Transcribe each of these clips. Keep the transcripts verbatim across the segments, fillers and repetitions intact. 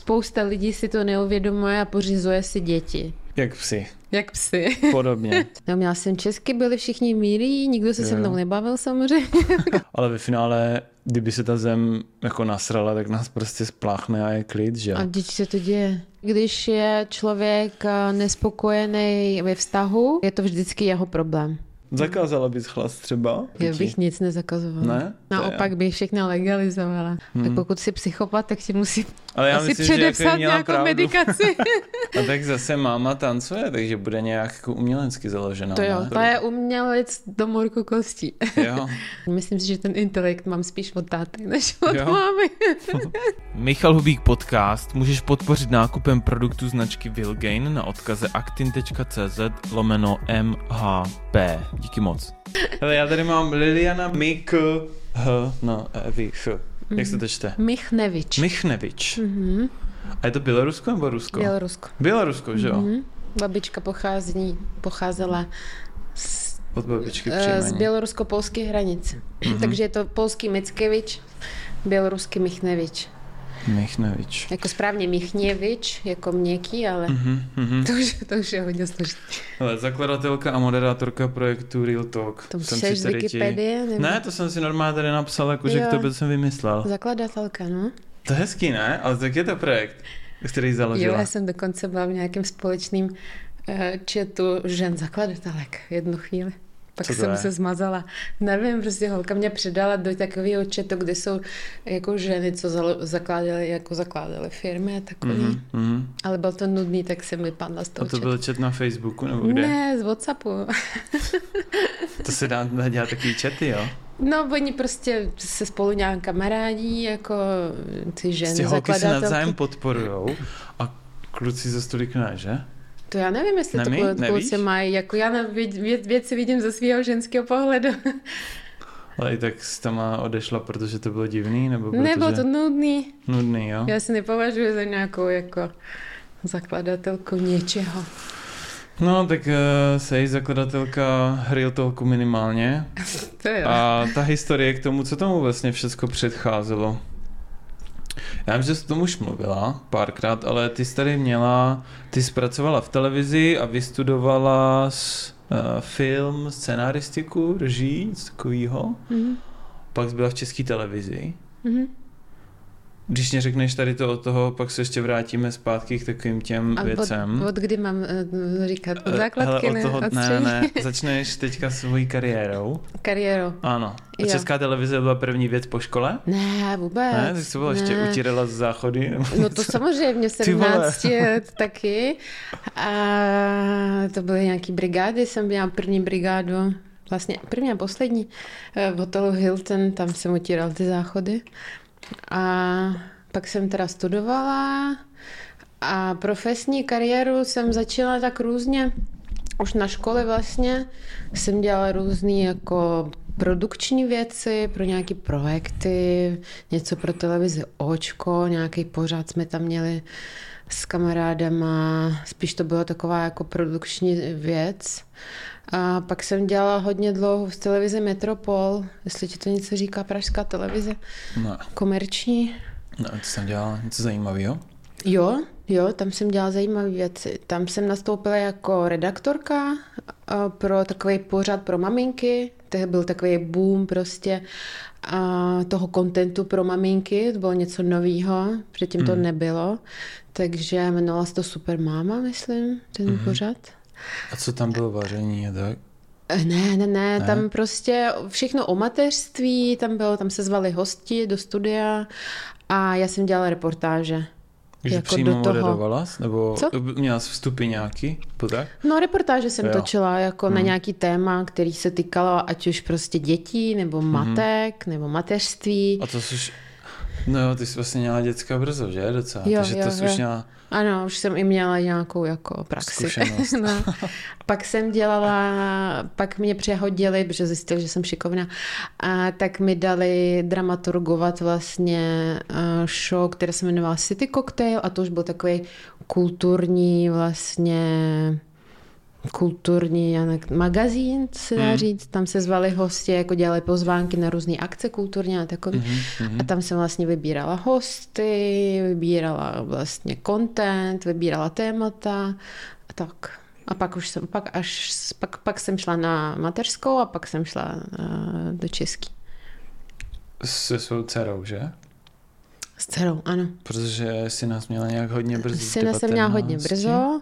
spousta lidí si to neuvědomuje a pořizuje si děti. Jak psi. Jak psy. Podobně. No, měla jsem česky, byli všichni míří, nikdo se jo. se mnou nebavil samozřejmě. Ale ve finále, kdyby se ta zem jako nasrala, tak nás prostě spláchne a je klid, že? A když se to děje? Když je člověk nespokojený ve vztahu, je to vždycky jeho problém. Zakázala bys chlast třeba? Já bych nic nezakazovala. Ne? Naopak bych všechno legalizovala. Hmm. Tak pokud jsi psychopat, tak ti musí ale já asi myslím, předepsat nějakou pravdu. Medikaci. A tak zase máma tancuje, takže bude nějak jako umělecky založená. To jo, to je umělec do morku kostí. Jo. Myslím si, že ten intelekt mám spíš od táty, než od jo. mámy. Michal Hubík podcast můžeš podpořit nákupem produktů značky Vilgain na odkaze aktin.cz lomeno mhp. Díky moc. Hele, já tady mám Liliana Mik H, no, Evi, H. Jak se to čte? Michnevič. Michnevič. Mm-hmm. A je to Bělorusko nebo Rusko? Bělorusko. Bělorusko, že jo? Mm-hmm. Babička pochází, pocházela z, od babičky z bělorusko-polských hranic. Mm-hmm. Takže je to polský Mickevič, běloruský Michnevič. Michnevič. Jako správně Michněvič, jako měkký, ale mm-hmm, mm-hmm. To, už, to už je hodně složitý. Ale zakladatelka a moderátorka projektu Real Talk. To musíš z Wikipedie? Nebo... Ne, to jsem si normálně tady napsal, jakože k tobě jsem vymyslel. Zakladatelka, no. To je hezký, ne? Ale tak je to projekt, který založila. Jo, já jsem dokonce byla v nějakém společným uh, chatu žen zakladatelek jednu chvíli. Pak jsem je? se zmazala. Nevím, prostě holka mě předala do takového chatu, kde jsou jako ženy, co zakládaly, jako zakládaly firmy a takové. Mm-hmm. Ale byl to nudný, tak jsem vypadla z toho chatu. A to chatu. byl chat na Facebooku nebo kde? Ne, z WhatsAppu. To se dá, dá dělat takový chaty, jo? No, oni prostě se spolu nějak kamarádí, jako ty ženy zakladatelky. Ty holky se navzájem podporujou a kluci za stolik ne, že? To já nevím, jestli Nemí? to kluci mají. Jako já na vě- věci vidím ze svého ženského pohledu. Ale i tak jsi tam odešla, protože to bylo divný? Nebo Nebylo protože... to nudný. Nudný, jo? Já si nepovažuji za nějakou jako zakladatelku něčeho. No, tak uh, seš zakladatelka Real Talku minimálně. To jo. A ta historie k tomu, co tomu vlastně všechno předcházelo. Já vím, že jsi tomu už mluvila párkrát, ale ty jsi tady měla, ty jsi pracovala v televizi a vystudovala s, uh, film, scenaristiku, režii, něco takového. Mm-hmm. Pak jsi byla v České televizi. Mm-hmm. Když mě řekneš tady to od toho, pak se ještě vrátíme zpátky k takovým těm a věcem. Od, od kdy mám uh, říkat? Od základky? Hele, od toho, ne, ne, ne, začneš teďka svojí kariérou. Kariérou. Ano. A jo. Česká televize byla první věc po škole? Ne, vůbec. Ne, tak to bylo ne. ještě utírala z záchody? No to samozřejmě v sedmnáct let taky. A to byly nějaký brigády, jsem měla první brigádu, vlastně první a poslední v hotelu Hilton, tam jsem utíral ty záchody. A pak jsem teda studovala a profesní kariéru jsem začala tak různě. Už na škole vlastně jsem dělala různé jako produkční věci pro nějaké projekty, něco pro televizi Očko, nějaký pořád jsme tam měli s kamarádama, spíš to byla taková jako produkční věc. A pak jsem dělala hodně dlouho v televizi Metropol, jestli ti to něco říká, pražská televize, no. Komerční. No, to jsem dělala něco zajímavého? Jo, jo, tam jsem dělala zajímavé věci. Tam jsem nastoupila jako redaktorka pro takový pořad pro maminky. To byl takový boom prostě a toho kontentu pro maminky. To bylo něco novýho, předtím mm. to nebylo. Takže jmenovala se to Super máma, myslím, ten mm. pořad. A co tam bylo vaření a tak? Ne, ne, ne, ne, tam prostě všechno o mateřství, tam bylo, tam se zvali hosti do studia a já jsem dělala reportáže. Takže jako přímo do toho. moderovala? Nebo co? Měla jsi vstupy nějaký? Tak? No reportáže jsem jo. točila jako hmm. na nějaký téma, který se týkalo ať už prostě dětí, nebo matek, hmm. nebo mateřství. A to jsi... No jo, ty jsi vlastně měla děcka brzo, že? Docela. Jo, Takže jo, to jsi jo. už měla... Ano, už jsem i měla nějakou jako praxi. Zkušenost. No. Pak jsem dělala, pak mě přehodili, protože zjistili, že jsem šikovná, a tak mi dali dramaturgovat vlastně show, které se jmenovala City Cocktail a to už byl takový kulturní vlastně kulturní magazín, se dá Hmm. říct. Tam se zvali hosty, jako dělali pozvánky na různé akce kulturní a takový. Mm-hmm. A tam jsem vlastně vybírala hosty, vybírala vlastně content, vybírala témata a tak. A pak už jsem, pak až, pak, pak jsem šla na mateřskou a pak jsem šla uh, do Český. Se svou dcerou, že? S dcerou, ano. Protože si nás měla nějak hodně brzo. Syna jsem měla hodně brzo.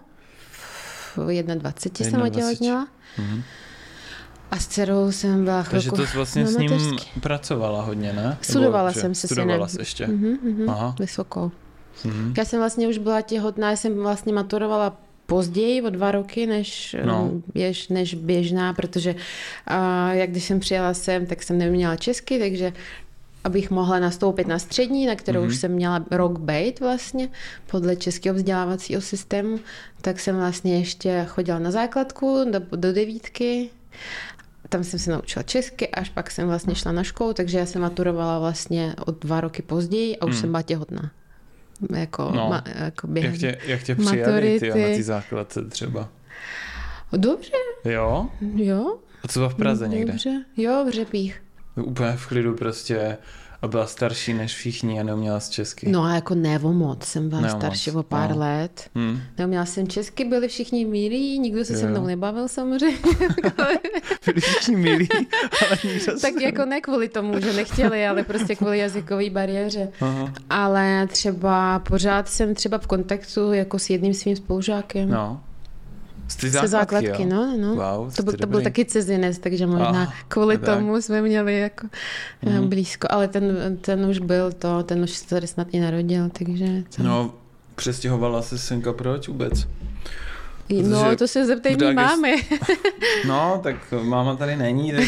V dvacet jedna jsem otěhotněla. Mhm. A s dcerou jsem byla chvilku. Takže to vlastně na s ním mateřský. pracovala hodně, ne? Studovala Nebo, jsem se studovala synem. jsi ještě. Mhm, mhm, Aha. vysokou. Mhm. Já jsem vlastně už byla těhotná, já jsem vlastně maturovala později, o dva roky, než, No. běž, než běžná, protože uh, jak když jsem přijela sem, tak jsem neměla česky, takže abych mohla nastoupit na střední, na kterou Mhm. už jsem měla rok bejt vlastně, podle českého vzdělávacího systému, tak jsem vlastně ještě chodila na základku do, do devítky. Tam jsem se naučila česky, až pak jsem vlastně šla na školu, takže já jsem maturovala vlastně o dva roky později a už Hmm. jsem byla těhotná. Jako, No. ma, jako během. Jak tě, jak tě přijali maturity. ty, na ty základce třeba? Dobře, Jo? jo. A co byla v Praze někde? Dobře, jo, v Řepích. Úplně v klidu prostě a byla starší než všichni a neuměla z česky. No a jako ne o moc, jsem byla Ne o starší moc, o pár no. let. Hmm. Neuměla jsem česky, byli všichni milí, nikdo se Jo. se mnou nebavil samozřejmě. Byli všichni milí, ale nikdo Tak jako ne kvůli tomu, že nechtěli, ale prostě kvůli jazykové bariéře. Aha. Ale třeba pořád jsem třeba v kontaktu jako s jedním svým spolužákem. No. Z ty Se základky, základky, jo? no, no. Wow, To byl, jste to byl dobrý. taky cizinec, takže možná Ah, kvůli tak. tomu jsme měli jako Mhm. blízko. Ale ten, ten už byl to, ten už se tady snad i narodil, takže... To... No, přestěhovala se synka proč vůbec? no protože to se zeptej v mý Dagest- mámy. No, tak máma tady není. Tak...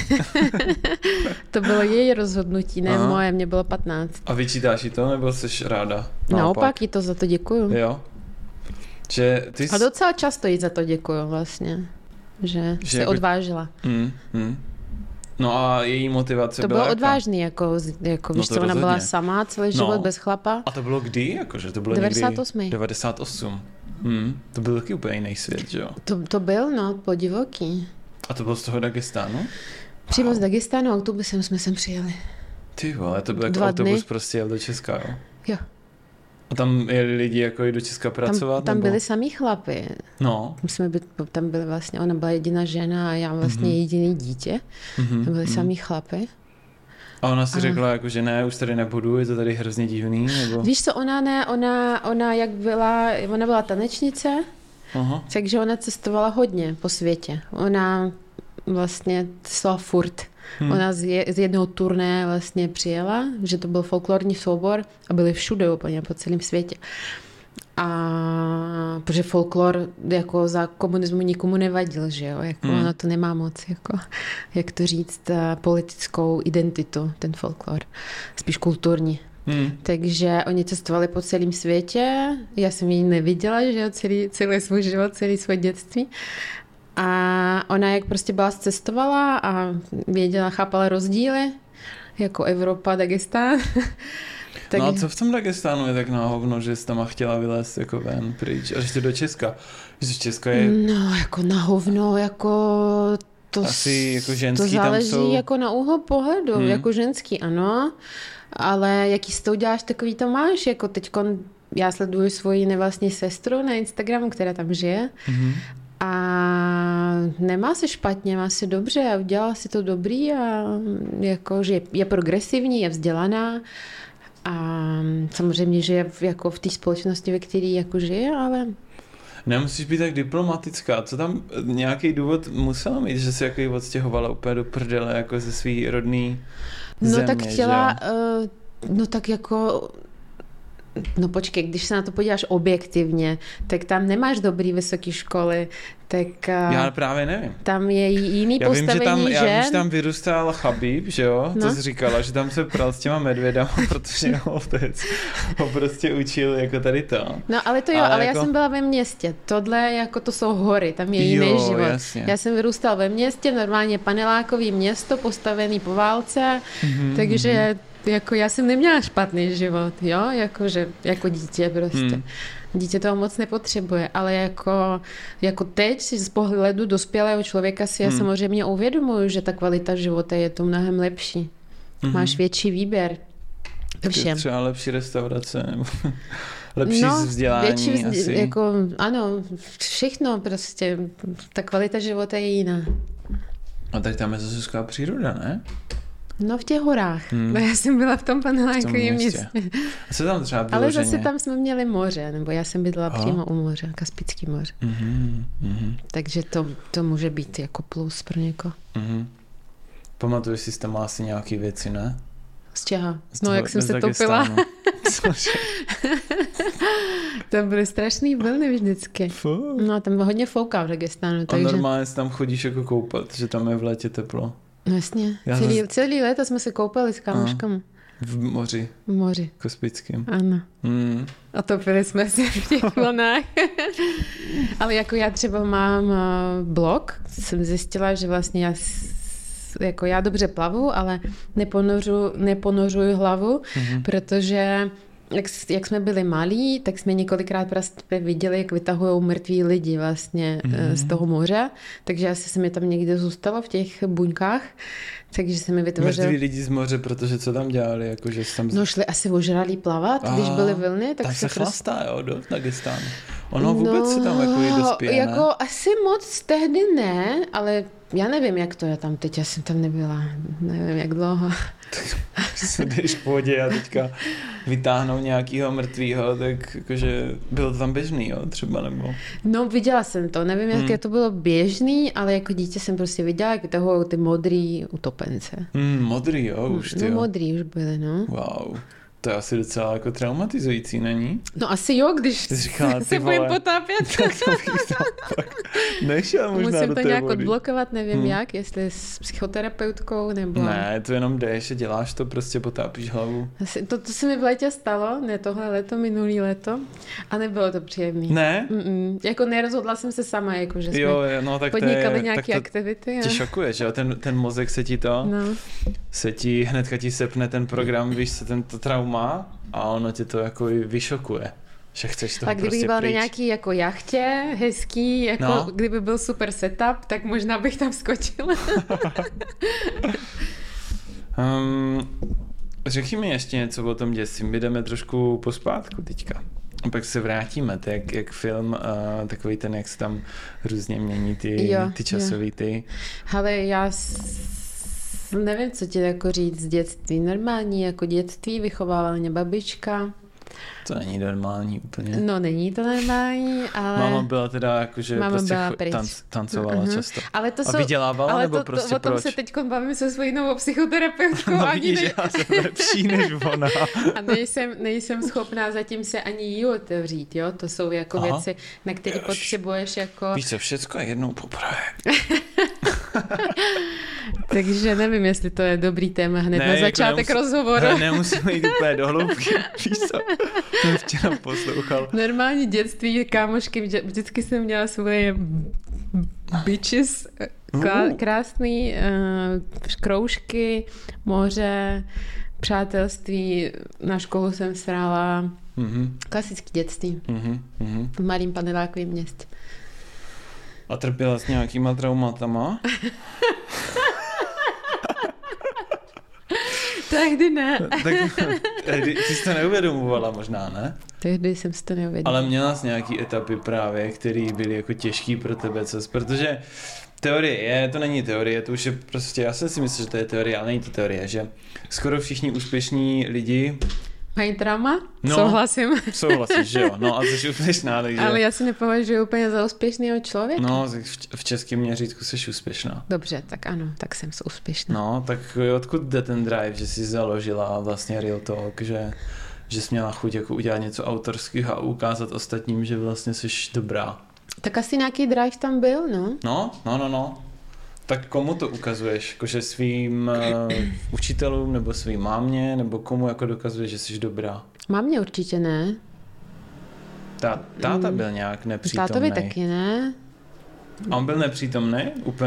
To bylo její rozhodnutí, ne Aha. moje, mě bylo patnáct. A vyčítáš jí to, nebo jsi ráda? Naopak jí to za to děkuju. Jo. Že ty jsi... A docela často jí za to děkuju vlastně, že, Že se jako- odvážila. Hmm, hmm. No a její motivace To byla bylo jaká? odvážný, jako, jako No víš to co, ona byla rozhodně. sama celý No. život bez chlapa. A to bylo kdy? Jakože to bylo devadesát osm. někdy... devadesát osm. Hmm. To byl taky úplně jiný svět, že jo? To, to byl, no, podivoký. A to bylo z toho Dagestánu? Přímo z Dagestánu autobusem jsme sem přijeli. Ty vole, to byl jako Dva autobus dny. prostě jel do Česka, jo? Jo. A tam jeli lidi jako i do Česka pracovat? Tam, tam nebo? byli samý chlapy. No. My jsme byli, tam byli vlastně, ona byla jediná žena a já vlastně Mhm. jediný dítě. Mhm, Tam byli mhm. samý chlapy. A ona si A- řekla, jako, že ne, už tady nebudu, je to tady hrozně divný, nebo... Víš co, ona ne, ona, ona jak byla, ona byla tanečnice, Aha. takže ona cestovala hodně po světě. Ona vlastně cestovala furt. Hmm. Ona z, je, z jednoho turné vlastně přijela, že to byl folklorní soubor a byli všude úplně po celém světě. A protože folklor jako za komunismu nikomu nevadil, že jo, jako Hmm. ona to nemá moc, jako, jak to říct, eh, politickou identitu, ten folklor, spíš kulturní. Hmm. Takže oni cestovali po celém světě, já jsem ji neviděla, že jo, celý, celý svůj život, celý svoje dětství. A ona jak prostě byla cestovala a věděla, chápala rozdíly, jako Evropa, Dagestán. Tak... No a co v tom Dagestánu je tak na hovno, že jsi tam chtěla vylézt jako ven pryč? A ještě do Česka. Že z Česka je... No, jako na hovno, jako to, Asi jako to ženský tam záleží jsou- jako na úhel pohledu, Hmm. jako ženský, ano, ale jaký z toho děláš, takový to máš, jako teďkon já sleduju svoji nevlastní sestru na Instagramu, která tam žije Mhm. a nemá se špatně, má se dobře a udělala si to dobrý a jako, že je, je progresivní, je vzdělaná a samozřejmě, že je v, jako v té společnosti, ve které jako žije, ale Nemusíš být tak diplomatická. Co tam nějaký důvod musela mít, že se jako odstěhovala úplně do prdele jako ze svý rodný no země, tak chtěla, že jo? uh, no tak jako no počkej, když se na to podíváš objektivně, tak tam nemáš dobrý vysoké školy, tak uh, Já právě nevím. tam je jiný Já vím, postavení že tam, žen. já vím, že tam vyrůstal Chabib, že jo? No. To jsi říkala, že tam se pral s těma medvědama, protože jeho otec ho prostě učil jako tady to. No ale to jo, Ale ale, ale jako- já jsem byla ve městě. Tohle jako to jsou hory, tam je Jo, jiný život. jasně. Já jsem vyrůstal ve městě, normálně panelákový město, postavený po válce, Mhm, takže jako já jsem neměla špatný život, jo, jakože, jako dítě prostě. Hmm. Dítě toho moc nepotřebuje, ale jako, jako teď z pohledu dospělého člověka si já hmm. samozřejmě uvědomuji, že ta kvalita života je to mnohem lepší. Hmm. Máš větší výběr. Všem. Třeba lepší restaurace, nebo lepší no, vzdělání větší vzd... asi. Jako, ano, všechno prostě. Ta kvalita života je jiná. A tak tam je zase skvělá příroda, ne? No v těch horách. Hmm. Já jsem byla v tom panelákovém městě. A co tam třeba bylo? Ale zase tam jsme měli moře, nebo já jsem bydlela oh. přímo u moře, Kaspický moře. Mm-hmm. Mm-hmm. Takže to, to může být jako plus pro někoho. Mm-hmm. Pamatuješ si tam asi nějaké věci, ne? Z čeho? Z toho, no jak jsem se topila. To byly strašný vlny vždycky. Fuh. No tam hodně fouká v Dagestánu. A takže... normálně si tam chodíš jako koupat, že tam je v létě teplo. No jasně. Celý, zase... celý léto jsme se koupali s kámoškami. V moři. V moři. Kaspickém. Ano. Mm. A topili jsme se v těch vlnách. Ale jako já třeba mám blog, jsem zjistila, že vlastně já jako já dobře plavu, ale neponořu, neponořuju hlavu, mm-hmm. protože jak, jak jsme byli malí, tak jsme několikrát prostě viděli, jak vytahují mrtví lidi vlastně mm-hmm. z toho moře, takže asi se mi tam někde zůstalo v těch buňkách, takže se mi vytvořil... Mrtví lidi z moře, protože co tam dělali? Jako, že tam... No šli asi ožralí plavat, a, když byly vlny, tak tam se... se chlastá, prostě... jo, do Dagestánu. Ono vůbec no, se tam jako jde dospěje, jako ne? Asi moc tehdy ne, ale já nevím, jak to je tam teď, já jsem tam nebyla, nevím, jak dlouho. Se jdeš v pohodě a teďka vytáhnou nějakýho mrtvýho, tak jakože bylo to tam běžný, jo, třeba, nebo... No, viděla jsem to, nevím, jak hmm. to bylo běžný, ale jako dítě jsem prostě viděla, jak vytahují ty modrý utopence. Hmm, modrý, jo, už ty No, jo. modrý už byly, no. Wow. To je asi docela jako traumatizující, není? No asi jo, když říkala, se budem potápět. Tak to bych tam tak nešel možná Musím do to té nějak vody. odblokovat, nevím hmm. jak, jestli s psychoterapeutkou nebo... Ne, to jenom jdeš a děláš to, prostě potápíš hlavu. To, to se mi v létě stalo, ne tohle léto, minulý léto, a nebylo to příjemný. Ne? Mm-mm. Jako nerozhodla jsem se sama, jako že jsme jo, no, tak podnikali je, nějaké tak aktivity. Tě šokuje, že jo, ten, ten mozek se ti to, no. se ti, hnedka ti sepne ten program, víš se, tento trauma a ono tě to jako vyšokuje. Že chceš toho tak kdybych prostě byla pryč. na nějaký jako jachtě, hezký, jako no. kdyby byl super setup, tak možná bych tam skočila. um, řekni mi ještě něco o tom dětství. My jdeme trošku pospátku teďka. A pak se vrátíme, to jak, jak film, uh, takový ten, jak se tam různě mění ty, jo, ty časový ty. Hele, já s... nevím, co ti jako říct z dětství. Normální jako dětství, vychovávala mě babička. To není normální úplně. No, není to normální, ale... Máma byla teda jako, že Máma prostě tanc, tancovala uh-huh. často. Ale to a jsou, vydělávala, ale nebo to, prostě to, o tom proč? se teď bavím se svojí novou psychoterapeutkou. No ani vidíš, ne... já jsem lepší než ona. A nejsem, nejsem schopná zatím se ani jí otevřít, jo? To jsou jako Aha. věci, na které potřebuješ jako... Víš co, všecko je jednou poprvé. Takže nevím, jestli to je dobrý téma hned ne, na začátek jako nemusí, rozhovoru. Ne, nemusíme jít úplně do hloubky. Víš co, jsem včera poslouchal. Normální dětství, kámošky, vždycky jsem měla svoje bitches, klá, krásný uh, kroužky, moře, přátelství, na školu jsem srála, mm-hmm. klasické dětství mm-hmm. v malým panelákovém městě. A trpěla s nějakýma traumatama? Tehdy ne. Tak, tehdy, ty jsi to neuvědomovala možná, ne? Tehdy jsem si to neuvědomovala. Ale měla jsi nějaký etapy právě, které byly jako těžký pro tebe, co jsi, protože teorie je, to není teorie, to už je prostě, já jsem si myslím, že to je teorie, ale není to teorie, že skoro všichni úspěšní lidi mají trauma? No, souhlasím. Souhlasíš, že jo. No a jsi úspěšná, takže... Ale já si nepovažuji úplně za úspěšného člověka. No, v českém měřítku jsi úspěšná. Dobře, tak ano, tak jsem úspěšná. No, tak odkud jde ten drive, že jsi založila vlastně Real Talk, že, že jsi měla chuť jako udělat něco autorského a ukázat ostatním, že vlastně jsi dobrá. Tak asi nějaký drive tam byl, no. No, no, no, no. Tak komu to ukazuješ? Jakože svým uh, učitelům, nebo svým mámě, nebo komu jako dokazuješ, že jsi dobrá? Mámě určitě ne. Tá, táta byl nějak nepřítomný. Tátovi taky ne. A on byl nepřítomný? Úplně?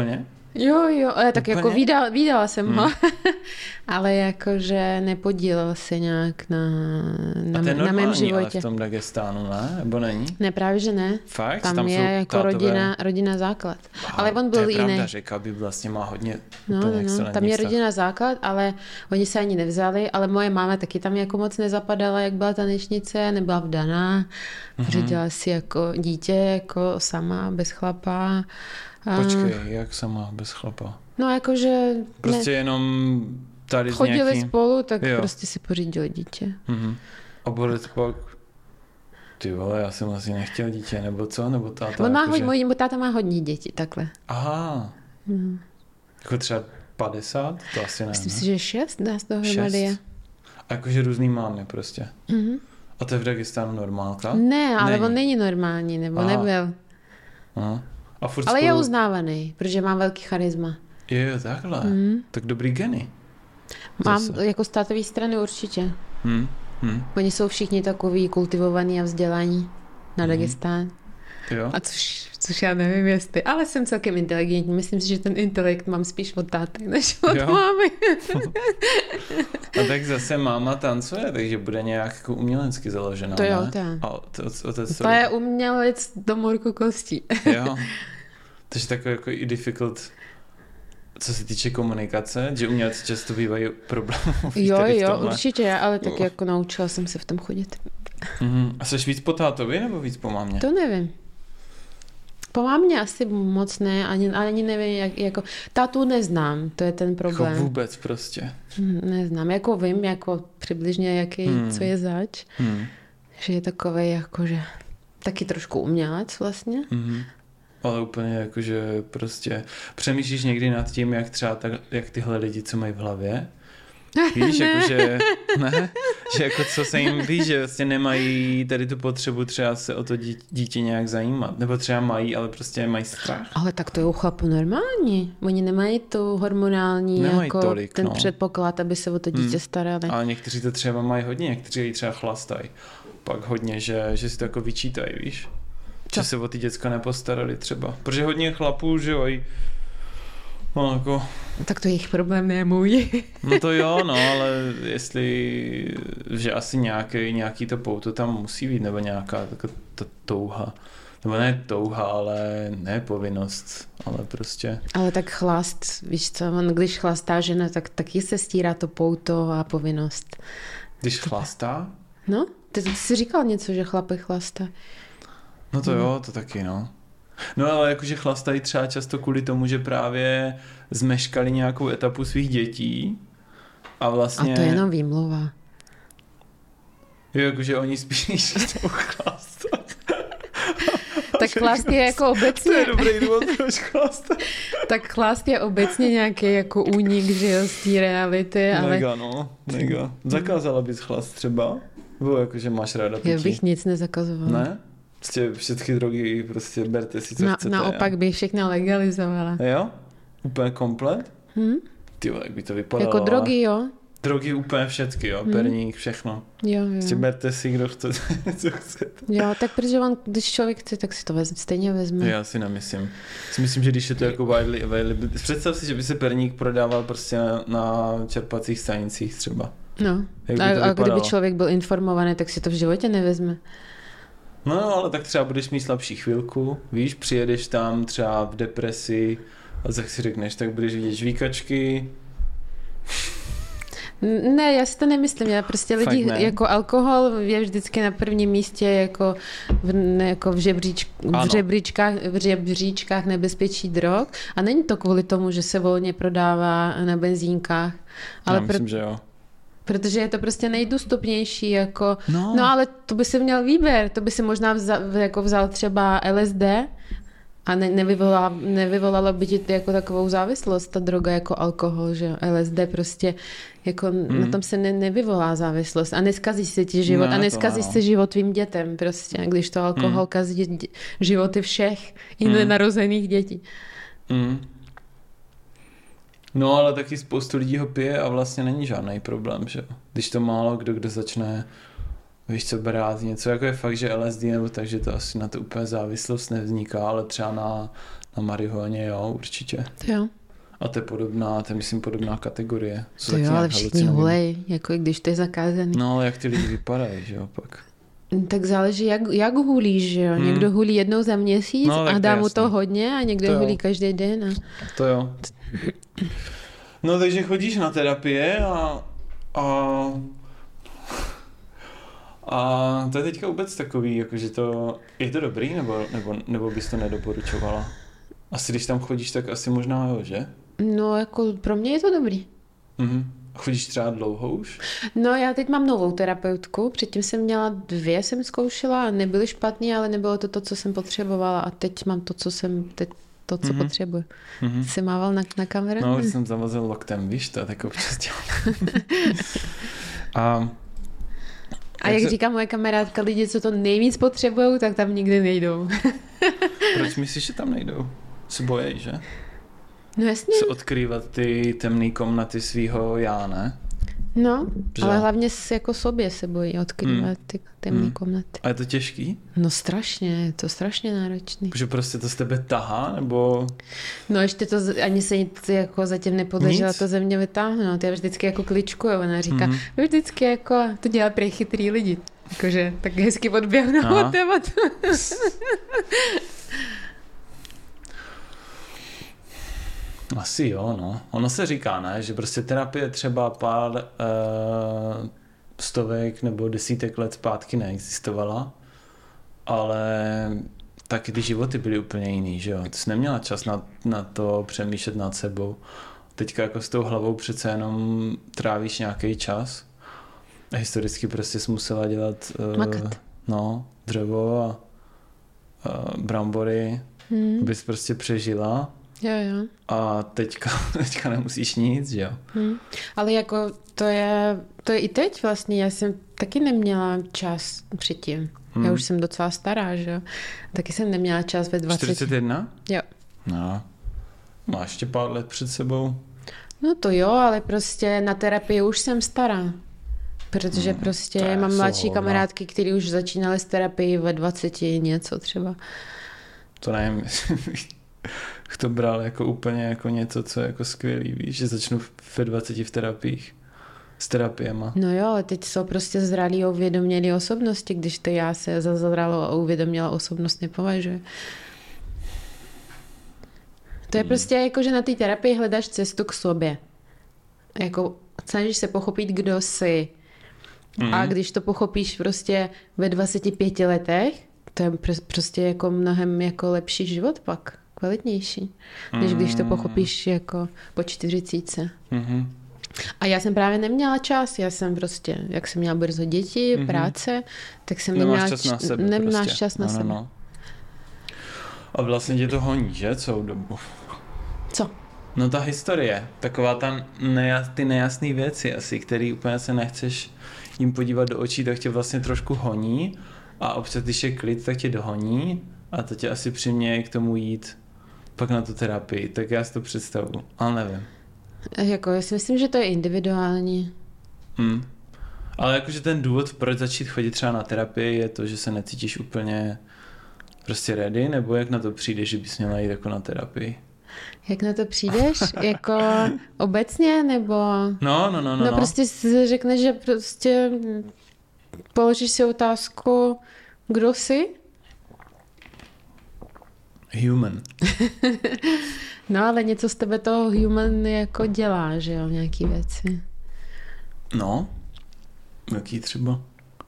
Jo, jo, ale tak Úplně? jako vídala, vídala jsem Hmm. ho, ale jakože nepodílel se nějak na, na, A to je na mém normální, ale životě. v tom Dagestánu, ne? Nebo není? Ne, právě, že ne. Fakt? Tam, Tam je jsou jako tátové- rodina, rodina základ. Aha, Ale on to byl je jiný. pravda, že Kabi vlastně má hodně No, úplně no, no. excelentní Tam je vztah. rodina základ, ale oni se ani nevzali, ale moje máma taky tam jako moc nezapadala, jak byla tanečnice, nebyla vdaná, Mhm. řídila si jako dítě, jako sama, bez chlapa. A- Počkej, jak sama bez chlapa? No jakože Prostě jenom tady ne, z chodili nějaký... spolu, tak Jo. prostě si pořídili dítě. Mhm. A bude to pak... Ty vole, já jsem asi nechtěl dítě, nebo co? Nebo táta? On má jakože- hodně, můj táta má hodně dětí, takhle. Aha, Hmm. jako třeba padesát? To asi ne, Myslím ne? si, že šest dá z toho dohromady. Šest. A jakože různý mámy prostě. Mhm. A to je v Dagestánu normálka? Ne, ale Není. on není normální, nebo Aha. nebyl. Aha. A furt Ale spolu... je uznávaný, protože má velký charisma. Je, takhle. Mhm. Tak dobrý geny. Mám Zase. jako z tátový strany určitě. Hm. Hm. Oni jsou všichni takový kultivovaní a vzdělaní na Dagestán. Jo. A což, což já nevím jestli, ale jsem celkem inteligentní. Myslím si, že ten intelekt mám spíš od táty, než od Jo? mámy. A tak zase máma tancuje, takže bude nějak jako umělecky založená, To jo, ne? to je. A otec, otec To je umělec do morku kostí. Jo. Takže takový jako i difficult, co se týče komunikace, že umělci často bývají problémový Jo, tady v jo, tomhle. určitě, ale tak No. jako naučila jsem se v tom chodit. Mhm. A jsi víc po tátovi nebo víc po mámě? To nevím. Po mámě asi moc ne, ani, ani nevím, jak, jako, tátu neznám, to je ten Jako problém. vůbec prostě. Hm, Neznám, jako vím, jako přibližně, jaký, Hmm. co je zač, Hmm. že je takovej jakože taky trošku umělec vlastně. Mhm. Ale úplně jakože prostě přemýšlíš někdy nad tím, jak třeba tak, jak tyhle lidi, co mají v hlavě, víš, Ne. jakože, ne, že jako co se jim víš, že vlastně nemají tady tu potřebu třeba se o to dí- dítě nějak zajímat, nebo třeba mají, ale prostě mají strach. Ale tak to je u chlapů normální. Oni nemají tu hormonální Nemají jako tolik, ten no. předpoklad, aby se o to dítě Hmm. starali. Ale někteří to třeba mají hodně, někteří třeba chlastají. Pak hodně, že, že si to jako vyčítají, víš? Co? Že se o ty děcka nepostarali třeba. Protože hodně chlapů, že jo, i- no jako, Tak to je jejich problém, ne můj. no to jo, no, ale jestli, že asi nějaký, nějaký to pouto tam musí být, nebo nějaká taková ta touha. Nebo ne touha, ale ne povinnost, ale prostě. Ale tak chlast, víš co, on když chlastá žena, tak taky se stírá to pouto a povinnost. Když chlastá, No, ty, ty jsi říkal něco, že chlapy chlastá. no to jo, to taky, no. No ale jakože chlastají třeba často kvůli tomu, že právě zmeškali nějakou etapu svých dětí a vlastně... A to je jenom výmluva. Jo, jakože oni spíš jdou chlastat. Tak chlast je jako To obecně, je dobrý důvod, proč chlastat. tak chlast je obecně nějaký jako únik, že jo, z té reality, ale Mega, no, mega. Zakázala bys chlast třeba? Nebo jakože máš ráda pití? já bych nic nezakazovala. Ne? Prostě všechny drogy, prostě berte si, co Na, chcete. naopak bych všechno legalizovala. Jo? Jo? Úplně komplet? Hm? Ty vole, jak by to vypadalo. Jako ale- drogy, jo? Drogy úplně všechny, jo? Hmm. Perník, všechno. Jo, Prostě jo. berte si, kdo chce, co chcete. Jo, tak protože on, když člověk chce, tak si to vezme, stejně vezme. Já si nemyslím. Si myslím, že když je to jako widely available, představ si, že by se perník prodával prostě na, na čerpacích stanicích třeba. No. Jak by A, to a kdyby vypadalo? člověk byl informovaný, tak si to v životě nevezme. No, ale tak třeba budeš mít slabší chvilku, víš, přijedeš tam třeba v depresi a tak si řekneš, tak budeš vidět žvíkačky. N- Ne, já si to nemyslím. Já prostě Fakt lidi, ne? jako alkohol je vždycky na prvním místě jako v, ne, jako v, žebříč, v, Ano. žebříčkách, v žebříčkách nebezpečí drog. A není to kvůli tomu, že se volně prodává na benzínkách, ale Já myslím, pro, že jo. protože je to prostě nejdostupnější. Jako, No. no ale to by si měl výběr. To by si možná vzal, jako vzal třeba L S D a ne, nevyvolala, nevyvolalo by ti to jako takovou závislost, ta droga jako alkohol, že jo. L S D prostě jako Hmm. na tom se ne, nevyvolá závislost a neskazí se ti život Ne, a to neskazí ne, no. se život tvým dětem prostě, když to alkohol Hmm. kazí dě- životy všech i Hmm. nenarozených dětí. Mm. No, ale taky spoustu lidí ho pije a vlastně není žádný problém, že jo. Když to málo kdo, kdo začne, víš co, brát něco, jako je fakt, že L S D nebo tak, že to asi na to úplně závislost nevzniká, ale třeba na, na marihuaně, jo, určitě. Jo. A to je podobná, to je myslím podobná kategorie. To jo, ale všichni hulej, jako když to je zakázaný. No ale jak ty lidi vypadají, že jo, pak. Tak záleží, jak, jak hulíš, že jo. Hmm. Někdo hulí jednou za měsíc no, a dá mu to hodně a někdo to hulí každý den. A... To jo. No takže chodíš na terapie a, a, a to je teďka vůbec takový, jakože to, je to dobrý, nebo, nebo, nebo bys to nedoporučovala? Asi když tam chodíš, tak asi možná jo, že? No jako pro mě je to dobrý. Mhm. Chodíš třeba dlouho už? No já teď mám novou terapeutku, předtím jsem měla dvě, jsem zkoušela a nebyly špatný, ale nebylo to to, co jsem potřebovala a teď mám to, co jsem, teď to, co mm-hmm. potřebuji. Mm-hmm. Jsi mával na, na kameru? No, jsem zavazil loktem, víš, to tak občas dělám. a a jak se... říká moje kamarádka, lidi, co to nejvíc potřebují, tak tam nikdy nejdou. Proč myslíš, že tam nejdou? Se bojí, že? No jasně. Se odkrývat ty temné komnaty svýho já, ne? No, že? Ale hlavně jako sobě se bojí odkrývat hmm. ty temné hmm. komnaty. A je to těžký? No strašně, je to strašně náročný. Že prostě to z tebe tahá, nebo... No ještě to ani se jako zatím nepodařilo to ze mě vytáhnout. Já vždycky jako kličkuju, ona říká, hmm. vždycky jako to dělá prej chytrý lidi. Jakože tak hezky odběhnou od tématu. Asi jo, no. Ono se říká, ne, že prostě terapie třeba pár uh, stovek nebo desítek let zpátky neexistovala, ale taky ty životy byly úplně jiný, že jo. Ty jsi neměla čas na, na to přemýšlet nad sebou. Teďka jako s tou hlavou přece jenom trávíš nějaký čas. A historicky prostě jsi musela dělat uh, no, dřevo a uh, brambory, hmm. abys prostě přežila. Jo, jo. A teďka, teďka nemusíš nic, že jo. Hmm. Ale jako to je, to je i teď vlastně, já jsem taky neměla čas předtím. Hmm. Já už jsem docela stará, že jo. Taky jsem neměla čas ve dvaceti. čtyřicet jedna? Jo. No. Máš ještě pár let před sebou. No to jo, ale prostě na terapii už jsem stará. Protože hmm, prostě mám mladší hodná. Kamarádky, které už začínaly s terapií ve dvaceti něco třeba. To nevím, to bral jako úplně jako něco, co je jako skvělý, víš, že začnu ve dvaceti v terapiích s terapiema. No jo, ale teď jsou prostě zralí a uvědomělí osobnosti, když to já se za zralou a uvědomělá osobnost nepovažuji. To je hmm. prostě jako, že na té terapii hledáš cestu k sobě. Jako snažíš se pochopit, kdo jsi. Hmm. A když to pochopíš prostě ve dvaceti pěti letech, to je prostě jako mnohem jako lepší život pak. Kvalitnější, než když to pochopíš jako po čtyřicítce. Mm-hmm. A já jsem právě neměla čas, já jsem prostě, jak jsem měla brzo děti, mm-hmm. práce, tak jsem nemáš neměla čas na sebe. Nemáš prostě. čas na no, sebe. No, no. A vlastně tě to honí, že? Celou dobu. Co? No ta historie, taková ta nejas, ty nejasné věci asi, který úplně se nechceš jim podívat do očí, tak tě vlastně trošku honí a občas, když je klid, tak tě dohoní a to tě asi přiměje k tomu jít pak na tu terapii, tak já si to představuji, ale nevím. Jako, já si myslím, že to je individuální. Hmm. Ale jakože ten důvod, proč začít chodit třeba na terapii, je to, že se necítíš úplně prostě ready, nebo jak na to přijdeš, že bys měla jít jako na terapii? Jak na to přijdeš? Jako obecně, nebo... No, no, no, no. No prostě si řekneš, že prostě položíš si otázku, kdo jsi? Human. No, ale něco z tebe toho human jako dělá, že jo, nějaký věci. No, jaký třeba?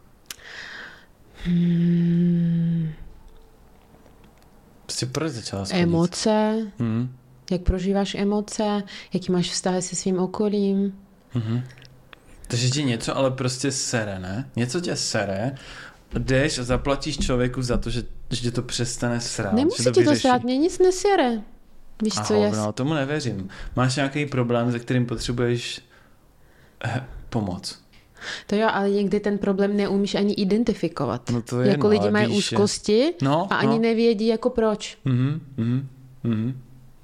Hmm. Prostě proč začala schodit? Emoce. Hmm. Jak prožíváš emoce, jaký máš vztahy se svým okolím. Mhm. Takže ti něco ale prostě sere, ne? Něco tě sere, jdeš a zaplatíš člověku za to, že, že to přestane srát. Nemusí ti to srát, mě nic nesere. Víš, Aha, co je? No, tomu nevěřím. Máš nějaký problém, se kterým potřebuješ eh, pomoc. To jo, ale někdy ten problém neumíš ani identifikovat. No to je, jako no, lidi mají víš, úzkosti no, a ani no. nevědí jako proč. Mhm, mhm, mhm.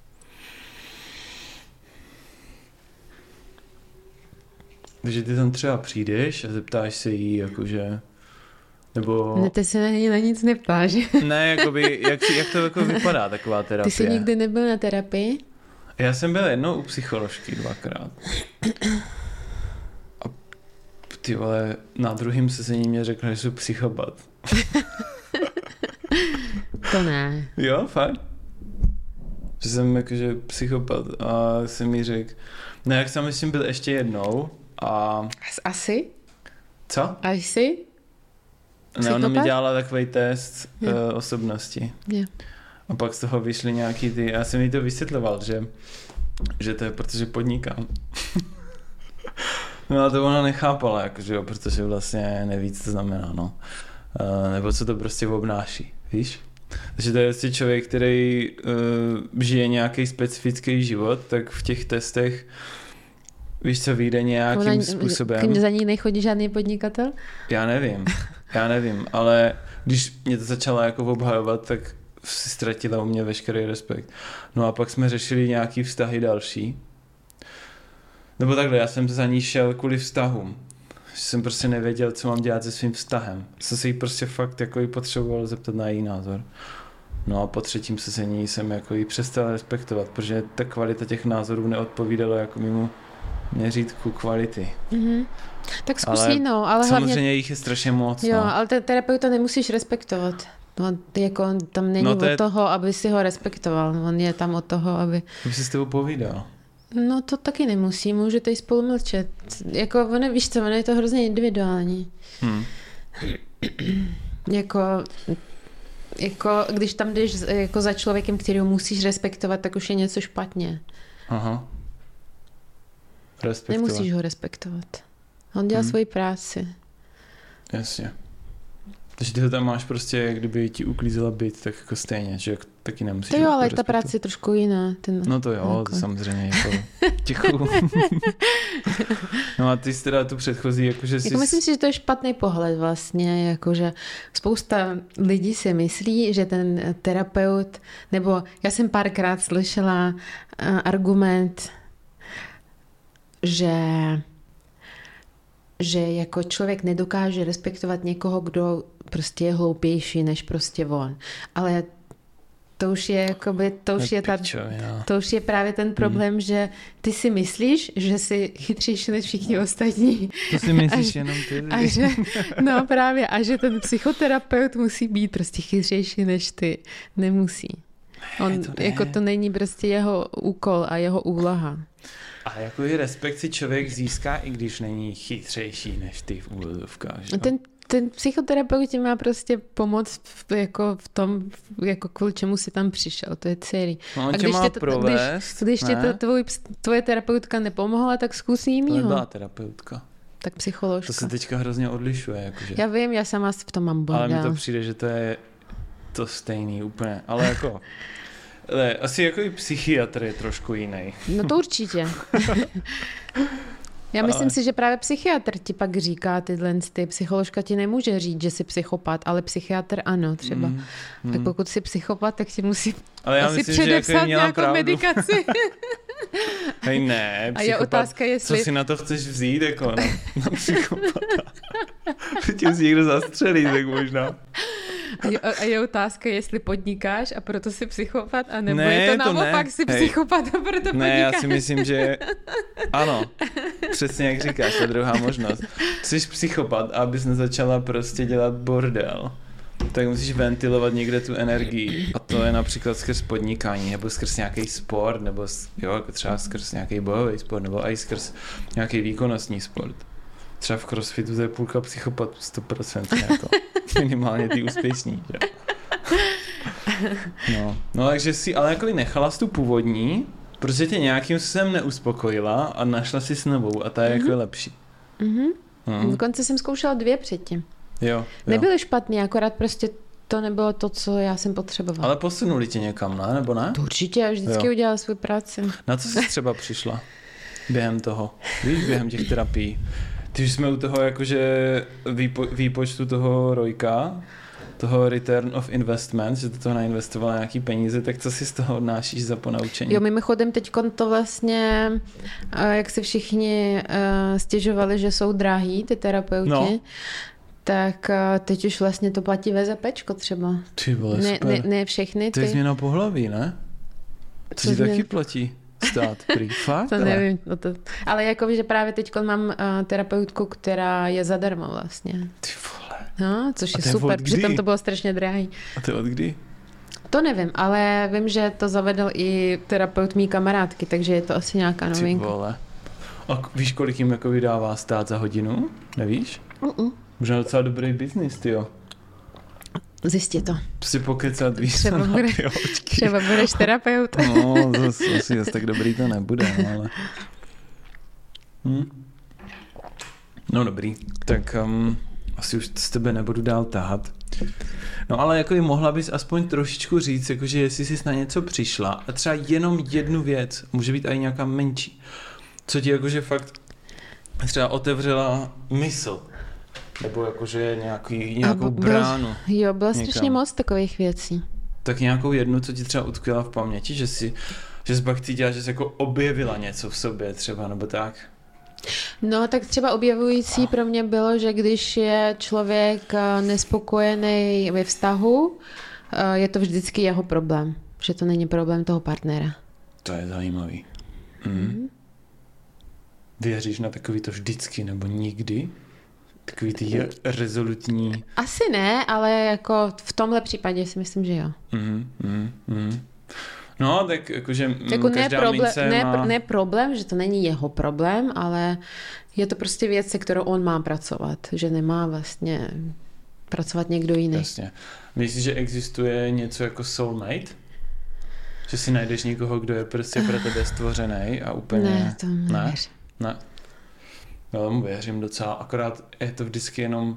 Takže ty tam třeba přijdeš a zeptáš se jí, jakože... Nebo... Ne, ty se na ní na nic neptáš. Ne, jakoby, jak, jak to jako vypadá, taková terapie? Ty jsi nikdy nebyl na terapii? Já jsem byl jednou u psycholožky dvakrát. A ty vole, na druhým sezení mě řekl, že jsem psychopat. To ne. Jo, fakt. Že jsem jakože psychopat a jsem mi řekl, ne, jak jsem myslím byl ještě jednou a... Asi? Co? Asi? Ne, ona mi dělala takový test uh, osobnosti. Je. A pak z toho vyšly nějaký ty, já jsem jí to vysvětloval, že, že to je protože podnikám. No a to ona nechápala, jakože jo, protože vlastně neví, co to znamená, no. Uh, nebo co to prostě obnáší, víš? Takže to je vlastně člověk, který uh, žije nějaký specifický život, tak v těch testech víš co, vyjde nějakým ona, způsobem. Za ní nechodí žádný podnikatel? Já nevím, já nevím, ale když mě to začala jako obhajovat, tak si ztratila u mě veškerý respekt. No a pak jsme řešili nějaký vztahy další. Nebo takhle, já jsem za ní šel kvůli vztahům. Jsem prostě nevěděl, co mám dělat se svým vztahem. Jsem se jí prostě fakt jako jí potřeboval zeptat na její názor. No a po třetím sezení jsem jako jí přestal respektovat, protože ta kvalita těch názorů neodpovídala jako mimo měřítku kvality. Mm-hmm. Tak zkusí, ale no. Ale samozřejmě hlavně... jich je strašně moc. Jo, no. ale ten terapeuta nemusíš respektovat. No, jako tam není no, to od je... toho, aby si ho respektoval. On je tam od toho, aby... Aby si s tebou povídal. No to taky nemusí, můžete i spolu mlčet. Jako, ono, víš co, ono je to hrozně individuální. Hmm. jako, jako, když tam jdeš jako za člověkem, kterého musíš respektovat, tak už je něco špatně. Aha. Respektovat. Nemusíš ho respektovat. On dělá hmm. svoji práci. Jasně. Takže ty ho tam máš prostě, kdyby ti uklízela byt, tak jako stejně, že taky nemusíš. To jo, ale ta práce je trošku jiná. Ten, no to jo, jako. To samozřejmě jako tichu. No a ty jsi teda tu předchozí, jakože jako jsi... Myslím si, že to je špatný pohled vlastně, jakože spousta lidí si myslí, že ten terapeut, nebo já jsem párkrát slyšela uh, argument, že že jako člověk nedokáže respektovat někoho, kdo prostě je hloupější než prostě on. Ale to už je jakoby, to už je, ta, to už je právě ten problém, hmm. že ty si myslíš, že jsi chytřejší než všichni ostatní. To si myslíš a, jenom ty. A že, no právě, a že ten psychoterapeut musí být prostě chytřejší než ty. Nemusí. On, ne, to ne. Jako to není prostě jeho úkol a jeho úloha. A jako i respekt si člověk získá, i když není chytřejší než ty v úvodovkách. Ten, ten psychoterapeut ti má prostě pomoct v, jako v tom, jako kvůli čemu si tam přišel. To je celý. No, on a tě když má tě to, provést, Když, když tě to tvoj, tvoje terapeutka nepomohla, tak zkus jinýho. To nebyla terapeutka. Tak psycholožka. To se teďka hrozně odlišuje. Jakože. Já vím, já sama v tom mám bordel. Ale mi to přijde, že to je to stejný úplně. Ale jako... Ale asi jako i psychiatr je trošku jiný. No to určitě. Já myslím ale... si, že právě psychiatr ti pak říká tyhle ty. Psycholožka ti nemůže říct, že jsi psychopat, ale psychiatr ano třeba. Mm, mm. Tak pokud jsi psychopat, tak ti musí ale já asi myslím, předepsat že nějakou pravdu. medikaci. Hej ne, a je otázka, jestli... Co si na to chceš vzít jako na, na psychopata? Že ti musí někdo zastřelí, tak možná. A je otázka, jestli podnikáš a proto jsi psychopat, anebo ne, je to, to naopak ne. jsi psychopat a proto podnikáš. Ne, já si myslím, že ano, přesně jak říkáš, to je druhá možnost. Jsi psychopat a abys nezačala prostě dělat bordel, tak musíš ventilovat někde tu energii a to je například skrz podnikání, nebo skrz nějaký sport, nebo jo, třeba skrz nějaký bojový sport, nebo i skrz nějaký výkonnostní sport. Třeba v crossfitu to je půlka psychopatů, sto procent jako minimálně ty úspěšní. Že? No. no takže si, ale jako nechala jsi tu původní, protože tě nějakým způsobem neuspokojila a našla si s novou a ta je mm-hmm. jako lepší. Mm-hmm. Mm. Dokonce jsem zkoušela dvě předtím. Jo, jo. Nebyly špatný, akorát prostě to nebylo to, co já jsem potřebovala. Ale posunuli tě někam, ne? Nebo ne? To určitě, já vždycky jo. udělala svou práci. Na co jsi třeba přišla během toho? Víš, během těch terapií? Když jsme u toho jakože výpo, výpočtu toho rojka, toho return of investment, že do toho nainvestovala nějaký peníze, tak co si z toho odnášíš za ponaučení? Jo, mimochodem teď to vlastně, jak si všichni stěžovali, že jsou drahý ty terapeuti, no. tak teď už vlastně to platí VZPčko třeba. Ty vole, ne, super. Ne, ne všechny. To ty... je změna pohlaví, ne? To ti taky platí. stát prý. Fakt? To nevím. No to... Ale jako, že právě teď mám uh, terapeutku, která je zadarmo vlastně. Ty vole. No, což je, je super. Přitom to bylo strašně drahý. A to od kdy? To nevím, ale vím, že to zavedl i terapeut mý kamarádky, takže je to asi nějaká novinka. Ty vole. A víš, kolik jim jako vydává stát za hodinu? Nevíš? Uh-uh. Možná docela dobrý biznis, tyjo. Zjistě to. Si pokecat, víš, třeba, na bude, piočky. třeba budeš terapeut. No, zase asi zase tak dobrý to nebude, no, ale... Hm? No dobrý, tak um, asi už z tebe nebudu dál tahat. No ale jako mohla bys aspoň trošičku říct, jakože jestli jsi na něco přišla a třeba jenom jednu věc, může být i nějaká menší, co ti jakože fakt třeba otevřela mysl, nebo jakože nějaký, nějakou bylo, bránu. Jo, bylo někam. Strašně moc takových věcí. Tak nějakou jednu, co ti třeba utkvěla v paměti, že si, že jsi pak cítila, že jsi jako objevila něco v sobě třeba, nebo tak? No, tak třeba objevující pro mě bylo, že když je člověk nespokojený ve vztahu, je to vždycky jeho problém. Že to není problém toho partnera. To je zajímavý. Mm. Mm. Věříš na takový to vždycky nebo nikdy? Takový ty rezolutní... Asi ne, ale jako v tomhle případě si myslím, že jo. Mm, mm, mm. No, tak jakože jako každá ne problém, mince ne, má... ne problém, že to není jeho problém, ale je to prostě věc, se kterou on má pracovat. Že nemá vlastně pracovat někdo jiný. Jasně. Myslíš, že existuje něco jako soulmate? Že si najdeš někoho, kdo je prostě pro tebe stvořený a úplně... Ne, to ne. Ne. Já tomu věřím docela, akorát je to vždycky jenom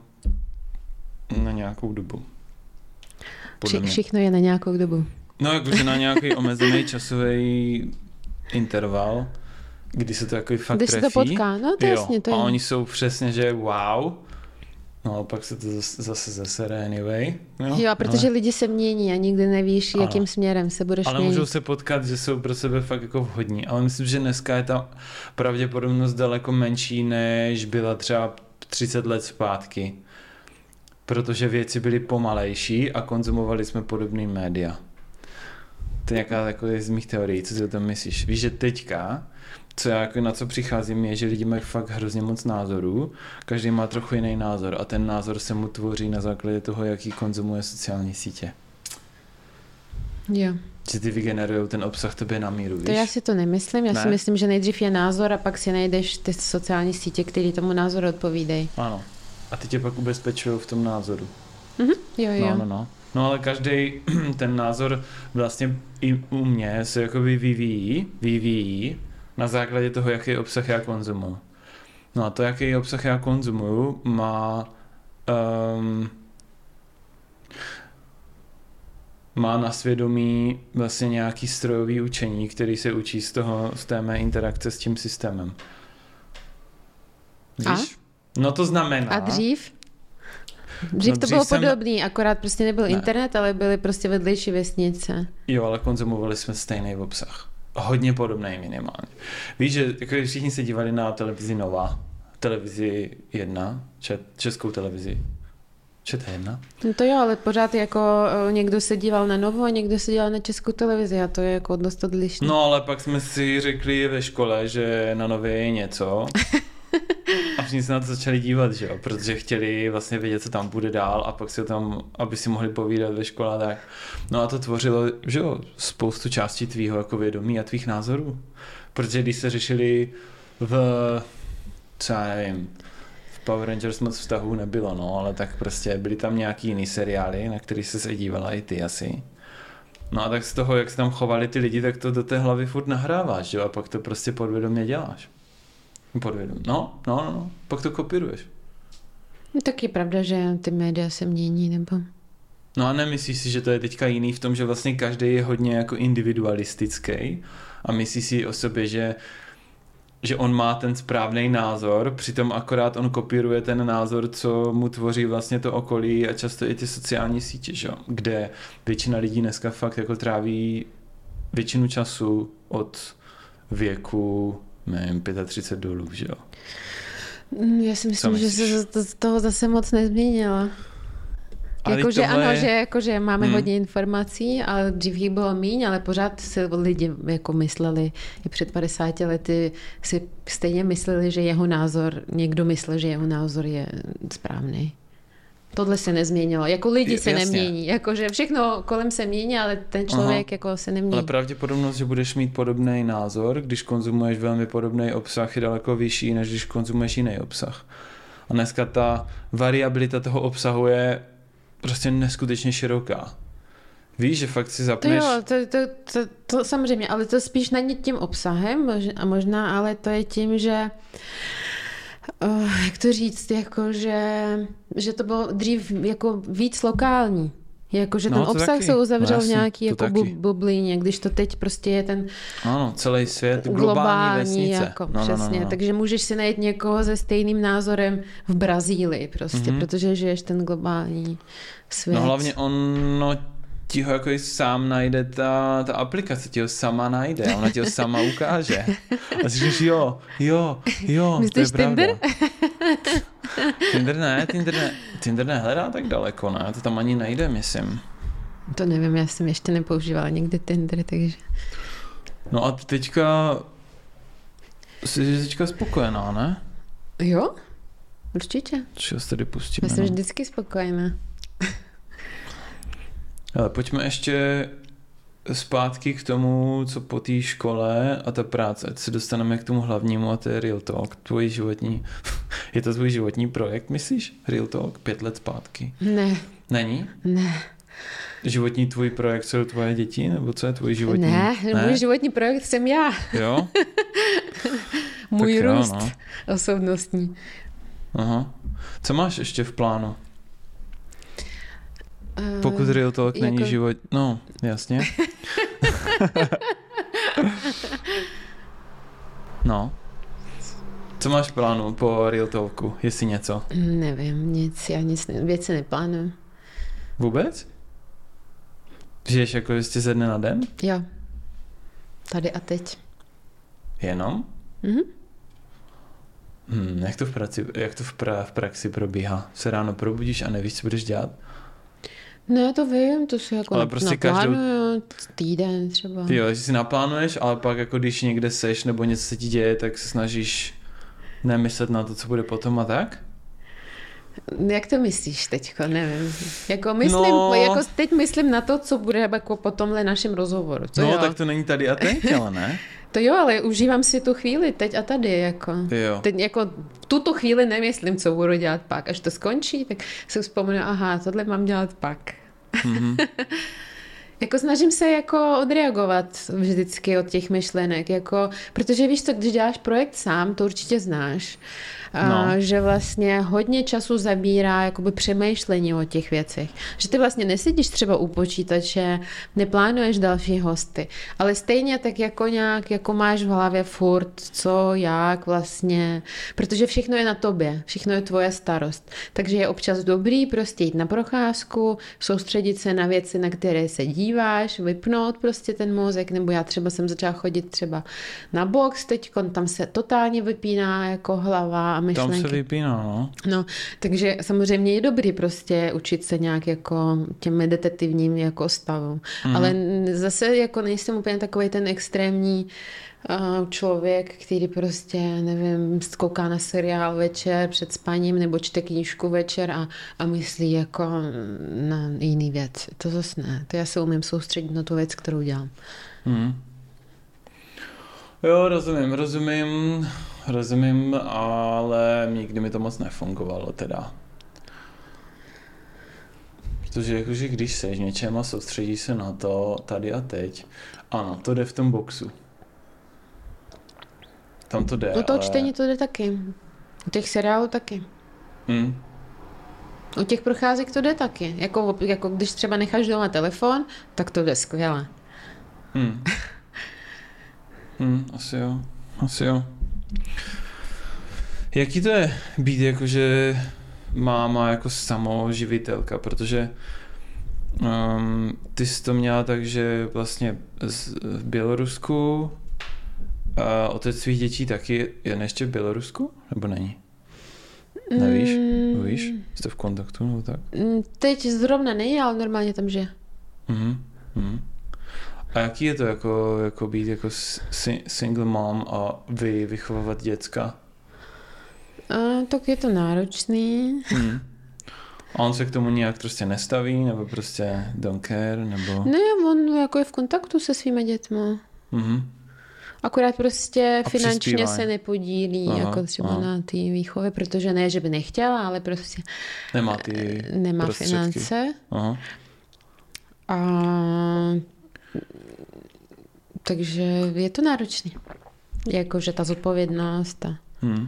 na nějakou dobu. Vši, všechno je na nějakou dobu. No, jakože na nějaký omezený časový interval, kdy se to jako fakt kdy trefí. Kdy se to potká, no to jo. jasně. To a je. oni jsou přesně, že wow. No a pak se to zase zasere anyway. Jo, jo protože ale... lidi se mění a nikdy nevíš, ano. jakým směrem se budeš ale měnit. Ale můžou se potkat, že jsou pro sebe fakt jako vhodní. Ale myslím, že dneska je ta pravděpodobnost daleko menší, než byla třeba třicet let zpátky. Protože věci byly pomalejší a konzumovali jsme podobný média. To je nějaká taková z mých teorií, co si o tom myslíš? Víš, že teďka, co já jako na co přicházím, je, že lidi mají fakt hrozně moc názorů, každý má trochu jiný názor a ten názor se mu tvoří na základě toho, jaký konzumuje sociální sítě. Jo. Že ty vygenerujou ten obsah tobě na míru, víš? To já si to nemyslím, já ne? si myslím, že nejdřív je názor a pak si najdeš ty sociální sítě, které tomu názoru odpovídají. Ano. A ty tě pak ubezpečují v tom názoru. Mhm, jo, jo. No, no, no. No ale každý ten názor vlastně i u mě se jakoby vyvíjí, vyvíjí na základě toho, jaký obsah já konzumuju. No a to, jaký obsah já konzumuju, má um, má na svědomí vlastně nějaký strojový učení, který se učí z toho, z té mé interakce s tím systémem. Víš? A? No to znamená... A dřív? Dřív no, to bylo jsem... podobný, akorát prostě nebyl ne. internet, ale byly prostě vedlejší vesnice. Jo, ale konzumovali jsme stejný obsah. Hodně podobný minimálně. Víš, že jako všichni se dívali na televizi Nova, televizi jedna, čet, českou televizi. Čet jedna? No to jo, ale pořád jako někdo se díval na Novu a někdo se díval na českou televizi a to je jako dost odlišné. No ale pak jsme si řekli ve škole, že na Nově je něco a všichni se na to začali dívat, že jo, protože chtěli vlastně vědět, co tam bude dál a pak si tam, aby si mohli povídat ve škole, tak. No a to tvořilo, že jo, spoustu částí tvýho jako vědomí a tvých názorů. Protože když se řešili v, co já nevím, v Power Rangers moc vztahů nebylo, no, ale tak prostě byly tam nějaký jiný seriály, na který se se dívala i ty asi. No a tak z toho, jak se tam chovali ty lidi, tak to do té hlavy furt nahráváš, že jo, a pak to prostě podvědomě děláš. Podvědom. No, no, no, no, pak to kopíruješ. No, tak je pravda, že ty média se mění, nebo... No a nemyslíš si, že to je teďka jiný v tom, že vlastně každý je hodně jako individualistický a myslí si o sobě, že, že on má ten správný názor, přitom akorát on kopíruje ten názor, co mu tvoří vlastně to okolí a často i ty sociální sítě, že? Kde většina lidí dneska fakt jako tráví většinu času od věku nevím, třicet pět dolů, že jo? Já si myslím, že se z toho zase moc nezměnila. Jakože tohle... ano, že, jako, že máme hmm. hodně informací, ale dřív jich bylo míň, ale pořád si lidi jako mysleli, i před padesáti lety si stejně mysleli, že jeho názor, někdo myslel, že jeho názor je správný. Tohle se nezměnilo. Jako lidi se Jasně. nemění. Jakože všechno kolem se mění, ale ten člověk Aha. jako se nemění. Ale pravděpodobnost, že budeš mít podobný názor, když konzumuješ velmi podobný obsah, je daleko vyšší, než když konzumuješ jiný obsah. A dneska ta variabilita toho obsahu je prostě neskutečně široká. Víš, že fakt si zapneš... To jo, to, to, to, to samozřejmě, ale to spíš není tím obsahem a možná, ale to je tím, že uh, jak to říct, jako že, že to bylo dřív jako víc lokální. Jako, že no, ten obsah taky. se uzavřel no, v nějaký jako bu- bublině, když to teď prostě je ten ano, celý svět, globální, globální vesnice. jako, no, přesně. No, no, no. Takže můžeš si najít někoho se stejným názorem v Brazílii prostě, mm-hmm. protože žiješ ten globální svět. No hlavně ono ti ho jako i sám najde, ta, ta aplikace ti ho sama najde, ona ti ho sama ukáže. A si říkáš, jo, jo, jo, myslíš to je Tinder? pravda. Tinder ne, Tinder ne, Tinder nehledá tak daleko, ne, to tam ani najde, myslím. To nevím, já jsem ještě nepoužívala někdy Tinder, takže... No a teďka jsi teďka spokojená, ne? Jo, určitě. Čo se tady pustíme, Já jsem no. vždycky spokojená. Ale pojďme ještě zpátky k tomu, co po té škole a ta práce, ať se dostaneme k tomu hlavnímu a to je Real Talk, tvůj životní, je to tvůj životní projekt, myslíš? Real Talk, pět let zpátky. Ne. Není? Ne. Životní tvůj projekt jsou tvoje děti, nebo co je tvůj životní? Ne, ne? Můj životní projekt jsem já. Jo? Můj tak růst jo, no. osobnostní. Aha. Co máš ještě v plánu? Pokud Real Talk jako... není život... No, jasně. No. Co máš v plánu po Real Talku, jestli něco? Nevím, nic, já nic, ne, věci neplánuju. Vůbec? Žiješ jako jistě ze dne na den? Jo. Tady a teď. Jenom? Mhm. Hmm, jak to v praxi, jak to v, pra, v praxi probíhá? Se ráno probudíš a nevíš, co budeš dělat? Ne, to vím, to si jako ale prostě naplánuju každou... týden třeba. Jo, že si naplánuješ, ale pak jako když někde seš nebo něco se ti děje, tak se snažíš nemyslet na to, co bude potom a tak? Jak to myslíš teďko? Nevím. Jako myslím, no... jako teď myslím na to, co bude jako po tomhle našem rozhovoru. To no, jo. tak to není tady a teď, ale ne? To jo, ale užívám si tu chvíli teď a tady, jako. Jo. Teď jako v tuto chvíli nemyslím, co budu dělat pak. Až to skončí, tak si vzpomenu, aha, tohle mám dělat pak. Mm-hmm. Jako snažím se jako odreagovat vždycky od těch myšlenek, jako, protože víš co, když děláš projekt sám, to určitě znáš, no. a, že vlastně hodně času zabírá jakoby přemýšlení o těch věcech. Že ty vlastně nesedíš třeba u počítače, neplánuješ další hosty, ale stejně tak jako nějak jako máš v hlavě furt, co, jak vlastně, protože všechno je na tobě, všechno je tvoje starost. Takže je občas dobrý prostě jít na procházku, soustředit se na věci, na které se díváš, vypnout prostě ten mozek, nebo já třeba jsem začala chodit třeba na box teď, tam se totálně vypíná jako hlava a myšlenky. Tam se vypíná, no. No, takže samozřejmě je dobrý prostě učit se nějak jako těm meditativním jako stavům. Mm. Ale zase jako nejsem úplně takovej ten extrémní uh, člověk, který prostě, nevím, kouká na seriál večer před spaním nebo čte knížku večer a, a myslí jako na jiný věc. To zase ne. To já se umím soustředit na tu věc, kterou dělám. Mm. Jo, rozumím, rozumím, rozumím, ale nikdy mi to moc nefungovalo teda. Protože jakože když seš něčem a soustředíš se na to tady a teď, ano, to jde v tom boxu. Tam to jde, U toho ale... čtení to jde taky. U těch seriálů taky. Hmm. U těch procházek to jde taky. Jako, jako když třeba necháš doma telefon, tak to jde skvěle. Hmm. Hmm, asi jo, asi jo. Jaký to je být jakože máma jako samoživitelka, protože um, ty jsi to měla tak, že vlastně z, v Bělorusku a otec svých dětí taky je ještě v Bělorusku, nebo není? Nevíš? Mm. Víš? Jste v kontaktu nebo tak? Teď zrovna nej, ale normálně tam žije. Mm-hmm. Mm-hmm. A jaký je to jako, jako být jako si, single mom a vy vychovávat děcka? A, tak je to náročný. Mm. A on se k tomu nějak prostě nestaví, nebo prostě don't care, nebo... Ne, on jako je v kontaktu se svýma dětma. Mm-hmm. Akorát prostě a finančně se nepodílí aha, jako třeba aha. na té výchově, protože ne, že by nechtěla, ale prostě nemá ty nemá prostředky. finance. Aha. A takže je to náročný. Jakože ta zodpovědnost. A... Hmm.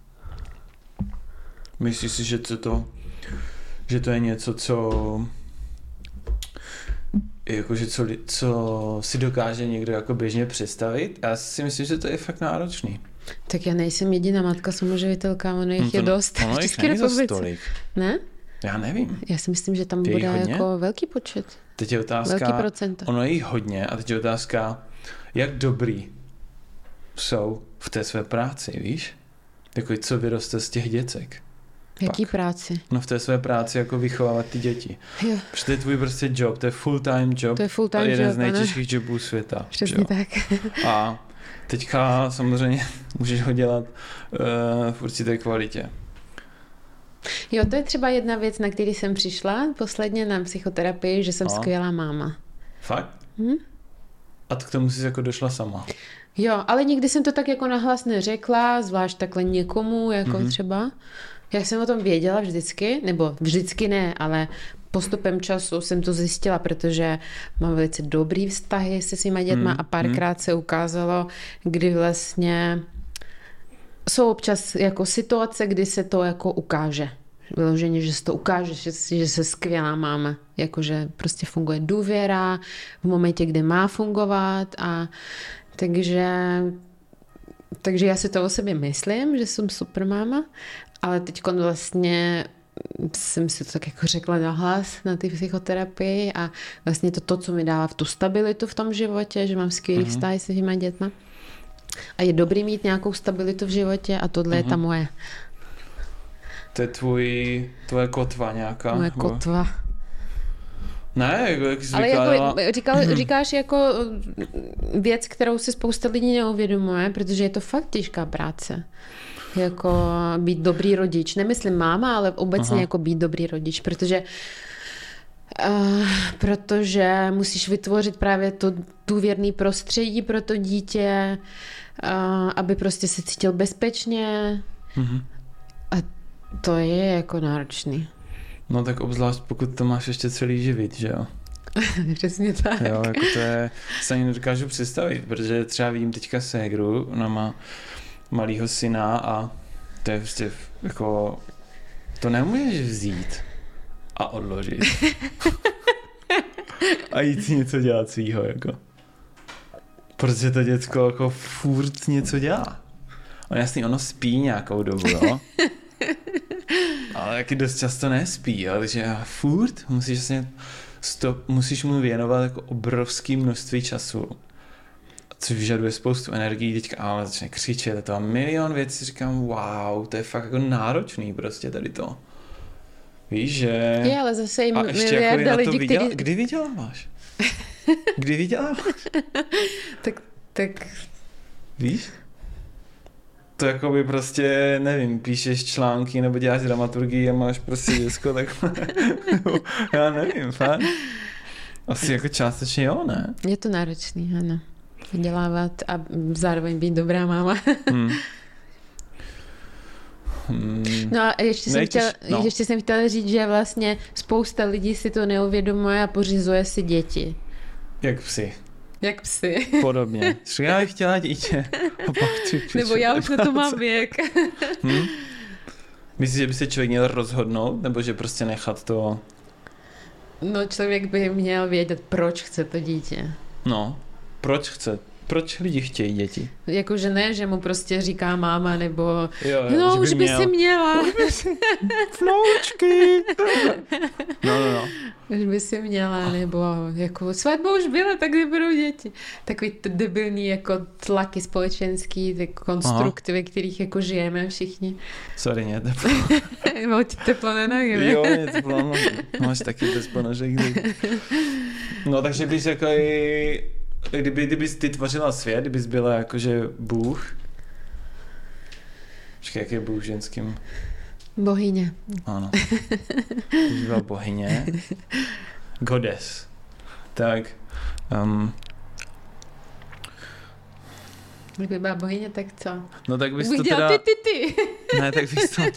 Myslíš si, že to, to, že to je něco, co jakože co, co si dokáže někdo jako běžně představit? Já si myslím, že to je fakt náročný. Tak já nejsem jediná matka samoživitelka, ono jich no to, je dost ono v České republice. Ne? Já nevím. Já si myslím, že tam je bude jako velký počet. Teď je otázka, velký procento. Ono je jich hodně a teď je otázka, jak dobrý jsou v té své práci, víš? Jako co vyroste z těch děcek. Jaký Pak. práci? No v té své práci jako vychovávat ty děti. Jo. Protože to je tvůj prostě job, to je full-time job. To je full-time job, jeden z nejtěžších jobů světa. Přesně tak. A teďka samozřejmě můžeš ho dělat uh, v určité kvalitě. Jo, to je třeba jedna věc, na který jsem přišla posledně na psychoterapii, že jsem a. skvělá máma. Fakt? Hm? A k tomu jsi jako došla sama? Jo, ale nikdy jsem to tak jako nahlas neřekla, zvlášť takhle někomu, jako mm-hmm. třeba. Já jsem o tom věděla vždycky, nebo vždycky ne, ale postupem času jsem to zjistila, protože mám velice dobrý vztahy se svýma dětma mm, a párkrát mm. se ukázalo, kdy vlastně jsou občas jako situace, kdy se to jako ukáže. Vyloženě, že se to ukáže, že, že se skvělá máma. Jakože prostě funguje důvěra v momentě, kdy má fungovat a takže takže já si to o sobě myslím, že jsem super máma, ale teď vlastně jsem si to tak jako řekla nahlas na té psychoterapii a vlastně to to, co mi dává v tu stabilitu v tom životě, že mám skvělý uh-huh. vztahy s těma dětma. A je dobrý mít nějakou stabilitu v životě a tohle uh-huh. je ta moje. To je tvůj, tvoje kotva nějaká? Moje kotva. Ne, jako jak jsi ale vykladala... jako, říkal, říkáš jako věc, kterou si spousta lidí neuvědomuje, protože je to fakt těžká práce. Jako být dobrý rodič. Nemyslím máma, ale obecně Aha. jako být dobrý rodič, protože uh, protože musíš vytvořit právě to důvěrné prostředí pro to dítě, uh, aby prostě se cítil bezpečně. Mhm. A to je jako náročný. No tak obzvlášť pokud to máš ještě celý život, že jo? Přesně tak. Jo, jako to je, se ani nedokážu představit, protože třeba vidím teďka ségru, ona má malýho syna a to je prostě jako, to nemůžeš vzít a odložit. A jít si něco dělat svýho, jako. Protože to děcko jako furt něco dělá. On jasný, ono spí nějakou dobu, jo? Ale taky dost často nespí, jo? Takže furt musíš, vlastně stop, musíš mu věnovat jako obrovské množství času, což vyžaduje spoustu energií, teďka ale začne křičet a to a milion věcí, říkám, wow, to je fakt jako náročný prostě tady to. Víš, že... Je, ale zase jim miliarda jako lidí, viděla... který... Kdy vyděláváš? Kdy vyděláváš? tak, tak... Víš? To jako by prostě, nevím, píšeš články nebo děláš dramaturgii a máš prostě děcko, tak já nevím, fakt. Asi jako částečně jo, ne? Je to náročný, ano. Vydělávat a zároveň být dobrá máma. hmm. Hmm. No a ještě jsem, chtěla, no. ještě jsem chtěla říct, že vlastně spousta lidí si to neuvědomuje a pořizuje si děti. Jak psi. Jak psy. Podobně. Já bych chtěla dítě. A pak tři nebo já už na to mám věk. hmm? Myslíš, že by se člověk měl rozhodnout? Nebo že prostě nechat to... No člověk by měl vědět, proč chce to dítě. No, proč chce Proč lidi chtějí děti? Jakože ne, že mu prostě říká máma, nebo jo, jo, no, by už by měl. si měla. Vnoučky. No, no, no. Už by si měla, nebo jako svatba už byla, tak nebudou děti. Takový debilní jako tlaky společenský, ty konstrukty, ve kterých jako žijeme všichni. Sorry, mě teplo. Bylo ti teplo na nohy, ne? Jo, mě teplo na nohy. Máš taky bez ponožek. No, takže bys jako i... Kdyby, kdybys ty tvořila svět, kdybys byla jakože Bůh. Počkej, jak je Bůh ženským? Bohyně. Ano. Když byla bohyně. Goddess. Tak. Um, Kdyby byla bohyně, tak co? no tak bys to Bych teda... ty, ty, ty. Ne, tak bys to...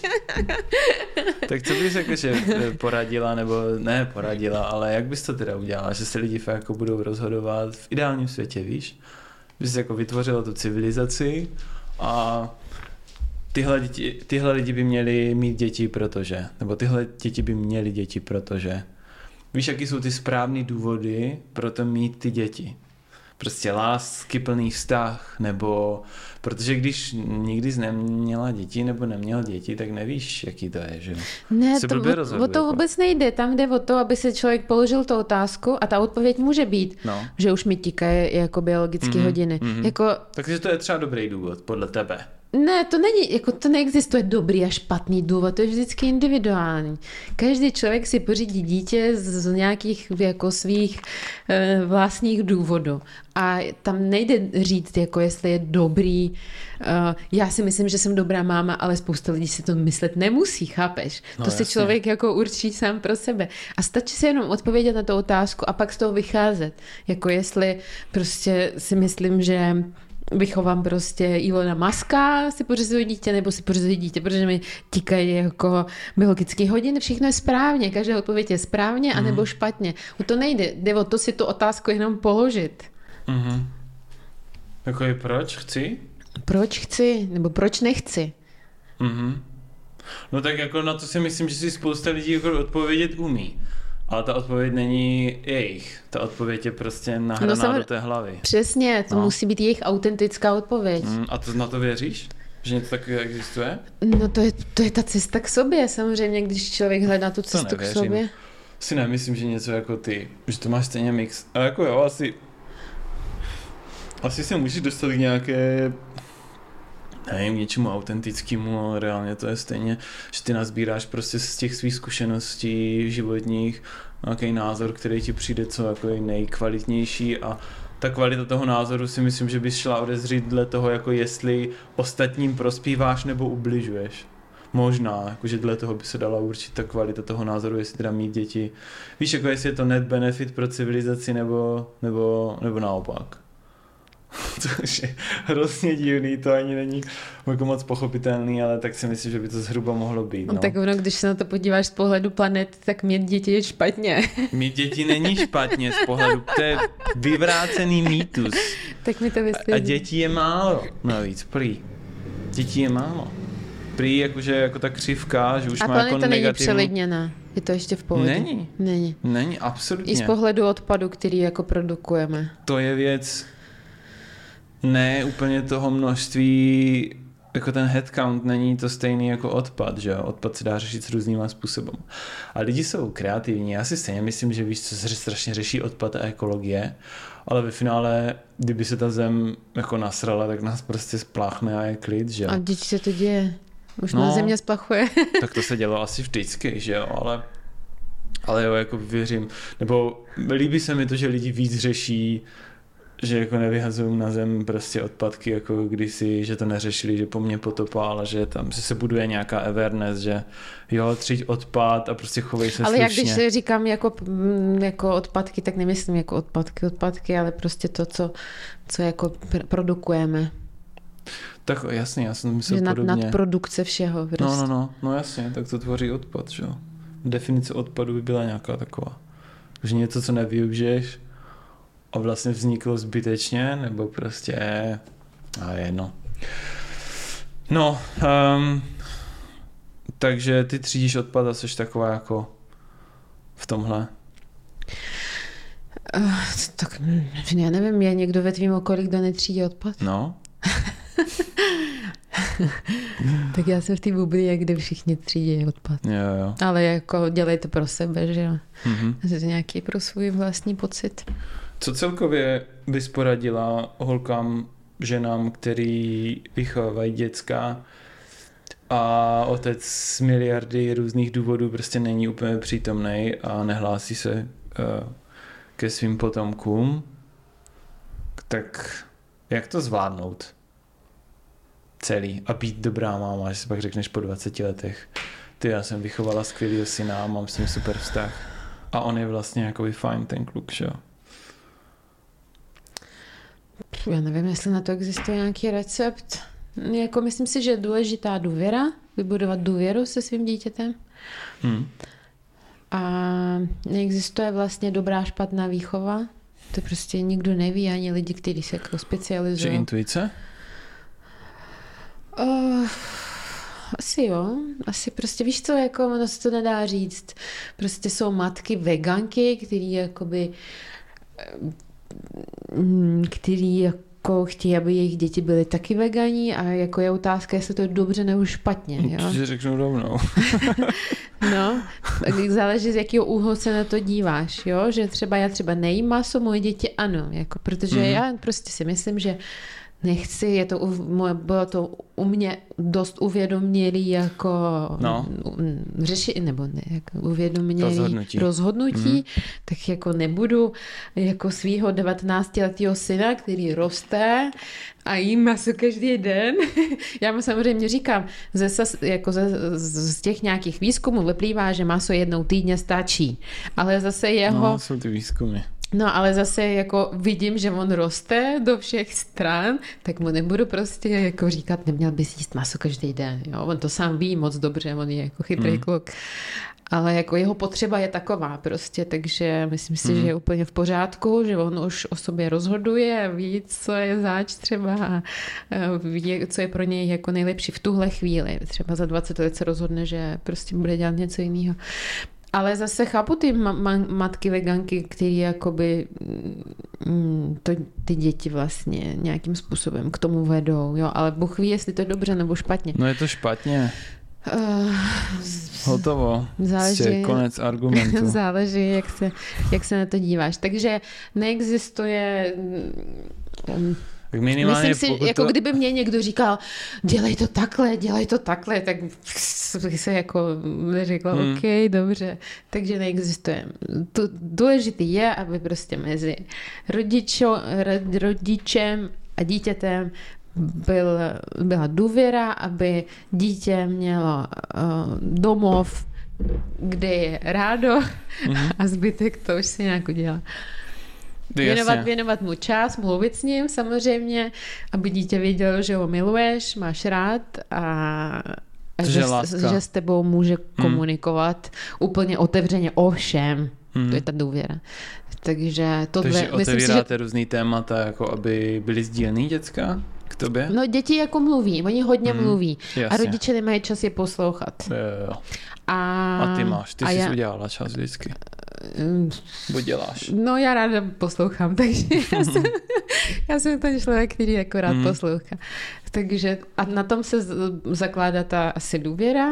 tak co bys jakože poradila, nebo ne poradila, ale jak bys to teda udělala, že se lidi fakt jako budou rozhodovat v ideálním světě, víš? Bys jako vytvořila tu civilizaci a tyhle, děti, tyhle lidi by měli mít děti, protože, nebo tyhle děti by měly děti, protože. Víš, jaký jsou ty správný důvody pro to mít ty děti? Prostě láskyplný vztah, nebo protože když nikdy jsi neměla děti nebo neměl děti, tak nevíš, jaký to je, že? Ne, se to, o, o to vůbec nejde. Tam jde o to, aby se člověk položil tu otázku a ta odpověď může být, no. že už mi tikají jako biologické mm-hmm, hodiny. Mm-hmm. Jako... Takže to je třeba dobrý důvod, podle tebe. Ne, to není, jako to neexistuje dobrý a špatný důvod, to je vždycky individuální. Každý člověk si pořídí dítě z nějakých jako svých e, vlastních důvodů. A tam nejde říct, jako jestli je dobrý. E, já si myslím, že jsem dobrá máma, ale spousta lidí si to myslet nemusí, chápeš? No, to jasně. si člověk jako určí sám pro sebe. A stačí si jenom odpovědět na tu otázku a pak z toho vycházet. Jako jestli prostě si myslím, že vychovám prostě Ilona Muska, si pořizuji dítě, nebo si pořizuji dítě, protože mi tikají jako biologické hodiny, všechno je správně, každá odpověď je správně, mm. anebo špatně. O to nejde, jde o to si tu otázku jenom položit. Mm-hmm. Jako je proč chci? Proč chci, nebo proč nechci? Mm-hmm. No tak jako na to si myslím, že si spousta lidí jako odpovědět umí. Ale ta odpověď není jejich. Ta odpověď je prostě nahraná no, do té hlavy. Přesně, to no. musí být jejich autentická odpověď. Mm, a to na to věříš? Že něco takového existuje? No to je, to je ta cesta k sobě, samozřejmě, když člověk hledá tu cestu k sobě. Si nemyslím, že něco jako ty, že to máš stejně mix. A jako jo, asi asi se můžeš dostat k nějaké nevím, něčemu autentickému, ale reálně to je stejně, že ty nazbíráš prostě z těch svých zkušeností životních nějaký názor, který ti přijde co jako nejkvalitnější a ta kvalita toho názoru si myslím, že bys šla odezřít dle toho, jako jestli ostatním prospíváš nebo ubližuješ. Možná, jakože dle toho by se dala určit ta kvalita toho názoru, jestli teda mít děti. Víš, jako jestli je to net benefit pro civilizaci nebo, nebo, nebo naopak. Což je hrozně divný, to ani není jako moc pochopitelný, ale tak si myslím, že by to zhruba mohlo být. No. No, tak ono, když se na to podíváš z pohledu planet, tak mít děti je špatně. Mít děti není špatně z pohledu, to je vyvrácený mýtus. Tak mi to vysvětlí. A dětí je málo, navíc, prý. Dětí je málo. Prý jakože jako ta křivka, že už a má jako negativní... A planeta není přelidněná, je to ještě v pohodě. Není. Není. Není, absolutně. I z pohledu odpadu, který jako produkujeme. To je věc... Ne úplně toho množství, jako ten headcount není to stejný jako odpad, že jo? Odpad se dá řešit s různýma způsoby. A lidi jsou kreativní, já si stejně myslím, že víš, co se strašně řeší odpad a ekologie, ale ve finále, kdyby se ta zem jako nasrala, tak nás prostě spláchne a je klid, že jo? A když se to děje? Už no, na země splachuje. Tak to se dělo asi vždycky, že jo, ale, ale jo, jako věřím, nebo líbí se mi to, že lidi víc řeší, že jako nevyhazují na zem prostě odpadky, jako kdysi, že to neřešili, že po mně potopa, ale že tam že se buduje nějaká awareness, že jo, třiď odpad a prostě chovej se ale slušně. Ale jak když se říkám jako, jako odpadky, tak nemyslím jako odpadky, odpadky, ale prostě to, co, co jako produkujeme. Tak jasně, já jsem myslel nad, podobně. Nadprodukce všeho. Prostě. No, no, no, no jasně, tak to tvoří odpad, že jo. Definice odpadu by byla nějaká taková. Že něco, co nevyužiješ, a vlastně vzniklo zbytečně, nebo prostě a jedno. No, um, takže ty třídíš odpad a jsi taková jako v tomhle. Uh, tak já nevím, je někdo ve tvým okolí, kdo netřídí odpad? No. Tak já jsem v té bublině, kde všichni třídí odpad. Jo, jo. Ale jako dělej to pro sebe, že jo. Mm-hmm. To je nějaký pro svůj vlastní pocit. Co celkově bys poradila holkám, ženám, který vychovávají děcka a otec z miliardy různých důvodů prostě není úplně přítomnej a nehlásí se uh, ke svým potomkům, tak jak to zvládnout celý a být dobrá máma, že si pak řekneš po dvaceti letech, ty, já jsem vychovala skvělýho syna a mám s ním super vztah a on je vlastně jakoby fajn ten kluk, že jo? Já nevím, jestli na to existuje nějaký recept. Jako myslím si, že je důležitá důvěra, vybudovat důvěru se svým dítětem. Hmm. A neexistuje vlastně dobrá, špatná výchova. To prostě nikdo neví, ani lidi, kteří se jako specializují. Že intuice? Uh, asi jo. Asi prostě, víš co, jako ono se to nedá říct. Prostě jsou matky veganky, který jakoby který jako chtějí, aby jejich děti byly taky veganí a jako je otázka, jestli to je dobře nebo špatně. Jo? To si řeknu rovnou. No, záleží z jakého úhlu se na to díváš, jo? Že třeba já třeba nejím maso, moje děti ano, jako, protože mm-hmm. já prostě si myslím, že nechci, je to, bylo to u mě dost uvědomělý jako no. řešit, nebo ne, jako uvědomělý rozhodnutí, rozhodnutí mm. tak jako nebudu jako svýho devatenáctiletého syna, který roste a jí maso každý den. Já mu samozřejmě říkám, ze, jako ze, z těch nějakých výzkumů vyplývá, že maso jednou týdně stačí, ale zase jeho... No, jsou ty výzkumy. No, ale zase jako vidím, že on roste do všech stran, tak mu nebudu prostě jako říkat, neměl bys jíst maso každý den, jo? On to sám ví moc dobře, on je jako chytrý hmm. kluk. Ale jako jeho potřeba je taková prostě, takže myslím si, hmm. že je úplně v pořádku, že on už o sobě rozhoduje, ví, co je zač třeba a ví, co je pro něj jako nejlepší v tuhle chvíli. Třeba za dvacet let se rozhodne, že prostě bude dělat něco jiného. Ale zase chápu ty ma- ma- matky veganky, které jakoby mm, to, ty děti vlastně nějakým způsobem k tomu vedou, jo, ale Bůh ví, jestli to je dobře nebo špatně. No je to špatně. Uh, Hotovo. Záleží, Jste konec argumentu. Záleží, jak se, jak se na to díváš. Takže neexistuje... Um, Tak minimálně myslím si, jako to... kdyby mě někdo říkal, dělej to takhle, dělej to takhle, tak bych se jako řekla, hmm. OK, dobře. Takže neexistuje. To důležitý je, aby prostě mezi rodičo, rodičem a dítětem byl, byla důvěra, aby dítě mělo uh, domov, kde je rádo hmm. a zbytek to už se nějak udělá. Věnovat, věnovat mu čas, mluvit s ním samozřejmě, aby dítě vědělo, že ho miluješ, máš rád a, a že, že s tebou může komunikovat hmm. úplně otevřeně o všem. Hmm. To je ta důvěra. Takže tohle... Takže otevíráte si, že... různý témata, jako aby byly sdílený děcka k tobě? No děti jako mluví, oni hodně hmm. mluví. Jasně. A rodiče nemají čas je poslouchat. Jo, jo. A, a ty máš, ty jsi já... udělala čas vždycky. Bo děláš. No já ráda poslouchám, takže já jsem, já jsem ten člověk, který jako rád mm. poslouchá. Takže a na tom se zakládá ta asi důvěra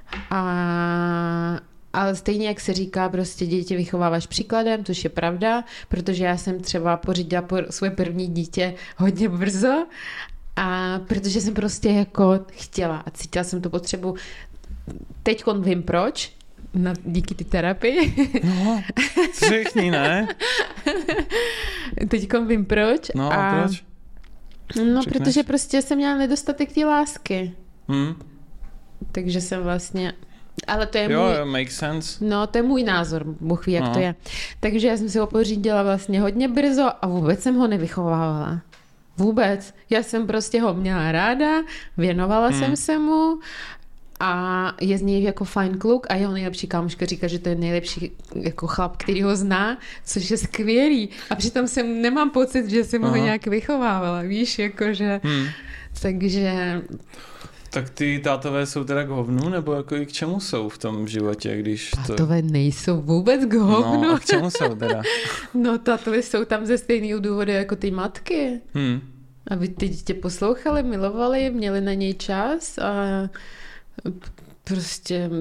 a ale stejně, jak se říká, prostě děti vychováváš příkladem, což je pravda, protože já jsem třeba pořídila svoje první dítě hodně brzo a protože jsem prostě jako chtěla a cítila jsem tu potřebu. Teďkon vím proč, na, díky ty terapii. No, řekni, ne? Teďkom vím proč. No a proč? No, Řekneš? Protože prostě jsem měla nedostatek té lásky. Hmm. Takže jsem vlastně... Ale to je jo, můj... Jo, makes sense. No, to je můj názor, Bůh ví, jak no. to je. Takže já jsem si ho pořídila vlastně hodně brzo a vůbec jsem ho nevychovávala. Vůbec. Já jsem prostě ho měla ráda, věnovala hmm. jsem se mu a je z něj jako fajn kluk a jeho nejlepší kámoška říká, že to je nejlepší jako chlap, který ho zná, což je skvělý. A přitom jsem nemám pocit, že jsem Aha. ho nějak vychovávala, víš, jakože... Hmm. Takže... Tak ty tátové jsou teda k hovnu, nebo jako i k čemu jsou v tom životě, když to... Tátové nejsou vůbec k hovnu. No a k čemu jsou teda? No tátové jsou tam ze stejného důvodu jako ty matky. Hmm. Aby ty dítě poslouchali, milovali, měli na něj čas a prostě...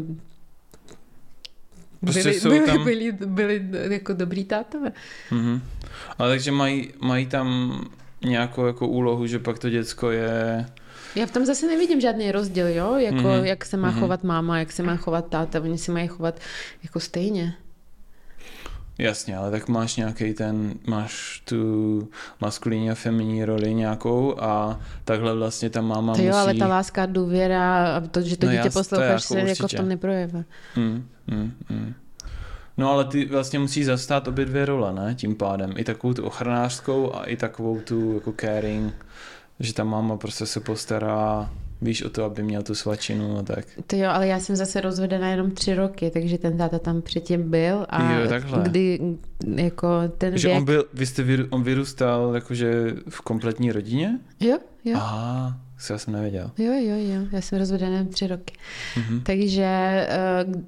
Prostě byli, jsou byli, tam... byli, byli jako dobrý tátové. Mm-hmm. Ale takže mají, mají tam nějakou jako úlohu, že pak to děcko je... Já v tom zase nevidím žádný rozdíl, jo? Jako, mm-hmm. jak se má mm-hmm. chovat máma, jak se má chovat táta, oni se mají chovat jako stejně. Jasně, ale tak máš nějaký ten, máš tu maskulinní a feminní roli nějakou a takhle vlastně ta máma to jo, musí... ale ta láska, důvěra a to, že to no dítě jas, posloucháš, to se jako, jako v tom neprojevá. Mm, mm, mm. No ale ty vlastně musíš zastát obě dvě role, ne? Tím pádem. I takovou tu ochranářskou a i takovou tu jako caring, že ta máma prostě se postará, víš, o to, aby měl tu svačinu a tak. To jo, ale já jsem zase rozvedená jenom tři roky, takže ten táta tam předtím byl a jo, kdy jako ten že věk... on byl, vy jste, vyr, on vyrůstal jakože v kompletní rodině? Jo, jo. Aha, já jsem nevěděl. Jo, jo, jo, já jsem rozvedená jenom tři roky. Mhm. Takže uh,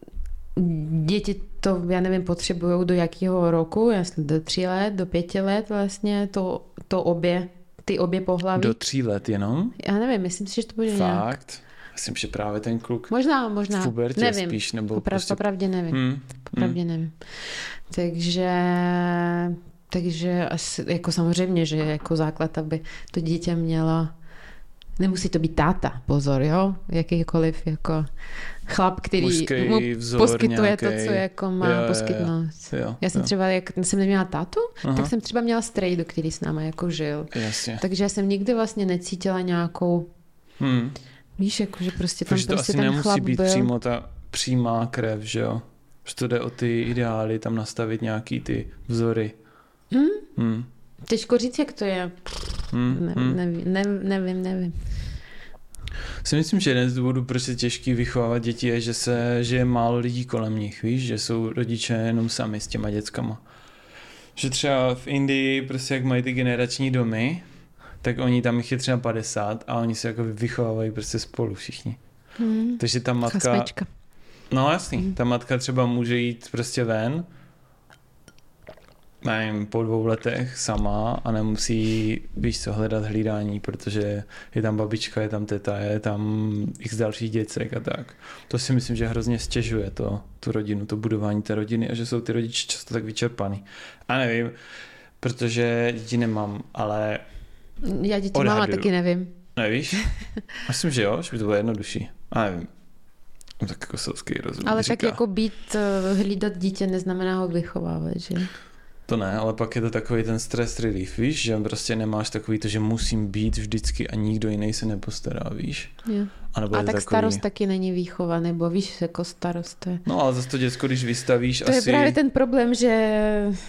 děti to, já nevím, potřebují do jakého roku, jestli do tří let, do pěti let vlastně, to, to obě, ty obě pohlaví. Do tří let jenom? Já nevím, myslím si, že to bude Fakt? nějak. Myslím, že právě ten kluk Možná, možná. v pubertě nevím. spíš, nebo Poprav, prostě... Popravdě nevím. Hmm. Popravdě hmm. nevím. Takže, takže asi, jako samozřejmě, že jako základ, aby to dítě mělo, nemusí to být táta, pozor, jo? Jakýkoliv jako chlap, který Mužský mu vzor poskytuje nějaký. to, co jako má jo, jo, poskytnout. Jo, jo, Já jsem jo. třeba, jak jsem neměla tátu, Aha. tak jsem třeba měla strejdu, který s náma jako žil. Jasně. Takže já jsem nikdy vlastně necítila nějakou, Hmm. víš, jako, že prostě tam Takže to prostě asi ten nemusí chlap být byl. přímo ta přímá krev, že jo? Že to jde o ty ideály, tam nastavit nějaký ty vzory. Hmm? Hmm. Těžko říct, jak to je. Hmm. Ne, hmm. nevím, nevím, nevím, nevím. Si myslím, že jeden z důvodů, proč je těžký vychovávat děti, je, že, se, že je málo lidí kolem nich, víš? Že jsou rodiče jenom sami s těma dětskama. Že třeba v Indii, prostě jak mají ty generační domy, tak oni tam jich je třeba padesát a oni se jako vychovávají prostě spolu všichni. Hmm. Takže ta matka... Chasmečka. No jasný, Hmm. ta matka třeba může jít prostě ven, nevím, po dvou letech sama a nemusí, víš co, hledat hlídání, protože je tam babička, je tam teta, je tam x dalších děcek a tak. To si myslím, že hrozně stěžuje to, tu rodinu, to budování té rodiny a že jsou ty rodiče často tak vyčerpaný. A nevím, protože děti nemám, ale Já děti odhaduju. mám a taky nevím. Nevíš? Myslím, že jo, že by to bylo jednodušší. A nevím. Tak jako selský rozum. Ale říká. tak jako být, uh, hlídat dítě neznamená ho vychovávat, že? To ne, ale pak je to takový ten stress relief, víš, že prostě nemáš takový to, že musím být vždycky a nikdo jiný se nepostará, víš. Jo. A, nebo A je tak takový... starost taky není výchova, nebo víš, jako starost. To je, No ale zase to děcko, když vystavíš to asi... je právě ten problém, že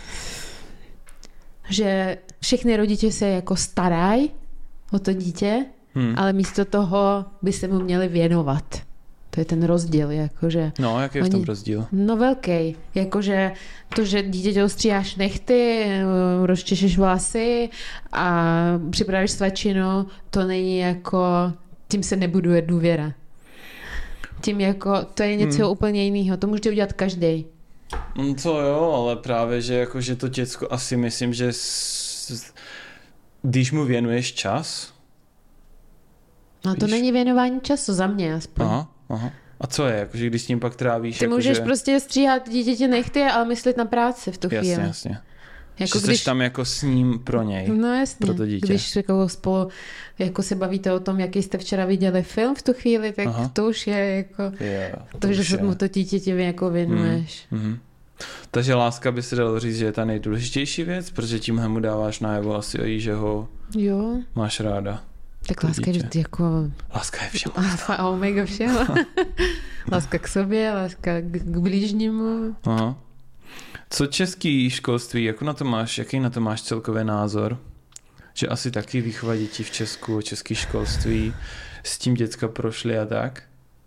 že všechny rodiče se jako starají o to dítě, Hmm. ale místo toho by se mu měli věnovat. To je ten rozdíl, jakože... No, jaký je v tom rozdíl? No velký. Jakože to, že dítěte ostříháš nechty, rozčešeš vlasy a připravíš svačinu, to není jako... Tím se nebuduje důvěra. Tím jako... To je něco hmm. úplně jiného. To můžete udělat každý. No to jo, ale právě, že jako, že to děcko asi myslím, že s... když mu věnuješ čas... No to víš? není věnování času, za mě aspoň. Aha, aha. A co je, jakože když s ním pak trávíš? Ty jako, můžeš že... prostě stříhat dítěti nechty, ale myslet na práci v tu chvíli. Jasně, jasně. Jako že když... jsi tam jako s ním pro něj. No jasně. Pro to dítě. Když jako spolu jako se bavíte o tom, jaký jste včera viděli film v tu chvíli, tak Aha. to už je jako Je, to, to že už se je. mu to dítěti jako věnuješ. Mm, mm. Takže láska by se dalo říct, že je ta nejdůležitější věc, protože tímhle mu dáváš najevo asi, že ho Jo. máš ráda. Tak To láska je dítě. vždy jako Láska je všem. alfa a omega všeho. Láska k sobě, láska k, k blížnímu. Aha. Co český školství, jako na to máš, jaký na to máš celkový názor? Že asi taky výchova dětí v Česku, český školství, s tím děcka prošly a tak?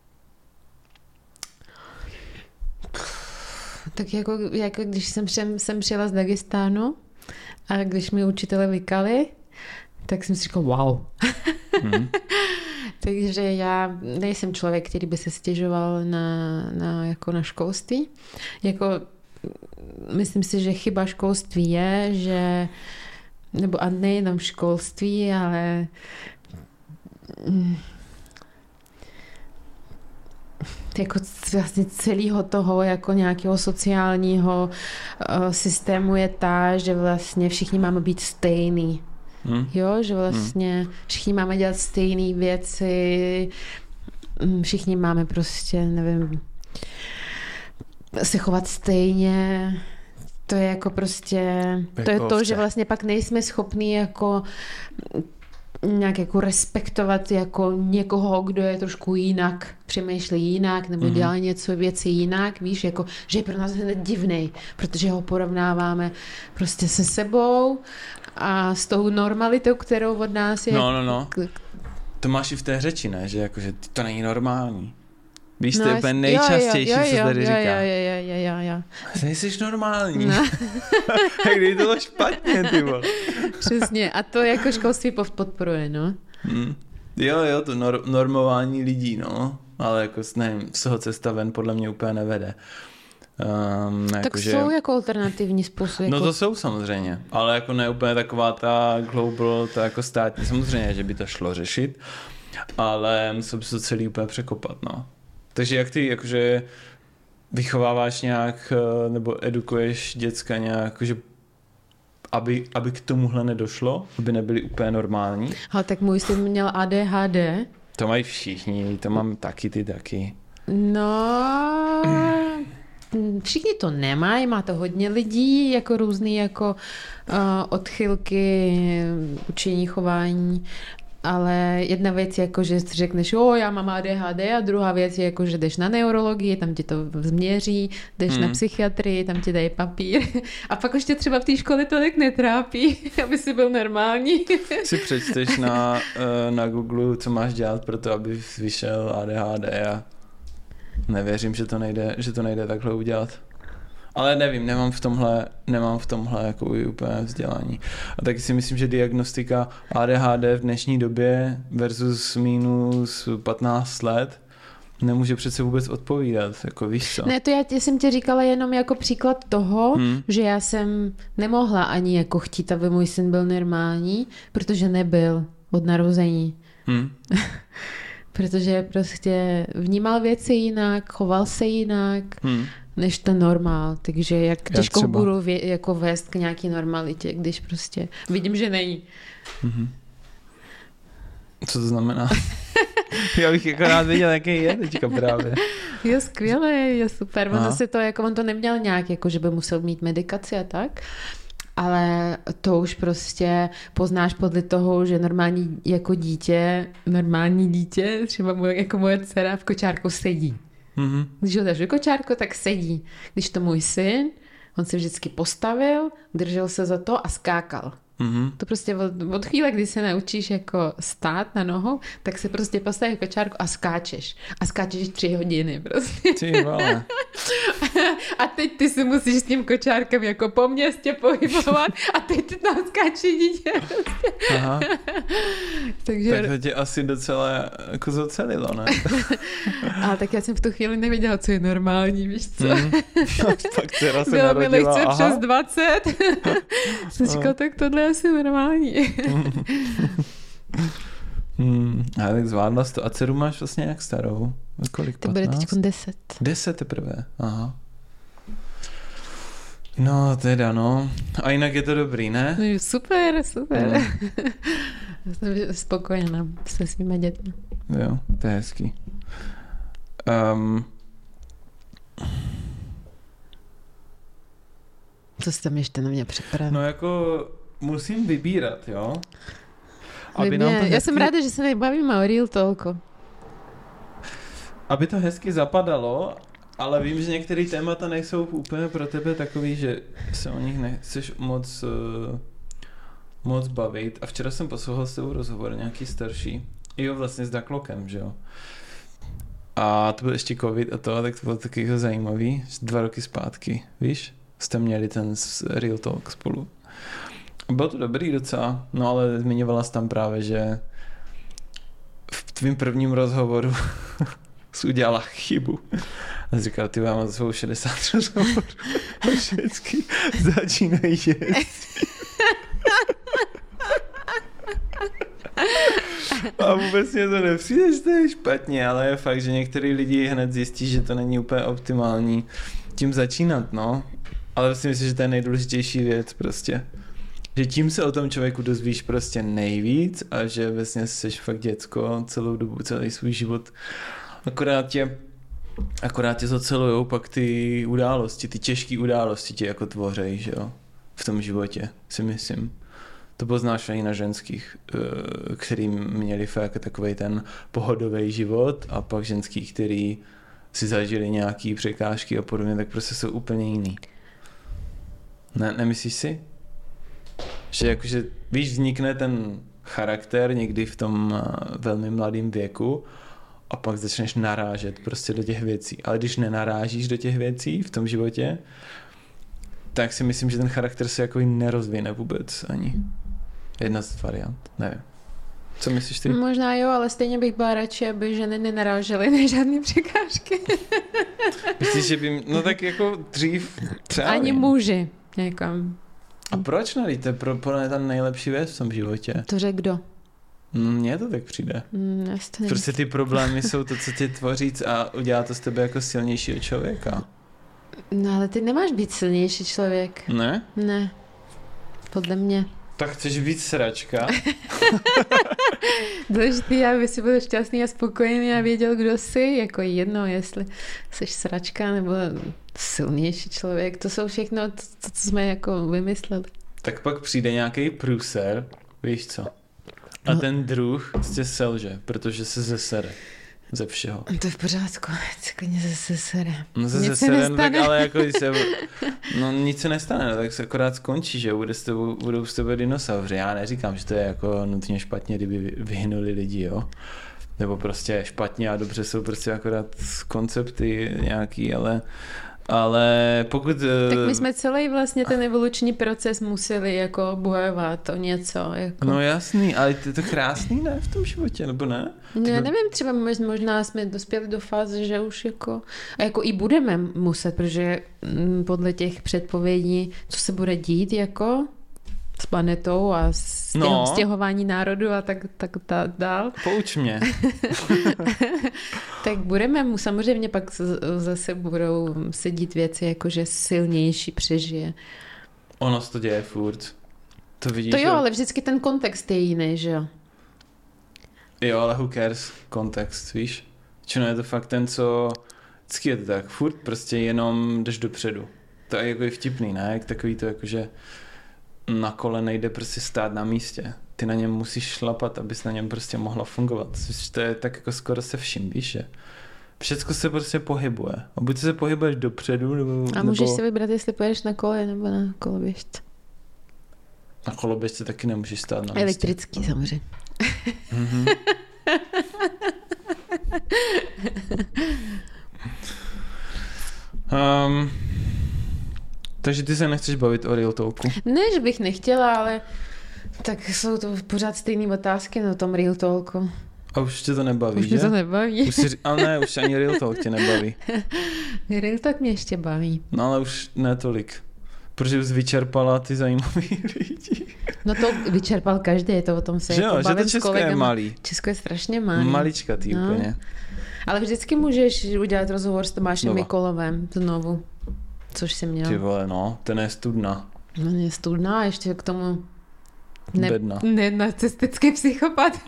Tak jako, jako když jsem, přem, jsem přijela z Dagestánu a když mi učitelé vykali, tak jsem si říkala wow. Hmm. Takže já nejsem člověk, který by se stěžoval na, na, jako na školství. Jako, myslím si, že chyba školství je, že nebo a nejenom školství, ale jako vlastně celého toho jako nějakého sociálního uh, systému je ta, že vlastně všichni máme být stejný. Hmm. Jo, že vlastně všichni máme dělat stejné věci, všichni máme prostě, nevím, se chovat stejně. To je jako prostě, to je to, že vlastně pak nejsme schopní jako nějak jako respektovat jako někoho, kdo je trošku jinak, přemýšlí jinak, nebo mm-hmm. dělá něco věci jinak, víš, jako, že je pro nás hned divnej, protože ho porovnáváme prostě se sebou a s tou normalitou, kterou od nás je. No, no, no. To máš i v té řeči, ne? Že jako, že to není normální. Víš, no, to je úplně nejčastější, jo, jo, jo, co tady jo, říká. Jo, jo, jo, jo, jo. Nejsi normální. No. Kdy to bylo špatně, ty vole. Přesně, a to jako školství podporuje, no. Hmm. Jo, jo, to nor- normování lidí, no. Ale jako, nevím, z toho cesta ven podle mě úplně nevede. Um, tak jako, jsou že... jako alternativní způsoby. No jako... to jsou samozřejmě, ale jako ne úplně taková ta global, ta jako státní, samozřejmě, že by to šlo řešit, ale musím se to celý úplně překopat, no. Takže jak ty jakože vychováváš nějak nebo edukuješ děcka nějak, jakože aby, aby k tomuhle nedošlo, aby nebyli úplně normální? Ale tak můj syn měl A D H D. To mají všichni, to mám taky, ty taky. No, všichni to nemají, má to hodně lidí, jako různý jako uh, odchylky, učení, chování. Ale jedna věc je jako, že si řekneš, o, já mám A D H D, a druhá věc je jako, že jdeš na neurologii, tam ti to změří, jdeš hmm. na psychiatrii, tam ti dají papír a pak už tě třeba v té škole tolik netrápí, aby si byl normální. Si přečteš na, na Google, co máš dělat pro to, aby vyšel A D H D a nevěřím, že to nejde, že to nejde takhle udělat. Ale nevím, nemám v tomhle, nemám v tomhle jako úplně vzdělání. A taky si myslím, že diagnostika A D H D v dnešní době versus minus patnáct let nemůže přece vůbec odpovídat, jako víš co. Ne, to já tě, jsem ti říkala jenom jako příklad toho, hmm. že já jsem nemohla ani jako chtít, aby můj syn byl normální, protože nebyl od narození. Hmm. Protože prostě vnímal věci jinak, choval se jinak, hmm. než ten normál, takže jak těžko budu vě, jako vést k nějaký normalitě, když prostě vidím, že není. Mm-hmm. Co to znamená? Já bych jako rád věděl, jaký je teďka právě. Je skvělé, je super. On se to, jako on to neměl nějak, jako že by musel mít medikaci a tak, ale to už prostě poznáš podle toho, že normální jako dítě, normální dítě, třeba moje, jako moje dcera v kočárku sedí. Mm-hmm. Když ho dáš do kočárku, tak sedí. Když to můj syn, on se vždycky postavil, držel se za to a skákal. Mm-hmm. To prostě od, od chvíle, kdy se naučíš jako stát na nohou, tak se prostě postavíš kočárku a skáčeš. A skáčeš tři hodiny prostě. Ty vole. A teď ty si musíš s tím kočárkem jako po městě pohybovat a teď ty tam skáčí dítě. Prostě. Aha. Takže... Tak to tě asi docela jako zocelilo, ne? Ale tak já jsem v tu chvíli nevěděla, co je normální, víš co? Mm. Pak dcera se bylo narodila. Bylo mi lehce přes dvacet. Jsem říkala, tak tohle je asi normální. Hmm, a tak zvládla jsi to. A dceru máš vlastně jak starou? Kolik? To bude teď deset. Deset teprve, aha. No teda no. A jinak je to dobrý, ne? No, super, super. Hmm. Jsem spokojená se svýma dětmi. Jo, to je hezký. Um, Co jsi tam ještě na mě připravil? No jako musím vybírat, jo? Aby nám to hezky... Já jsem ráda, že se nebavíme o Real Talku. Aby to hezky zapadalo, ale vím, že některé témata nejsou úplně pro tebe takový, že se o nich nechceš moc, uh, moc bavit. A včera jsem poslouchal s tebou rozhovor nějaký starší. Jo, vlastně s Daklokem, že jo? A to byl ještě covid a to, tak to bylo taky zajímavý. Dva roky zpátky, víš? Jste měli ten Real Talk spolu. Bylo to dobrý docela, no ale zmiňovala jsi tam právě, že v tvým prvním rozhovoru jsi udělala chybu. A jsi říkal, ty mám za svou šedesát rozhovorů a vždycky začínají jíst. A vůbec mě to nepřijde, že to je špatně, ale je fakt, že některý lidi hned zjistí, že to není úplně optimální tím začínat, no. Ale si myslím, že to je nejdůležitější věc prostě. Že tím se o tom člověku dozvíš prostě nejvíc a že vlastně jsi fakt děcko celou dobu, celý svůj život. Akorát tě, akorát tě zacelujou pak ty události, ty těžké události tě jako tvořejí, že jo, v tom životě, si myslím. To poznáš i na ženských, který měli fakt takovej ten pohodový život a pak ženský, který si zažili nějaký překážky a podobně, tak prostě jsou úplně jiný. Ne, nemyslíš si? Že jakože, víš, vznikne ten charakter někdy v tom velmi mladém věku a pak začneš narážet prostě do těch věcí. Ale když nenarážíš do těch věcí v tom životě, tak si myslím, že ten charakter se jako nerozvine vůbec ani. Jedna z variant, nevím. Co myslíš ty? Možná jo, ale stejně bych byla radši, aby ženy nenarážely na žádné překážky. Myslíš, že by... No tak jako dřív třeba... Ani muži. Někam. A proč ne? To je pro, pro mě ta nejlepší věc v tom životě. To řekl kdo? Mně to tak přijde. Mm, prostě ty problémy jsou to, co tě tvoří a udělá to z tebe jako silnějšího člověka. No ale ty nemáš být silnější člověk. Ne? Ne. Podle mě. Tak chceš být sračka? Důležitý, aby si byl šťastný a spokojený a věděl, kdo jsi. Jako jedno, jestli jsi sračka nebo silnější člověk. To jsou všechno, to, co jsme jako vymysleli. Tak pak přijde nějaký průser, víš co? A no. Ten druh tě selže, protože se zesere. Ze všeho. To je v pořádku, klidně ze sesere. No ze sesere, no tak ale jako se, no nic se nestane, no, tak se akorát skončí, že bude s tebou, budou s tebe dinosauři. Já neříkám, že to je jako nutně špatně, kdyby vyhynuli lidi, jo. Nebo prostě špatně a dobře jsou prostě akorát koncepty nějaký, ale ale pokud... Tak my jsme celý vlastně ten evoluční proces museli jako bojovat o něco. Jako. No jasný, ale je to krásný, ne, v tom životě, nebo ne? No, já nevím, třeba možná jsme dospěli do fáze, že už jako, a jako i budeme muset, protože podle těch předpovědí, co se bude dít jako s planetou a s těho, no. stěhování národu a tak, tak ta, dál. Pouč mě. Tak budeme mu samozřejmě pak zase budou sedít věci, jako že silnější přežije. Ono se to děje furt. To vidíš. To jo, ale vždycky ten kontext je jiný, že jo? Jo, ale who cares kontext, víš? Čeno je to fakt ten, co vždycky je to tak, furt prostě jenom jdeš dopředu. To je jako i vtipný, ne? Jak takový to jakože na kole nejde prostě stát na místě. Ty na něm musíš šlapat, abys na něm prostě mohla fungovat. To je tak jako skoro se vším, víš, že? Všecko se prostě pohybuje. A buď se pohybuješ dopředu, nebo... A můžeš nebo... si vybrat, jestli pojedeš na kole nebo na koloběžce. Na koloběžce taky nemůžeš stát na místě. Elektrický samozřejmě. Mhm. um, takže ty se nechceš bavit o Real Talku? Ne, že bych nechtěla, ale tak jsou to pořád stejné otázky na tom Real Talku. A už tě to nebaví, už že? Už to nebaví. Už si, ale ne, už ani Real Talk tě nebaví. Real Talk mě ještě baví. No ale už ne tolik. Protože už vyčerpala ty zajímavý lidi. No to vyčerpal každý, je to o tom se že jako jo, bavím že to Česko s kolegama. je malý. Česko je strašně malý. Maličkatý no. úplně. Ale vždycky můžeš udělat rozhovor s Tomášem Mikolovem znovu, což jsem měl. Ty vole, no, ten je studna. No je studna a ještě k tomu ne, bedna. Ne, narcistický psychopat.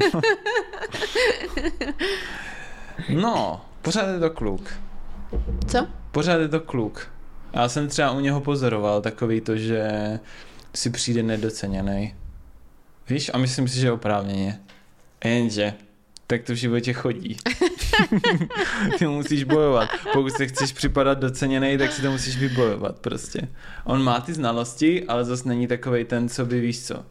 No, pořád je to kluk. Co? Pořád je to kluk. Já jsem třeba u něho pozoroval takový to, že si přijde nedoceněnej. Víš? A myslím si, že oprávněně. Jenže, tak to v životě chodí. Ty musíš bojovat. Pokud se chceš připadat doceněnej, tak si to musíš vybojovat prostě. On má ty znalosti, ale zase není takovej ten, co by, víš co, uh,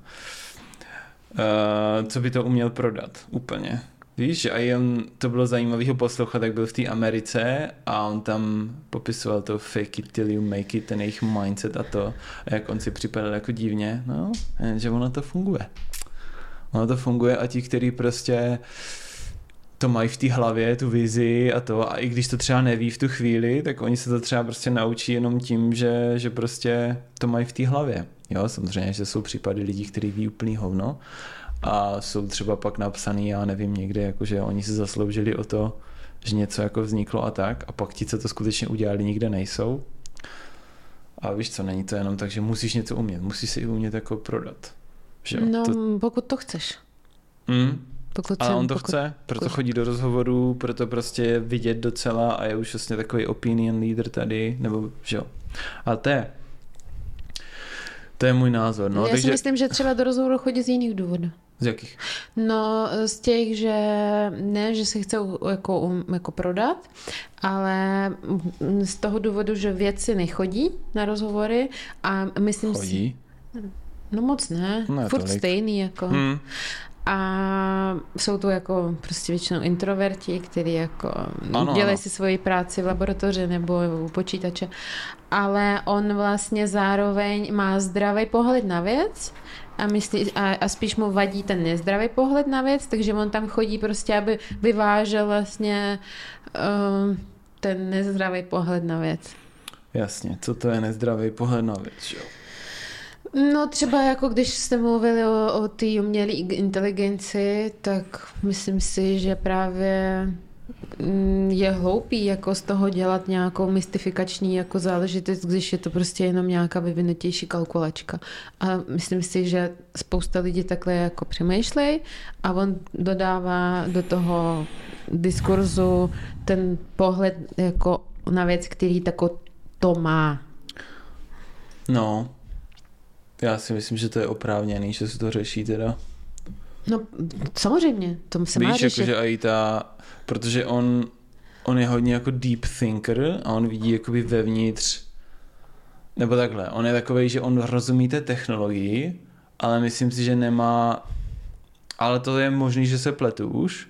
co by to uměl prodat úplně. Víš, že a on, to bylo zajímavý ho poslouchat, tak byl v té Americe a on tam popisoval to fake it till you make it, ten jejich mindset a to, a jak on si připadal jako divně, no, že ono to funguje. Ono to funguje a ti, kteří prostě to mají v té hlavě, tu vizi a to, a i když to třeba neví v tu chvíli, tak oni se to třeba prostě naučí jenom tím, že, že prostě to mají v té hlavě. Jo, samozřejmě, že jsou případy lidí, kteří ví úplný hovno a jsou třeba pak napsaný, já nevím, někde, jakože oni si zasloužili o to, že něco jako vzniklo a tak, a pak ti, co to skutečně udělali, nikde nejsou. A víš co, není to jenom tak, že musíš něco umět, musíš si i umět jako prodat. Že? No, to... pokud to chceš. Mm. Pokud Ale jsem, on to pokud... chce, proto chodí do rozhovorů, proto prostě je vidět docela a je už vlastně takový opinion leader tady, nebo že jo. Ale to je, to je můj názor. No, Já takže... si myslím, že třeba do rozhovoru chodí z jiných důvodů. Z jakých? No, z těch, že ne, že se chce jako, um, jako prodat, ale z toho důvodu, že vědci nechodí na rozhovory a myslím chodí? si... No moc ne, ne furt tolik. stejný jako... Hmm. A jsou to jako prostě většinou introverti, kteří jako ano, dělají ano. si svoji práci v laboratoři nebo u počítače, ale on vlastně zároveň má zdravý pohled na věc a, myslí, a, a spíš mu vadí ten nezdravý pohled na věc, takže on tam chodí prostě, aby vyvážel vlastně uh, ten nezdravý pohled na věc. Jasně, co to je nezdravý pohled na věc, jo? No třeba jako když jste mluvili o, o té umělé inteligenci, tak myslím si, že právě je hloupý jako z toho dělat nějakou mystifikační jako záležitost, když je to prostě jenom nějaká vyvinutější kalkulačka. A myslím si, že spousta lidí takhle jako přemýšlej a on dodává do toho diskurzu ten pohled jako na věc, který tako to má. No, já si myslím, že to je oprávněný, že se to řeší teda. No, samozřejmě, to se Víš, má řešit. Víš, jakože i ta, protože on, on je hodně jako deep thinker a on vidí jakoby vevnitř, nebo takhle, on je takovej, že on rozumí té technologii, ale myslím si, že nemá, ale to je možný, že se pletu už,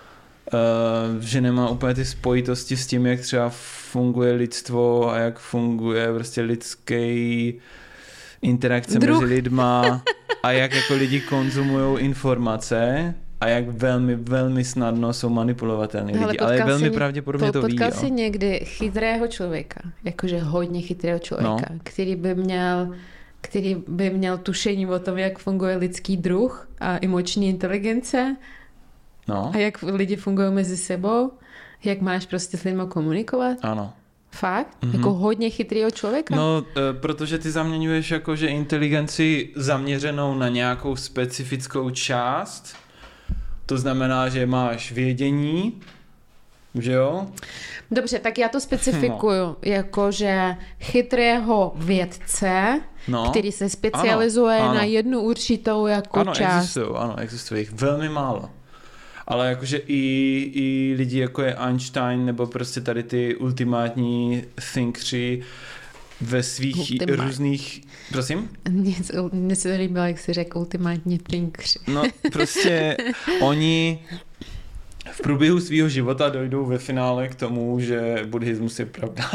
uh, že nemá úplně ty spojitosti s tím, jak třeba funguje lidstvo a jak funguje prostě lidský interakce Druh. mezi lidma a jak jako lidi konzumují informace a jak velmi, velmi snadno jsou manipulovatelní lidi, ale velmi ně, pravděpodobně to ví. Potkal jo. jsi někdy chytrého člověka, jakože hodně chytrého člověka, no. který by měl který by měl tušení o tom, jak funguje lidský druh a emoční inteligence no. a jak lidi fungují mezi sebou, jak máš prostě s lidmi komunikovat. Ano. Fakt? Mm-hmm. Jako hodně chytrýho člověka? No, e, protože ty zaměňuješ jakože inteligenci zaměřenou na nějakou specifickou část. To znamená, že máš vědění, že jo? Dobře, tak já to specifikuju, no. jakože chytrého vědce, no. který se specializuje ano, ano. na jednu určitou jako ano, část. Existují, ano, existuje jich velmi málo. Ale jakože i, i lidi jako je Einstein nebo prostě tady ty ultimátní thinkři ve svých Ultimate. různých... Prosím? Mně se to líbilo, jak jsi řekl ultimátní thinkři. No prostě oni v průběhu svého života dojdou ve finále k tomu, že buddhismus je pravda.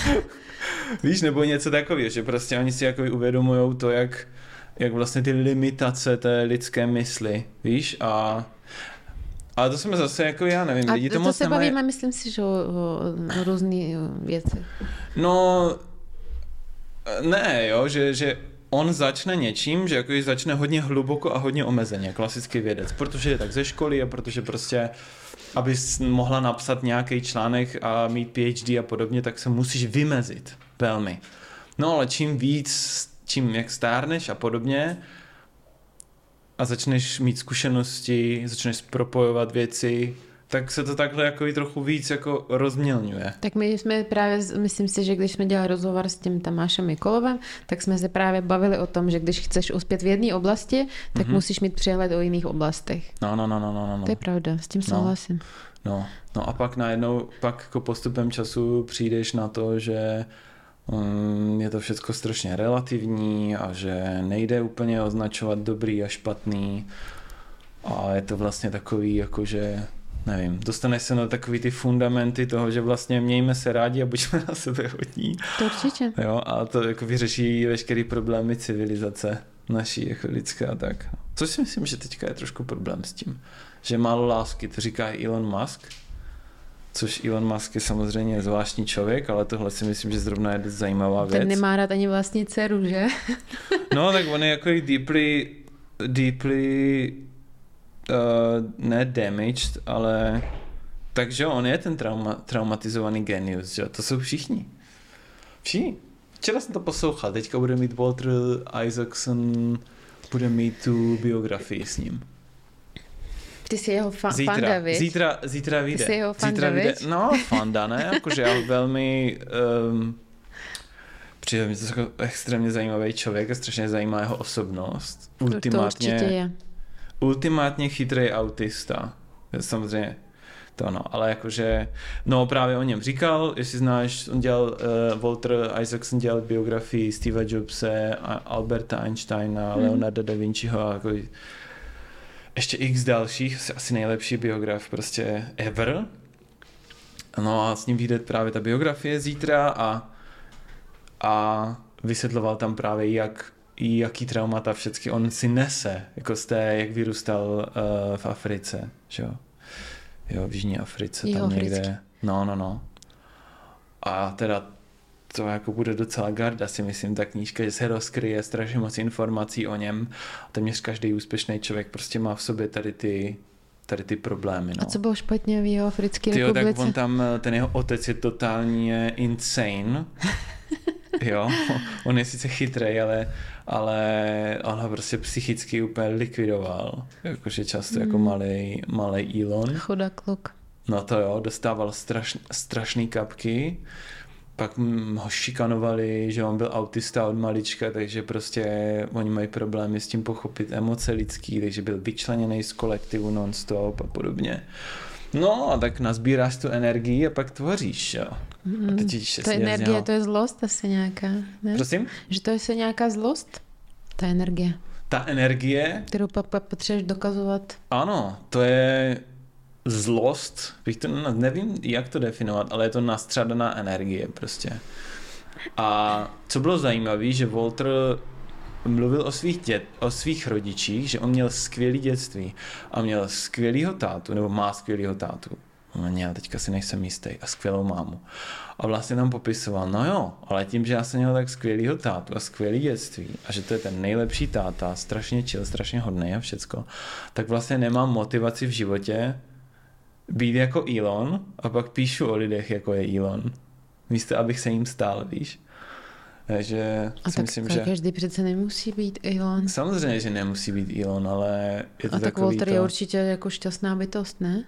Víš, nebo něco takového, že prostě oni si jako uvědomujou to, jak, jak vlastně ty limitace té lidské mysli, víš, a ale to jsme zase, jako já nevím, a lidi to, to moc se nemají... bavíme, myslím si, že o, o, o různý věci. No, ne, jo, že, že on začne něčím, že jako začne hodně hluboko a hodně omezeně, klasický vědec, protože je tak ze školy a protože prostě, abys mohla napsat nějaký článek a mít PhD a podobně, tak se musíš vymezit velmi. No ale čím víc, čím jak stárneš a podobně, a začneš mít zkušenosti, začneš propojovat věci, tak se to takhle jako i trochu víc jako rozmělňuje. Tak my jsme právě, myslím si, že když jsme dělali rozhovor s tím Tamášem Mikolovem, tak jsme se právě bavili o tom, že když chceš uspět v jedné oblasti, tak mm-hmm. musíš mít přehled o jiných oblastech. No, no, no, no, no, no. To je pravda, s tím souhlasím. No, no, no a pak najednou, pak jako postupem času přijdeš na to, že je to všechno strašně relativní a že nejde úplně označovat dobrý a špatný a je to vlastně takový jakože, nevím, dostaneš se na takový ty fundamenty toho, že vlastně mějme se rádi a buďme na sebe hodní. To určitě. Jo, a to jako vyřeší veškerý problémy civilizace naší jako lidské a tak. Což si myslím, že teďka je trošku problém s tím, že málo lásky, to říká Elon Musk, což Elon Musk je samozřejmě zvláštní člověk, ale tohle si myslím, že zrovna je dost zajímavá věc. Ten nemá rád ani vlastní dceru, že? No, tak on je jako deeply, deeply uh, ne damaged, ale takže on je ten trauma, traumatizovaný genius, že? To jsou všichni. Všichni. Včera jsem to poslouchal, teďka bude mít Walter Isaacson, bude mít tu biografii s ním. Ty jsi jeho fa- zítra, fanda, viď? Zítra, zítra vyjde. Ty jsi jeho fanda, zítra vyjde. viď? No, fanda, ne? Jakože já velmi... Um, přijde mi to jako extrémně zajímavý člověk a strašně zajímá jeho osobnost. Ultimátně, to určitě je. Ultimátně chytrý autista. Samozřejmě to no, ale jakože, no právě o něm říkal, jestli znáš, on dělal, uh, Walter Isaacson dělal biografii Steva Jobse, Alberta Einsteina, hmm. Leonarda da Vinciho, jako ještě x dalších, asi nejlepší biograf prostě ever. No a s ním vyjde právě ta biografie zítra a, a vysvětloval tam právě, jak, jaký traumata všechny on si nese, jako z té, jak vyrůstal uh, v Africe, že jo. Jo, v Jižní Africe, tam jo, někde. No, no, no. A teda to jako bude docela garda, si myslím, ta knížka, že se rozkryje strašně moc informací o něm. A téměř každý úspěšný člověk prostě má v sobě tady ty, tady ty problémy. No. A co bylo špatně v jeho Africké Tyjo, republice? tak on tam, ten jeho otec je totálně insane. Jo, on je sice chytrej, ale, ale on ho prostě psychicky úplně likvidoval. Jakože často mm. jako malej, malej Elon. Chudák kluk. No to jo, dostával straš, strašný kapky, pak ho šikanovali, že on byl autista od malička, takže prostě oni mají problémy s tím pochopit emoce lidský, takže byl vyčleněný z kolektivu non-stop a podobně. No a tak nazbíráš tu energii a pak tvoříš, jo. Mm, ta energie, to je zlost asi nějaká, ne? Prosím? Že to je se nějaká zlost, ta energie. Ta energie? Kterou pak potřebuješ dokazovat. Ano, to je zlost, bych to, nevím, jak to definovat, ale je to nastřadaná energie prostě. A co bylo zajímavé, že Walter mluvil o svých, dět, o svých rodičích, že on měl skvělý dětství a měl skvělýho tátu, nebo má skvělýho tátu. No já teďka si nejsem jistý a skvělou mámu. A vlastně tam popisoval, no jo, ale tím, že já jsem měl tak skvělýho tátu a skvělý dětství a že to je ten nejlepší táta, strašně chill, strašně hodnej a všecko, tak vlastně nemám motivaci v životě být jako Elon a pak píšu o lidech, jako je Elon. Místo, abych se jim stál, víš. Takže a si tak myslím, to že... každý přece nemusí být Elon. Samozřejmě, že nemusí být Elon, ale je to a tak takový Walter to... je určitě jako šťastná bytost, ne?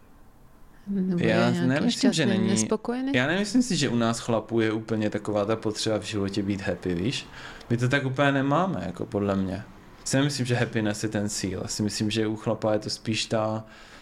Nebo já nemyslím, že není. Nespokojený? Já nemyslím si, že u nás chlapů je úplně taková ta potřeba v životě být happy, víš? My to tak úplně nemáme, jako podle mě. Si nemyslím, že happiness je ten cíl. Já si myslím, že u chlapa je to spíš ta...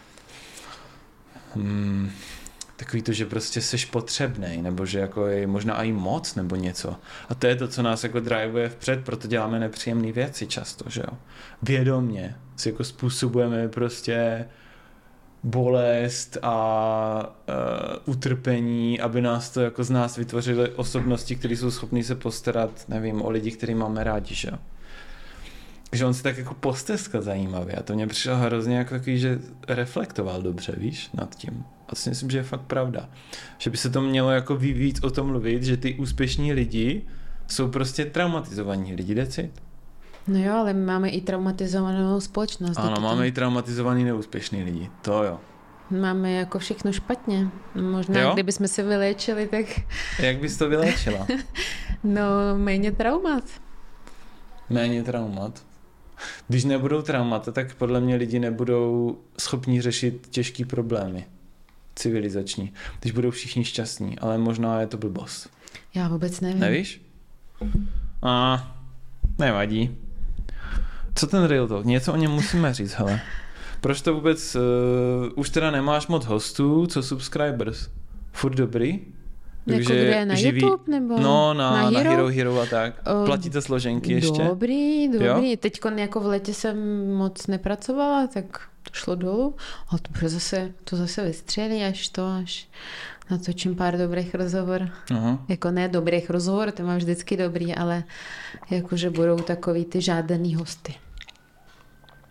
Hmm, takový to, že prostě seš potřebnej, nebo že jako je možná i moc, nebo něco. A to je to, co nás jako driveuje vpřed, proto děláme nepříjemné věci často, že jo. Vědomně si jako způsobujeme prostě bolest a uh, utrpení, aby nás to jako z nás vytvořily osobnosti, které jsou schopné se postarat, nevím, o lidi, který máme rádi, že jo. Takže on si tak jako posteskal zajímavě a to mě přišlo hrozně jako takový, že reflektoval dobře, víš, nad tím. A to si myslím, že je fakt pravda. Že by se to mělo jako víc o tom mluvit, že ty úspěšní lidi jsou prostě traumatizovaní lidi, decit. No jo, ale máme i traumatizovanou společnost. Ano, máme tam... i traumatizovaný neúspěšný lidi, to jo. Máme jako všechno špatně. Možná, jo? Kdyby jsme se vyléčili, tak... Jak bys to vyléčila? No, méně traumat. Méně traumat. Když nebudou traumata, tak podle mě lidi nebudou schopni řešit těžký problémy civilizační. Když budou všichni šťastní, ale možná je to blbost. Já vůbec nevím. Nevíš? A nevadí. Co ten Real Talk? Něco o něm musíme říct, hele. Proč to vůbec... Uh, už teda nemáš moc hostů, co subscribers? Furt dobrý? Jako kde je na živí... YouTube nebo no, na, na, Hero? na Hero Hero a tak. Platíte složenky ještě? Dobrý, dobrý. Jo? Teď jako v létě jsem moc nepracovala, tak to šlo dolů. Ale to zase, to zase vystřelí, až to, až natočím pár dobrých rozhovor. Aha. Jako ne dobrých rozhovor, to mám vždycky dobrý, ale jakože budou takový ty žádaný hosty.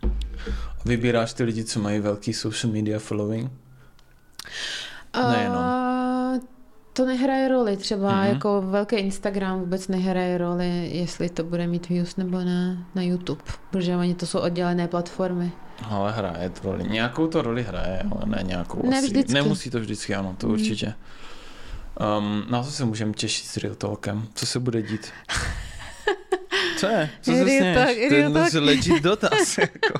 Vybíráš ty lidi, co mají velký social media following? Nejenom. Uh, to nehraje roli. Třeba mm-hmm. jako velký Instagram vůbec nehraje roli, jestli to bude mít views nebo ne na YouTube, protože oni to jsou oddělené platformy. Ale hraje to roli. Nějakou to roli hraje, ale ne nějakou ne asi. Vždycky. Nemusí to vždycky, ano, to mm. určitě. Um, na co se můžeme těšit s Real Talkem? Co se bude dít? Co je? Co se sněš? To je legit dotaz. Jako.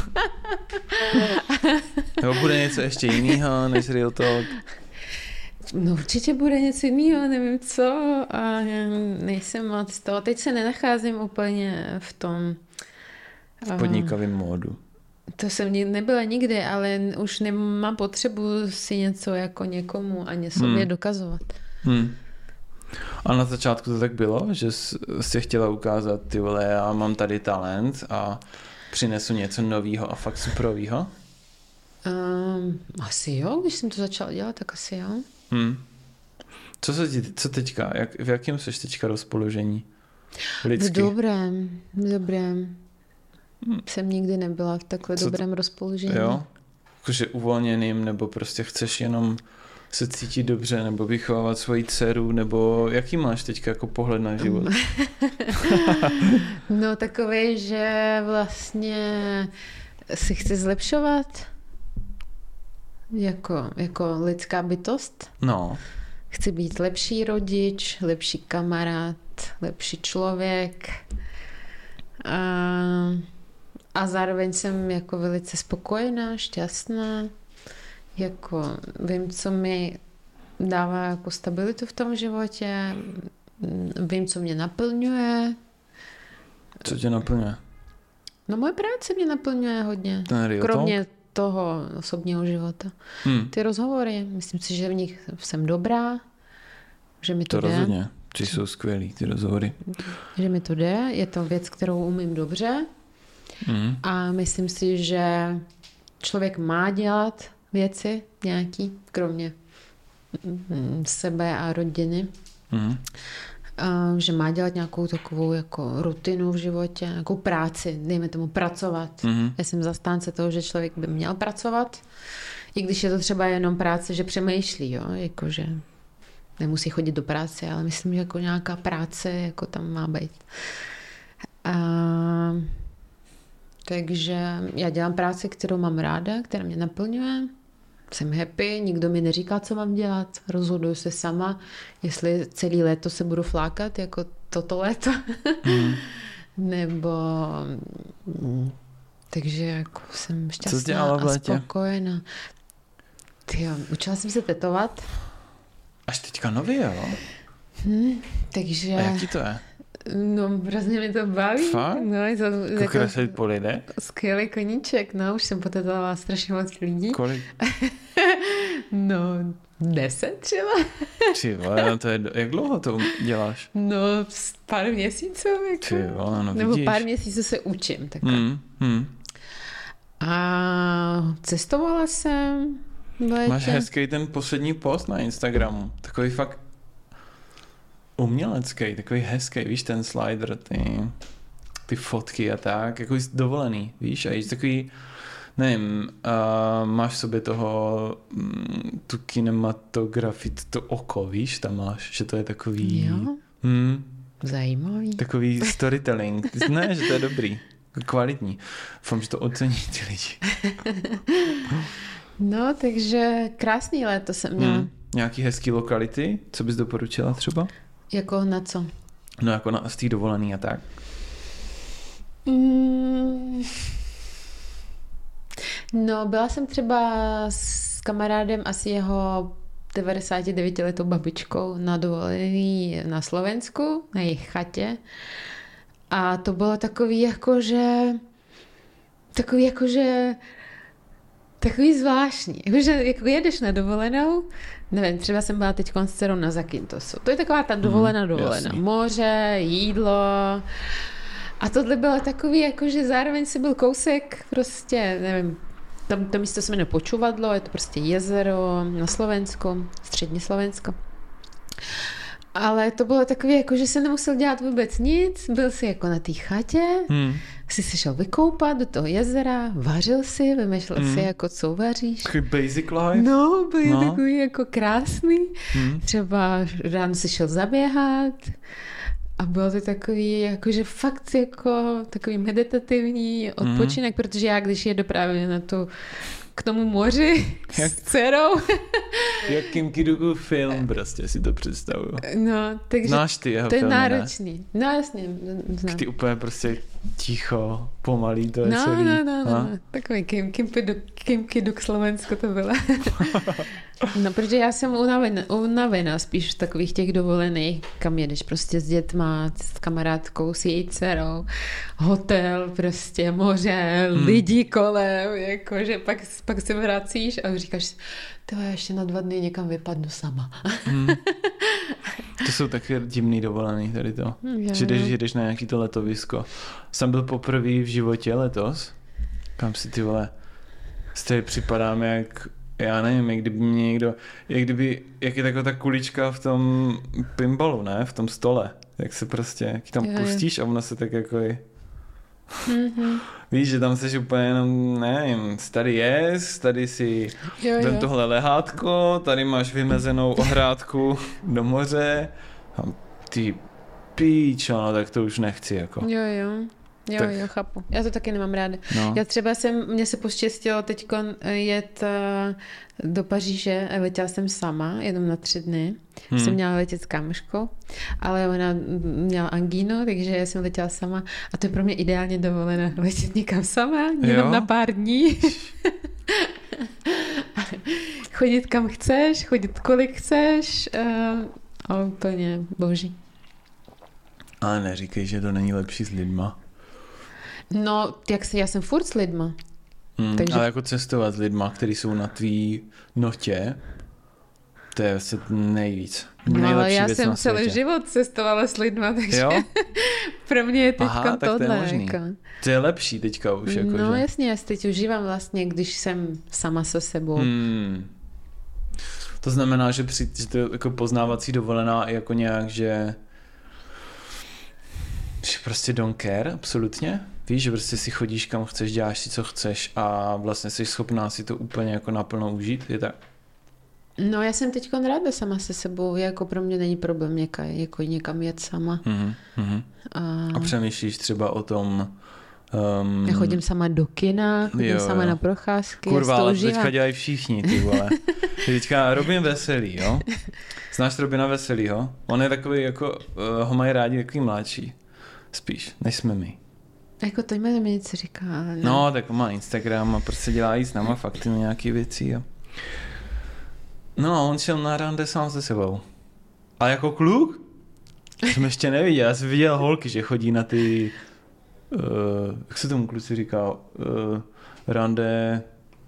Nebo bude něco ještě jiného než Real Talk? No určitě bude něco jiného, nevím co. A nejsem moc z toho. Teď se nenacházím úplně v tom... V podnikavém módu. To jsem nebyla nikdy, ale už nemám potřebu si něco jako někomu ani sobě hmm. dokazovat. Hmm. A na začátku to tak bylo, že jsi chtěla ukázat, ty vole, já mám tady talent a přinesu něco novýho a fakt superovýho? Um, asi jo, když jsem to začala dělat, tak asi jo. Hmm. Co, se, co teďka? Jak, v jakém jsi teďka rozpoložení? Lidsky? V dobrém, v dobrém. Hmm. Jsem nikdy nebyla v takhle co dobrém to, rozpoložení. Jo? Jakože uvolněným, nebo prostě chceš jenom se cítit dobře, nebo vychovávat svoji dceru, nebo jaký máš teďka jako pohled na život? No takový, že vlastně si chci zlepšovat jako, jako lidská bytost. No. Chci být lepší rodič, lepší kamarád, lepší člověk. A, a zároveň jsem jako velice spokojená, šťastná. Jako vím, co mi dává jako stabilitu v tom životě. Vím, co mě naplňuje. Co tě naplňuje? No moje práce mě naplňuje hodně. Ten kromě talk? Toho osobního života. Hmm. Ty rozhovory, myslím si, že v nich jsem dobrá, že mi to, to jde. To rozhodně, ty jsou skvělý, ty rozhovory. Že mi to jde, je to věc, kterou umím dobře hmm. a myslím si, že člověk má dělat věci nějaký, kromě sebe a rodiny. Hmm. Uh, že má dělat nějakou takovou jako rutinu v životě, nějakou práci, dejme tomu pracovat. Mm-hmm. Já jsem zastánce toho, že člověk by měl pracovat, i když je to třeba jenom práce, že přemýšlí, jo, jakože nemusí chodit do práce, ale myslím, že jako nějaká práce jako tam má být. Uh, takže já dělám práci, kterou mám ráda, která mě naplňuje. Jsem happy, nikdo mi neříká, co mám dělat. Rozhoduju se sama, jestli celý léto se budu flákat, jako toto léto. Mm. Nebo... Takže jako jsem šťastná a spokojená. Tyjo, učila jsem se tetovat. Až teďka nový, jo? Hmm, takže... A jaký to je? No, hrozně mi to baví. Fakt? No, je to jako kreslit po lidech? Skvělý koníček, no, už jsem potetovala strašně moc lidí. Kolik? No, deset třeba. Ty vole, to je, jak dlouho to děláš? No, pár měsíců. Jako. Ty vole, no vidíš. Nebo pár měsíců se učím. Tak. Hmm, hmm. A cestovala jsem. Létě. Máš hezký ten poslední post na Instagramu. Takový fakt umělecký, takový hezký, víš, ten slider, ty, ty fotky a tak, jako jsi dovolený, víš, a jsi takový, nevím, uh, máš v sobě toho, um, tu kinematografii, to oko, víš, tam máš, že to je takový... Jo, hmm, zajímavý. Takový storytelling, ne, že to je dobrý, kvalitní. Doufám, že to ocení ty lidi. No, takže krásný léto jsem měla. Hmm, nějaký hezký lokality, co bys doporučila třeba? Jako na co? No jako na z té dovolený a tak. Mm. No, byla jsem třeba s kamarádem asi jeho devadesátidevítiletou babičkou na dovolený na Slovensku, na jejich chatě. A to bylo takový jakože takový jakože takový zvláštní. Jakože jako jedeš na dovolenou, nevím, třeba jsem byla teď s dcerou na Zakyntosu. To je taková ta dovolená mm, dovolená. Jasný. Moře, jídlo. A tohle bylo takový, jakože zároveň si byl kousek, prostě, nevím, tam to místo se jmenuje Počuvadlo, je to prostě jezero na Slovensku, střední Slovensko. Ale to bylo takový, jako, že se nemusel dělat vůbec nic, byl si jako na té chatě, hmm. jsi se šel vykoupat do toho jezera, vařil si, vymýšlel mm. si, jako co vaříš. Takový basic life. No, byl no. takový jako krásný. Mm. Třeba ráno si šel zaběhat a bylo to takový, jakože fakt jako takový meditativní odpočinek, mm. protože já, když jedu právě na to k tomu moři jak, s dcerou. Jak Kim Ki-dukův film, prostě si to představuju. No, takže znáš ty jeho to je filmy, náročný. Ne? No jasně, znám. Ty úplně prostě ticho, pomalý, to je no, celý. No, no, no, no. Takový Kim, Kim, Kim Ki-duk Slovensko to bylo. No, protože já jsem unavená, unavená spíš v takových těch dovolených, kam jedeš prostě s dětma, s kamarádkou, s její dcerou, hotel, prostě moře, hmm. lidi kolem, jakože pak, pak se vracíš a říkáš, tyhle, ještě na dva dny někam vypadnu sama. Hmm. To jsou taky divný dovolený tady to. Jo, že jdeš, jdeš na nějaký to letovisko. Jsem byl poprvé v životě letos, kam si ty vole, z té připadám jak, já nevím, jak kdyby mě někdo, jak kdyby, jak je taková ta kulička v tom pinballu, ne, v tom stole, jak se prostě, jak tam jo, pustíš jo. A ona se tak jako je. Mm-hmm. Víš, že tam jsi úplně jenom, nevím, tady jest, tady si vem tohle lehátko, tady máš vymezenou ohrádku do moře a ty píčo, no tak to už nechci, jako. Jo, jo. Jo, tak. jo, chápu. Já to taky nemám ráda. No. Já třeba jsem, mně se poštěstilo teďko jet do Paříže, letěla jsem sama, jenom na tři dny. Hmm. Jsem měla letět s kámoškou, ale ona měla angínu, takže jsem letěla sama a to je pro mě ideálně dovolené letět někam sama, jenom jo? na pár dní. Chodit kam chceš, chodit kolik chceš a úplně boží. Ale neříkej, že to není lepší s lidma. No, jak se, já jsem furt s lidma. Hmm, takže... Ale jako cestovat s lidma, kteří jsou na tvý notě, to je vlastně nejvíc. No, ale já jsem celý život cestovala s lidma, takže jo? pro mě je teďka tohle. To je možný. Jako... To je lepší teďka už. Jako, no že... jasně, já si teď užívám vlastně, když jsem sama se sebou. Hmm. To znamená, že, při, že to je jako poznávací dovolená jako nějak, že že prostě don't care, absolutně. Víš, že prostě si chodíš kam chceš, děláš si co chceš a vlastně jsi schopná si to úplně jako naplno užít, je tak? No já jsem teďko ráda sama se sebou, jako pro mě není problém něka, jako někam jet sama. Mm-hmm. A... a přemýšlíš třeba o tom... Um... Já chodím sama do kina, chodím jo, sama jo. na procházky. Kurva, ale teďka dělají všichni, ty vole. Teďka Robin Veselý, jo? Znáš Robina Veselýho? On je takový jako, uh, ho mají rádi takový mladší. Spíš, než jsme my. Jako to jméno mi něco říká. Ne? No, tak má Instagram a prostě dělá jí s náma fakt nějaký věci. A... No a on šel na rande sám se sebou. A jako kluk jsem ještě neviděl. Já jsem viděl holky, že chodí na ty, uh, jak se tomu kluci říká, uh, rande,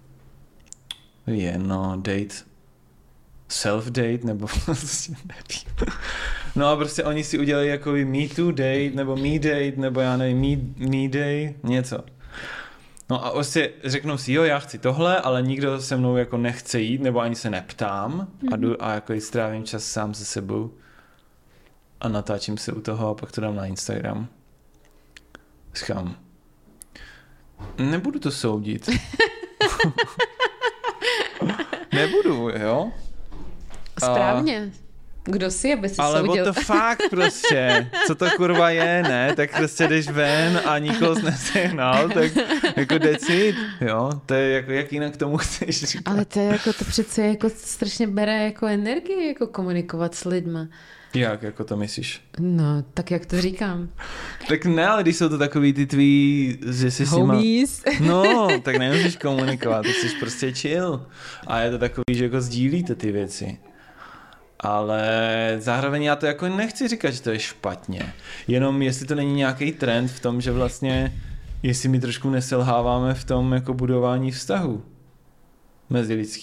je no, date, self-date, nebo prostě nevím. No a prostě oni si udělají jako me too date, nebo me date, nebo já nevím, me, me day, něco. No a prostě řeknou si, jo, já chci tohle, ale nikdo se mnou jako nechce jít, nebo ani se neptám mm-hmm. a, jdu, a jako strávím čas sám se sebou a natáčím se u toho a pak to dám na Instagram. Říkám, nebudu to soudit. Nebudu, jo? Správně. Kdo si je, by si ale soudil. Ale to fakt prostě, co to kurva je, ne? Tak prostě jdeš ven a nikoho jsi nesehnal, tak jako decid, jo? To je jako, jak jinak tomu chceš říkat. Ale to je jako, to přece jako strašně bere jako energii, jako komunikovat s lidma. Jak, jako to myslíš? No, tak jak to říkám. Tak ne, ale když jsou to takový ty tvý, že jsi homies. S nima... No, tak nemusíš komunikovat, ty jsi prostě chill. A je to takový, že jako sdílíte ty věci. Ale zároveň já to jako nechci říkat, že to je špatně. Jenom jestli to není nějaký trend v tom, že vlastně, jestli my trošku neselháváme v tom jako budování vztahu mezilidských.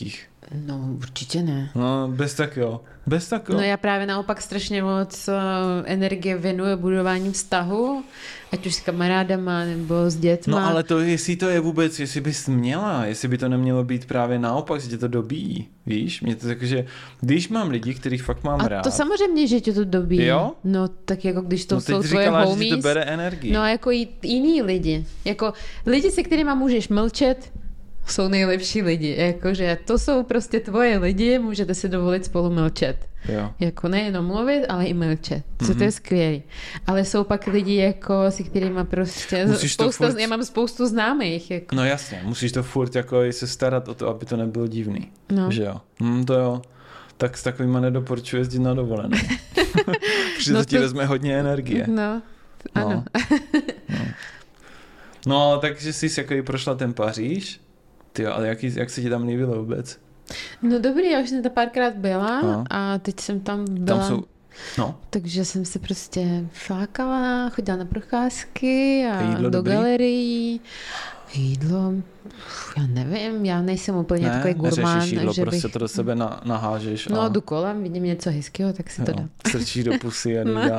No určitě ne. No bez tak jo. Bez tak jo. No já právě naopak strašně moc energie věnuju budování vztahu, ať už s kamarádama nebo s dětma. No ale to, jestli to je vůbec, jestli bys měla, jestli by to nemělo být právě naopak, že tě to dobíjí, víš? Mě to tak, že když mám lidi, kterých fakt mám a rád. A to samozřejmě, že tě to dobíjí. Jo? No tak jako když to no, jsou tvoje říkala, homies. Že to bere energii. No a jako i jiný lidi. Jako lidi, se kterýma můžeš mlčet, jsou nejlepší lidi. Jakože to jsou prostě tvoje lidi, můžete si dovolit spolu mlčet. Jo. Jako nejenom mluvit, ale i mlčet. Co mm-hmm. to je skvělý. Ale jsou pak lidi, jako, si kterýma prostě spousta, furt... já mám spoustu známých. Jako. No jasně, musíš to furt jako se starat o to, aby to nebylo divný. No. Že jo? Hm, to jo. Tak s takovýma nedoporučuji jezdit na dovolenou. Protože no to ti to... vezme hodně energie. No, ano. No, no. no takže jsi jako i prošla ten Paříž. Ty, ale jak, jak se ti tam líbilo vůbec? No dobrý, já už jsem tam párkrát byla no. a teď jsem tam byla. Tam jsou... No. Takže jsem se prostě flákala, chodila na procházky a do dobrý? galerií. Jídlo, já nevím, já nejsem úplně ne, takový gurmán. Neřešíš jídlo, že prostě bych... to do sebe na, nahážeš. No a... jdu kolem, vidím něco hezkého, tak si jo, to dám. Strčíš do pusy a jdu no. dál.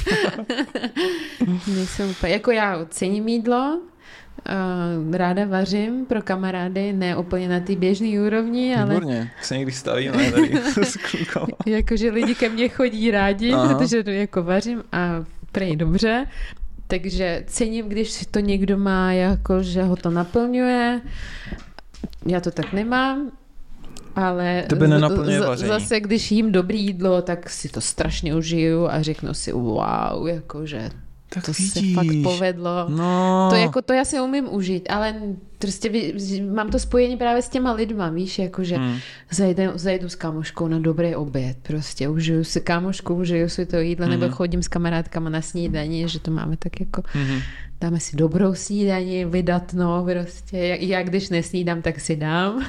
Nejsem úplně, jako já cením jídlo, Uh, ráda vařím pro kamarády, ne úplně na té běžné úrovni, ale... Výborně, se někdy stavíme tady s klukama. Jakože lidi ke mně chodí rádi, aha. protože jako vařím a prej dobře, takže cením, když to někdo má, jako že ho to naplňuje. Já to tak nemám, ale Tebe nenaplňuje z- vaření. Zase, když jím dobrý jídlo, tak si to strašně užiju a řeknu si wow, jakože tak to vidíš. se fakt povedlo. No. To jako to já si umím užít, ale prostě mám to spojení právě s těma lidma, víš, jakože hmm. zajdu, zajdu s kámoškou na dobrý oběd, prostě užiju si kámošku, užiju si to jídlo, hmm. nebo chodím s kamarádkama na snídani, že to máme tak jako, hmm. dáme si dobrou snídani, vydatnou prostě, já když nesnídám, tak si dám.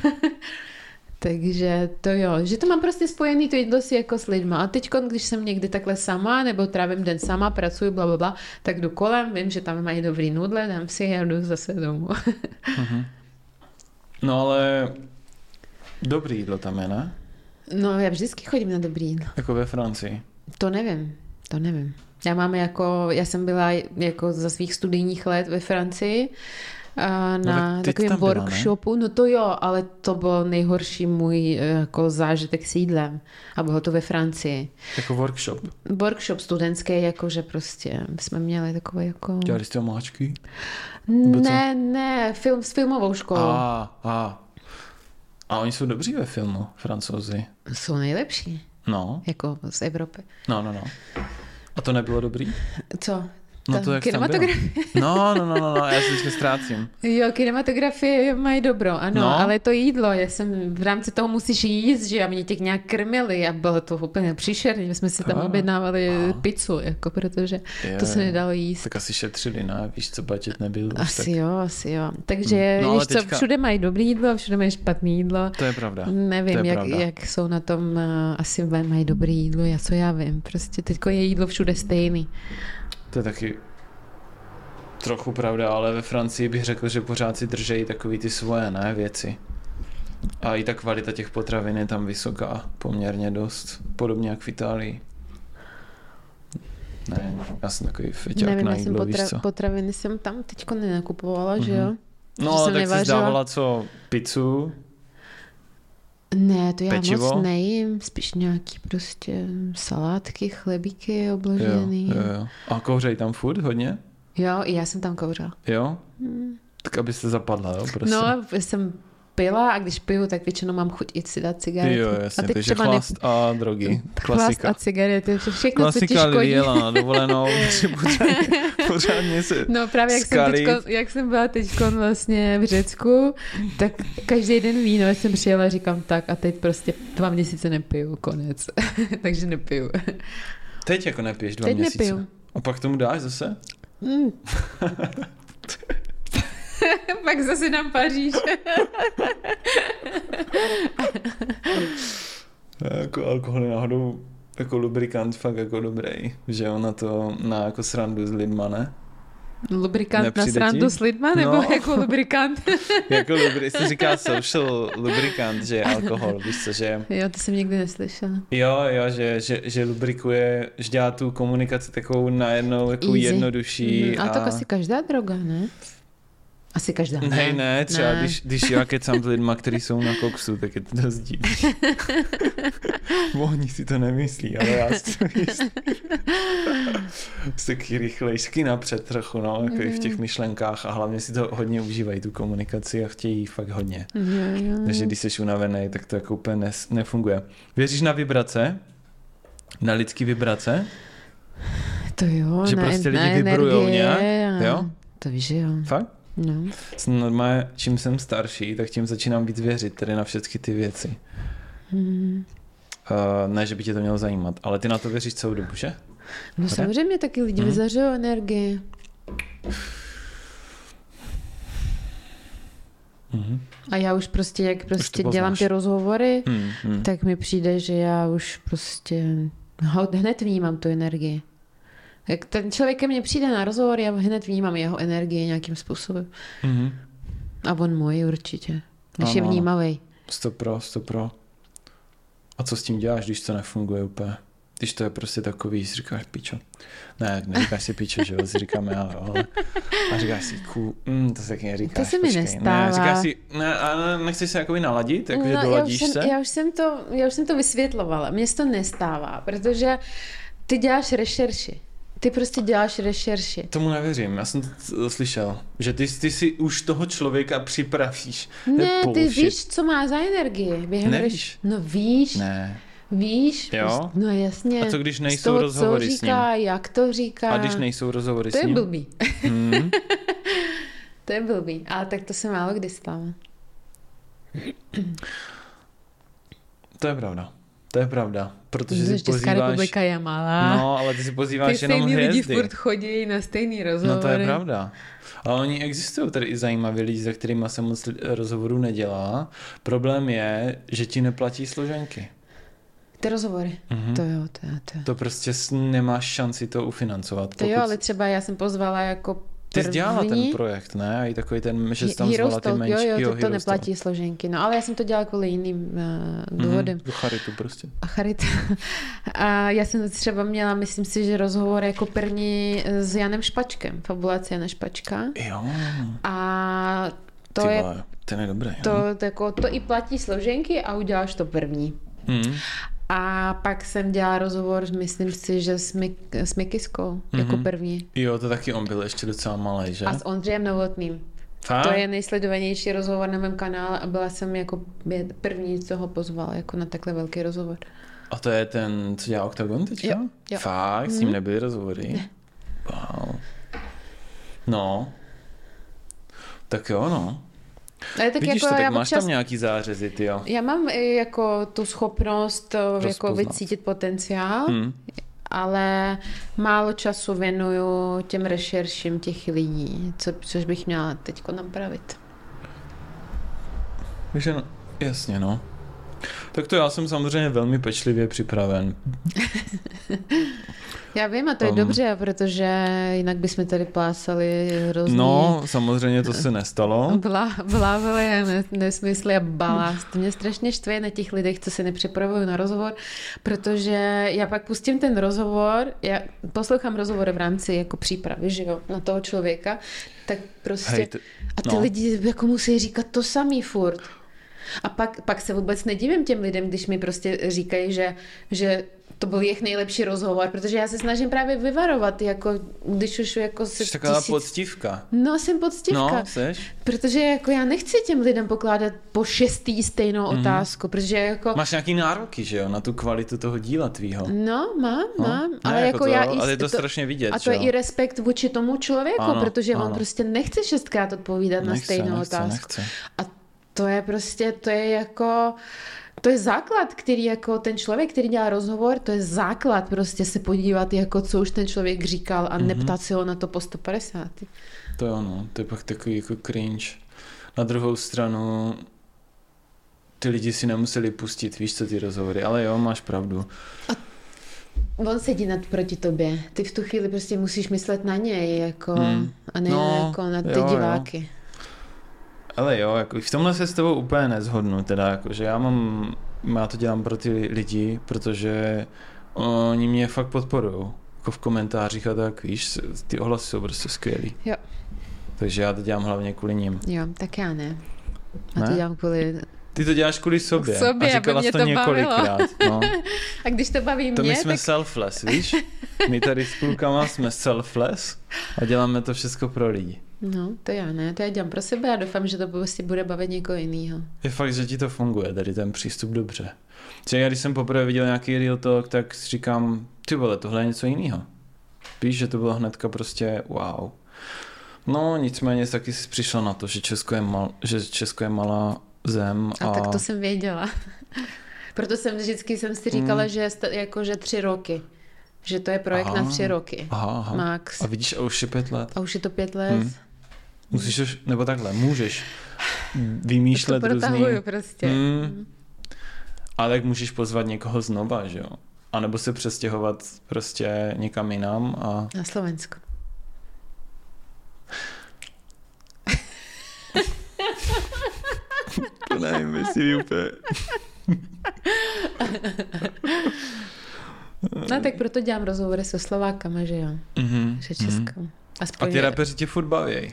Takže to jo, že to mám prostě spojený to jídlo si jako s lidma. A teď, když jsem někdy takhle sama, nebo trávím den sama, pracuji, blablabla, tak jdu kolem, vím, že tam mají dobrý nudle, dám si a jdu zase domů. uh-huh. No ale dobrý jídlo tam je, ne? No já vždycky chodím na dobrý jídlo. Jako ve Francii? To nevím, to nevím. Já mám jako, já jsem byla jako za svých studijních let ve Francii, na no, takovém workshopu, byla, no to jo, ale to byl nejhorší můj jako zážitek s jídlem a bylo to ve Francii. Jako workshop? Workshop studentský, jakože prostě jsme měli takové jako... Dělali jste omáčky? Ne, ne, film, s filmovou školou. A, a. a oni jsou dobří ve filmu, Francouzi. Jsou nejlepší. No. Jako z Evropy. No, no, no. A to nebylo dobrý? Co? No to jak kinematografie. No, no, no, no, no, já si vždycky ztrácím. Jo, kinematografie mají dobro, ano, no. Ale to jídlo, já jsem v rámci toho musíš jíst, že a mě těch nějak krmili a bylo to úplně příšerné, my jsme si tam objednávali ah. pizzu, jako protože je, to se nedalo jíst. Tak asi šetřili, ne? Víš, co budget nebyl. Asi tak... jo, asi jo. Takže no, víš teďka... co, všude mají dobrý jídlo a všude mají špatný jídlo. To je pravda. Nevím, je jak, pravda. jak jsou na tom, uh, asi mají dobrý jídlo, já co já vím, prostě teďko je jídlo všude stejný. To je taky trochu pravda, ale ve Francii bych řekl, že pořád si držejí takový ty svoje, ne, věci. A i ta kvalita těch potravin je tam vysoká, poměrně dost, podobně jak v Itálii. Ne, já jsem takový feťák Nevím, na jídlo, potra- víš co? potraviny jsem tam teďko nenakupovala, mm-hmm. že jo? No, tak jsi dávala co, pizzu? Ne, to já pečivo? Moc nejím, spíš nějaký prostě salátky, chlebíky obložený. Jo, jo, jo. A kouřej tam furt hodně? Jo, i já jsem tam kouřila. Jo? Hmm. Tak aby se zapadla, jo? Prostě. No, jsem pila a když piju, tak většinou mám chuť i si dát cigarety. Jo, jasně, a teď takže chlast ne... a drogy. Klasika. Chlast a cigarety, všechno, Klasika, co ti škodí. Klasika jela na dovolenou, že pořádně, pořádně se No právě jak jsem, teďko, jak jsem byla teďko vlastně v Řecku, tak každý den víno, jsem přijela a říkám tak a teď prostě dva měsíce nepiju, konec. Takže nepiju. Teď jako nepiješ dva teď měsíce? Teď nepiju. A pak tomu dáš zase? Mm. Pak zase nám Paříž. Jako alkohol je náhodou jako lubrikant fakt jako dobrý, že on na to, na jako srandu s lidma, ne? Lubrikant na srandu s lidma, nebo no. jako lubrikant? Jako lubri, se říká social lubrikant, že je alkohol, víš co, že... Jo, to jsem nikdy neslyšela. Jo, jo, že, že, že lubrikuje, že dělá tu komunikaci takovou najednou jako Easy. jednodušší. Mm, ale a... to asi každá droga, ne? Asi každá. Ne, ne, ne třeba ne. Když, když já kecám s lidma, kteří jsou na koksu, tak je to dost divný. Oni si to nemyslí, ale já si to myslím. Jsi taky rychlej, taky napřed trochu, no, jako mm. v těch myšlenkách a hlavně si to hodně užívají, tu komunikaci a chtějí fakt hodně. Jo, jo. Takže když jsi unavený, tak to jako úplně nes, nefunguje. Věříš na vibrace? Na lidský vibrace? To jo, že na, prostě na lidi vibrujou nějak? Jo? To víš, že jo. Fakt? No. Normálně, čím jsem starší, tak tím začínám víc věřit tedy na všechny ty věci. Hmm. Uh, ne, že by tě to mělo zajímat, ale ty na to věříš celou dobu, že? No Hore? Samozřejmě taky lidi hmm. vyzařují energii. Hmm. A já už prostě, jak prostě už dělám ty rozhovory, hmm. Hmm. tak mi přijde, že já už prostě hned vnímám tu energii. Jak ten člověk ke mně přijde na rozhovor, já hned vnímám jeho energii nějakým způsobem. Mm-hmm. A on můj určitě. Když ano, je vnímavý. Sto pro, sto pro. A co s tím děláš, když to nefunguje úplně? Když to je prostě takový, si říkáš pičo. Ne, neříkáš si pičo, že jo, si říkáme ale, ale. A říkáš si, ků, mm, to se taky neříkáš. To se mi nestává. Ne, říkáš si, ne, a nechceš se jakoby naladit, jakože no, doladíš já jsem, se? Já už, jsem to, já už jsem to vysvětlovala. Mně se to nestává, protože ty děláš rešerši. Ty prostě děláš rešerši. Tomu nevěřím, já jsem to slyšel, že ty, ty si už toho člověka připravíš. Ne, ty víš, co má za energii. Během Nevíš? Reš... No víš. Ne. Víš? Jo? No jasně. A co když nejsou z toho, rozhovory co říká, s ním? Jak to říká? A když nejsou rozhovory to s ním? To je blbý. Hmm. To je blbý, ale tak to se málo kdy stalo. To je pravda. To je pravda, protože si Česká pozýváš... republika je malá. No, ale ty si pozýváš ty jenom hvězdy. Ty stejný lidi furt chodí na stejný rozhovory. No to je pravda. Ale oni existují tady i zajímaví lidi, za kterýma se moc rozhovorů nedělá. Problém je, že ti neplatí složenky. Ty rozhovory. Mm-hmm. To jo, to jo, to jo. To prostě nemáš šanci to ufinancovat. To pokud... jo, ale třeba já jsem pozvala jako Ty jsi dělala ten projekt, ne? A i takový ten, že jsi tam Hero zvala ty menší. Jo, jo, jo, to, to neplatí složenky. No, ale já jsem to dělala kvůli jiným uh, důvodem. Mm, charitu prostě. A charitu. A já jsem třeba měla, myslím si, že rozhovor jako první s Janem Špačkem. Fabulace Jana Špačka. Jo. A to ty je... Vole, ten je dobrý. To, to, jako, to i platí složenky a uděláš to první. Mm. A pak jsem dělala rozhovor, myslím si, že s, Mik- s Mikiskou mm-hmm. jako první. Jo, to taky on byl ještě docela malej, že? A s Ondřejem Novotným. Fakt? To je nejsledovanější rozhovor na mém kanále a byla jsem jako první, co ho pozvala jako na takhle velký rozhovor. A to je ten, co dělá Octagon teďka? Jo, jo. Fakt? S ním nebyly rozhovory? Ne. Wow. No. Tak jo, no. Ale tak Vidíš jako to, tak já máš občas, tam nějaký zářezy, ty jo? Já mám jako tu schopnost jako vycítit potenciál, hmm. ale málo času věnuju těm rešerším těch lidí, co, což bych měla teďko napravit. Takže no, jasně, no. Tak to já jsem samozřejmě velmi pečlivě připraven. Já vím, a to je um, dobře, protože jinak bychom tady plásali hrozný... No, samozřejmě to se nestalo. Blá, blávili a nesmysly a balast. Mě strašně štve na těch lidech, co se nepřipravují na rozhovor, protože já pak pustím ten rozhovor, já poslouchám rozhovor v rámci jako přípravy, že jo, na toho člověka, tak prostě... Hej, t- a ty no. lidi jako musí říkat to samý furt. A pak, pak se vůbec nedivím těm lidem, když mi prostě říkají, že, že to byl jejich nejlepší rozhovor, protože já se snažím právě vyvarovat, jako když už jako se jsi taková tisíc... poctivka. No, jsem poctivka. No, seš. Protože jako já nechci těm lidem pokládat po šestý stejnou mm-hmm. otázku, protože jako... Máš nějaký nároky, že jo, na tu kvalitu toho díla tvýho. No, mám, no. mám. Ne, ale jako jako to, já ale je to, to strašně vidět, a to je jo? i respekt vůči tomu člověku, ano, protože ano. on prostě nechce šestkrát odpovídat nechce, na stejnou nechce, otázku. Nechce. A to je prostě, to je jako... To je základ, který jako ten člověk, který dělá rozhovor, to je základ prostě se podívat, jako co už ten člověk říkal a mm-hmm. neptat si ho na to po sto padesát. To je ono, to je pak takový jako cringe. Na druhou stranu ty lidi si nemuseli pustit, víš co, ty rozhovory, ale jo, máš pravdu. A On sedí nad proti tobě. Ty v tu chvíli prostě musíš myslet na něj, jako, hmm. a ne no, jako na ty jo, diváky. Jo. Ale jo, jako v tomhle se s tebou úplně nezhodnu, teda, jako, že já mám, já to dělám pro ty lidi, protože oni mě fakt podporujou, jako v komentářích a tak, víš, ty ohlasy jsou prostě skvělý. Jo. Takže já to dělám hlavně kvůli nim. Jo, tak já ne. Já ne? to dělám kvůli... Ty to děláš kvůli sobě. sobě, a říkala jsi to, to několikrát. No. A když to baví to mě, my jsme tak... selfless, víš? My tady s klukama jsme selfless a děláme to všechno pro lidi. No, to já ne, to já dělám pro sebe a doufám, že to prostě bude bavit někoho jiného. Je fakt, že ti to funguje, tady ten přístup dobře. Třeba já, když jsem poprvé viděl nějaký real talk, tak si říkám, ty vole, tohle je něco jiného. Víš, že to bylo hnedka prostě wow. No, nicméně taky jsi přišel na to, že Česko je, mal, že Česko je malá zem. A... a tak to jsem věděla. Proto jsem vždycky jsem si říkala, mm. že, jako, že tři roky. Že to je projekt aha, na tři roky. Aha, aha. Max. A vidíš, a už je pět let. A už je to pět let. Hmm. Musíš, už, nebo takhle, můžeš vymýšlet to různý... prostě. Hmm. Ale tak můžeš pozvat někoho znova, že jo? A nebo se přestěhovat prostě někam jinam a... Na Slovensko. To nevím, jestli úplně... No tak proto dělám rozhovory se Slovákama, že jo? Mm-hmm. Že Česko. Mm-hmm. Aspoň a ty rapeři tě furt baví?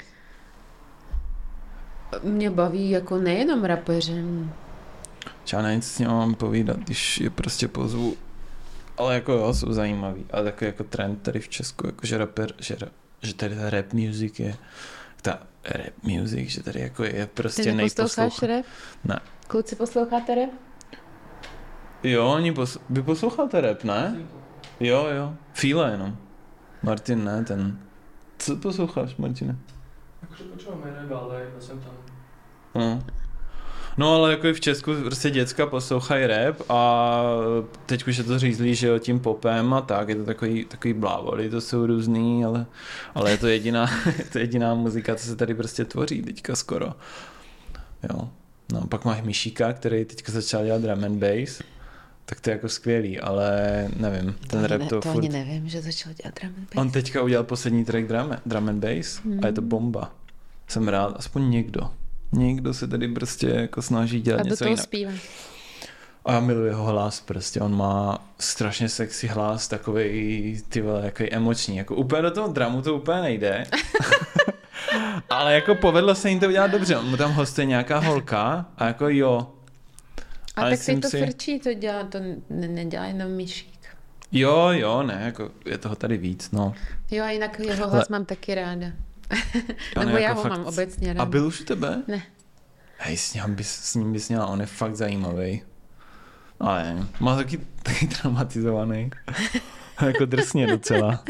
Mě baví jako nejenom rapeři. Já na nic s ním mám povídat, když je prostě pozvu. Ale jako jo, jsou zajímavý. Ale takový jako trend tady v Česku, jako že raper, že, že tady ta rap music je, ta rap music, že tady jako je prostě nejposlouchá. Ty neposloucháš rap? Ne. Kluci, posloucháte rap? Jo, oni pos... vy posloucháte rap, ne? Jo, jo. Fíla jenom. Martin ne, ten... Co posloucháš, Martine? Jakože počíváme rap, ale já jsem tam. No. No ale jako i v Česku prostě děcka poslouchají rap a teď už je to řízlí, že jo, tím popem a tak, je to takový, takový blávoli, to jsou různý, ale, ale je to jediná, je to jediná muzika, co se tady prostě tvoří teďka skoro. Jo. No pak máš Myšíka, který teďka začal dělat drum and bass. Tak to je jako skvělý, ale nevím, ten to rap ne, to, to furt... ani nevím, že začal dělat drum and bass. On teďka udělal poslední track drum, drum and bass mm. a je to bomba. Jsem rád, aspoň někdo. Někdo se tady prostě jako snaží dělat a něco do toho jinak. Zpívá. A já miluji jeho hlas prostě, on má strašně sexy hlas, takovej, ty vole, takový emoční, jako úplně do toho dramu to úplně nejde. Ale jako povedlo se jim to udělat dobře, on mu tam hostuje nějaká holka a jako jo. A ale tak teď to si... frčí, to dělá, to ne, nedělá jenom Myšík. Jo, jo, ne, jako je toho tady víc, no. Jo, a jinak jeho hlas ale... mám taky ráda. Ano, Nebo jako já ho fakt... mám obecně ráda. A byl už u tebe? Ne. Hej, s ním bys, s ním bys měla, on je fakt zajímavý. Ale má taky, taky traumatizovaný. Jako drsně docela.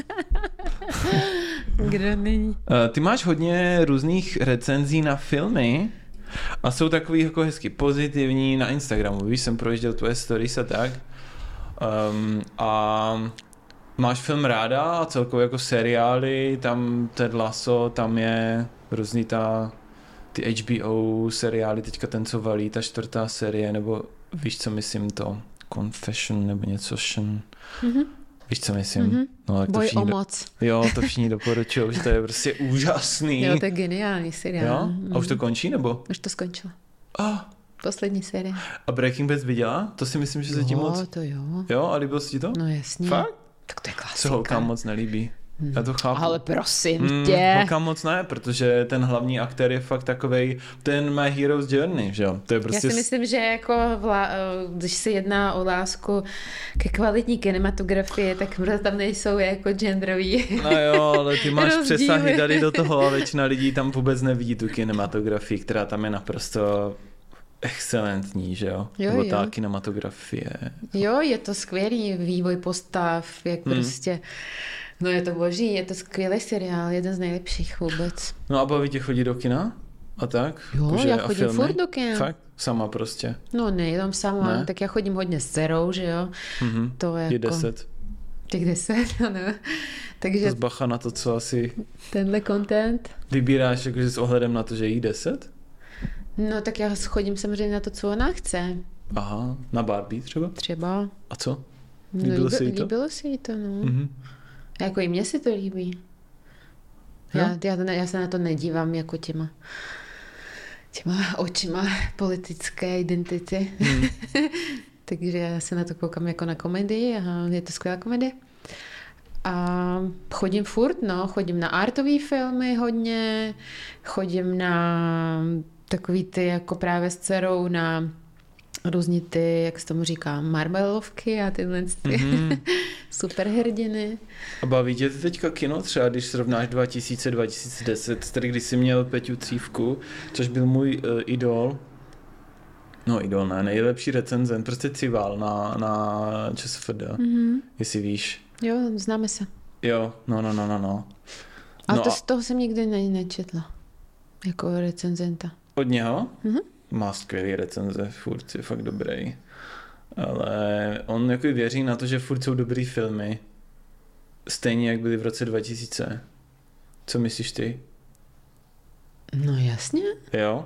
Kdo není? Ty máš hodně různých recenzí na filmy a jsou takový jako hezky pozitivní na Instagramu. Víš, jsem projížděl tvoje stories a tak. Um, a máš film ráda a celkově jako seriály, tam Ted Lasso, tam je různý ta ty H B O seriály, teďka ten, co valí, ta čtvrtá série, nebo víš, co myslím to? Confession nebo něco šen. Mm-hmm. Víš, co myslím? Mm-hmm. No, tak to Boj všichni o do... moc. Jo, to všichni doporučují, že to je prostě úžasný. Jo, to je geniální seriál. Jo? A už to končí, nebo? Už to skončilo. Ah. Poslední série. A Breaking Bad viděla? To si myslím, že se ti moc... Jo, to jo. Jo, a líbilo se ti to? No jasně. Fakt? Tak to je klasika. Se holkám moc nelíbí. Hmm. Já to chápu. Ale prosím hmm, tě. Holkám moc ne, protože ten hlavní aktér je fakt takovej ten My Hero's Journey, že jo? To je prostě... Já si myslím, že jako vla, když se jedná o lásku ke kvalitní kinematografii, tak tam nejsou jako genderový No jo, ale ty máš rozdíly. přesahy tady do toho a většina lidí tam vůbec nevidí tu kinematografii, která tam je naprosto excelentní, že jo? Jo, Nebo jo. ta kinematografie. Jo, je to skvělý vývoj postav, jak hmm. prostě... No je to boží, je to skvělý seriál, jeden z nejlepších vůbec. No a baví tě chodit do kina? A tak? Jo, Kože já chodím furt do kina. Fakt? Sama prostě? No nejenom sama, ne? Tak já chodím hodně s dcerou, že jo? Mm-hmm. To je je jako... deset. Těch deset, ano. Takže... To zbacha na to, co asi... Tenhle content. Vybíráš jakože s ohledem na to, že jí deset? No tak já chodím samozřejmě na to, co ona chce. Aha, na Barbie třeba? Třeba. A co? Líbilo se jí to? Líbilo se jí to, no. Mm-hmm. Jako i mně se to líbí. Já, já, to ne, já se na to nedívám jako těma, těma očima politické identity. Mm. Takže já se na to koukám jako na komedii a je to skvělá komedie. A chodím furt, no, chodím na artové filmy hodně, chodím na takový ty jako právě s dcerou na různý ty, jak se tomu říká, Marvelovky a tyhle ty mm-hmm. superhrdiny. A baví tě teďka kino třeba, když srovnáš dva tisíce dva tisíce deset, tedy když jsi měl Peťu Cívku, což byl můj uh, idol, no idol ne, nejlepší recenzent, prostě Cival na, na ČSFD, mm-hmm. jestli víš. Jo, známe se. Jo, no, no, no, no, no. Ale no to, a... z toho jsem nikdy ne, nečetla, jako recenzenta. Od něho? Mm-hmm. Má skvělý recenze, furt je fakt dobrý. Ale on jako věří na to, že furt jsou dobrý filmy. Stejně jak byly v roce dva tisíce. Co myslíš ty? No jasně. Jo?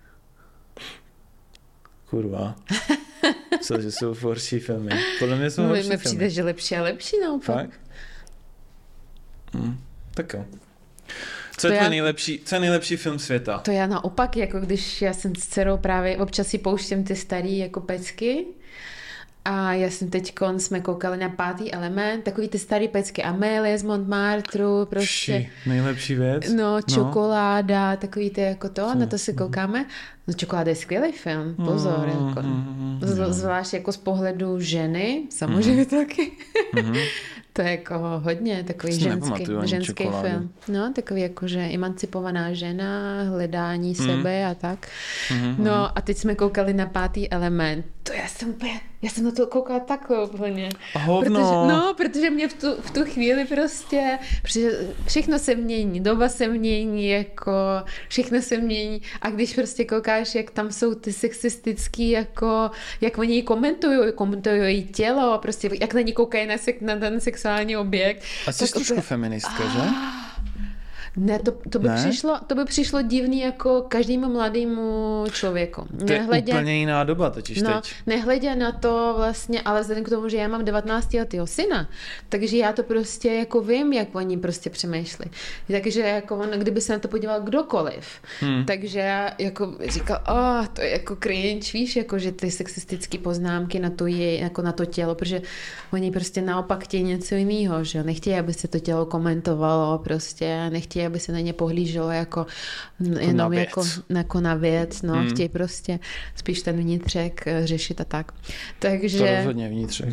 Kurva. Co, že jsou horší filmy. Podle mě jsou no, horší mi filmy. přijde, že lepší a lepší naopak. Fakt? Hm, tak jo. Co je, já, nejlepší, co je nejlepší film světa? To já naopak, jako když já jsem s dcerou právě, občas si pouštím ty starý jako pecky a já jsem teďkon, jsme koukali na Pátý element, takový ty starý pecky, Amélie z Montmartru, prostě. Vši, nejlepší věc. No, čokoláda, no. Takový ty jako to, co? Na to si koukáme. No, Čokoláda je skvělý film, pozor, mm, jako. Mm, Z, zvlášť jako z pohledu ženy, samozřejmě mm. taky. Mm. To je jako hodně takový Jsi ženský, ženský film. No, takový jako, že emancipovaná žena, hledání mm. sebe a tak. Mm. No a teď jsme koukali na Pátý element. To já jsem úplně, já jsem na to koukala takhle úplně. Hovno. Protože, no, protože mě v tu, v tu chvíli prostě, protože všechno se mění, doba se mění, jako všechno se mění a když prostě koukáš, jak tam jsou ty sexistický, jako, jak oni komentují, komentují její tělo, prostě jak na ní koukají na, sek, na ten sexuální objekt. A jsi trošku by... feministka, že? Ne, to, to, by ne? Přišlo, to by přišlo divný jako každému mladému člověku. To je nehledě, úplně jiná doba totiž no, teď. Nehledě na to vlastně, ale vzhledem k tomu, že já mám devatenáctiletého syna, takže já to prostě jako vím, jak oni prostě přemýšlí. Takže jako on, kdyby se na to podíval kdokoliv, hmm. takže já jako říkal, oh, to je jako cringe, víš, jako že ty sexistické poznámky na to, je, jako na to tělo, protože oni prostě naopak chtějí něco jiného, že nechtějí, aby se to tělo komentovalo prostě, nechtějí, aby se na ně pohlíželo jako, jako jenom na jako, jako na věc, no, hmm. chtějí prostě spíš ten vnitřek řešit a tak. Takže... To rozhodně vnitřek.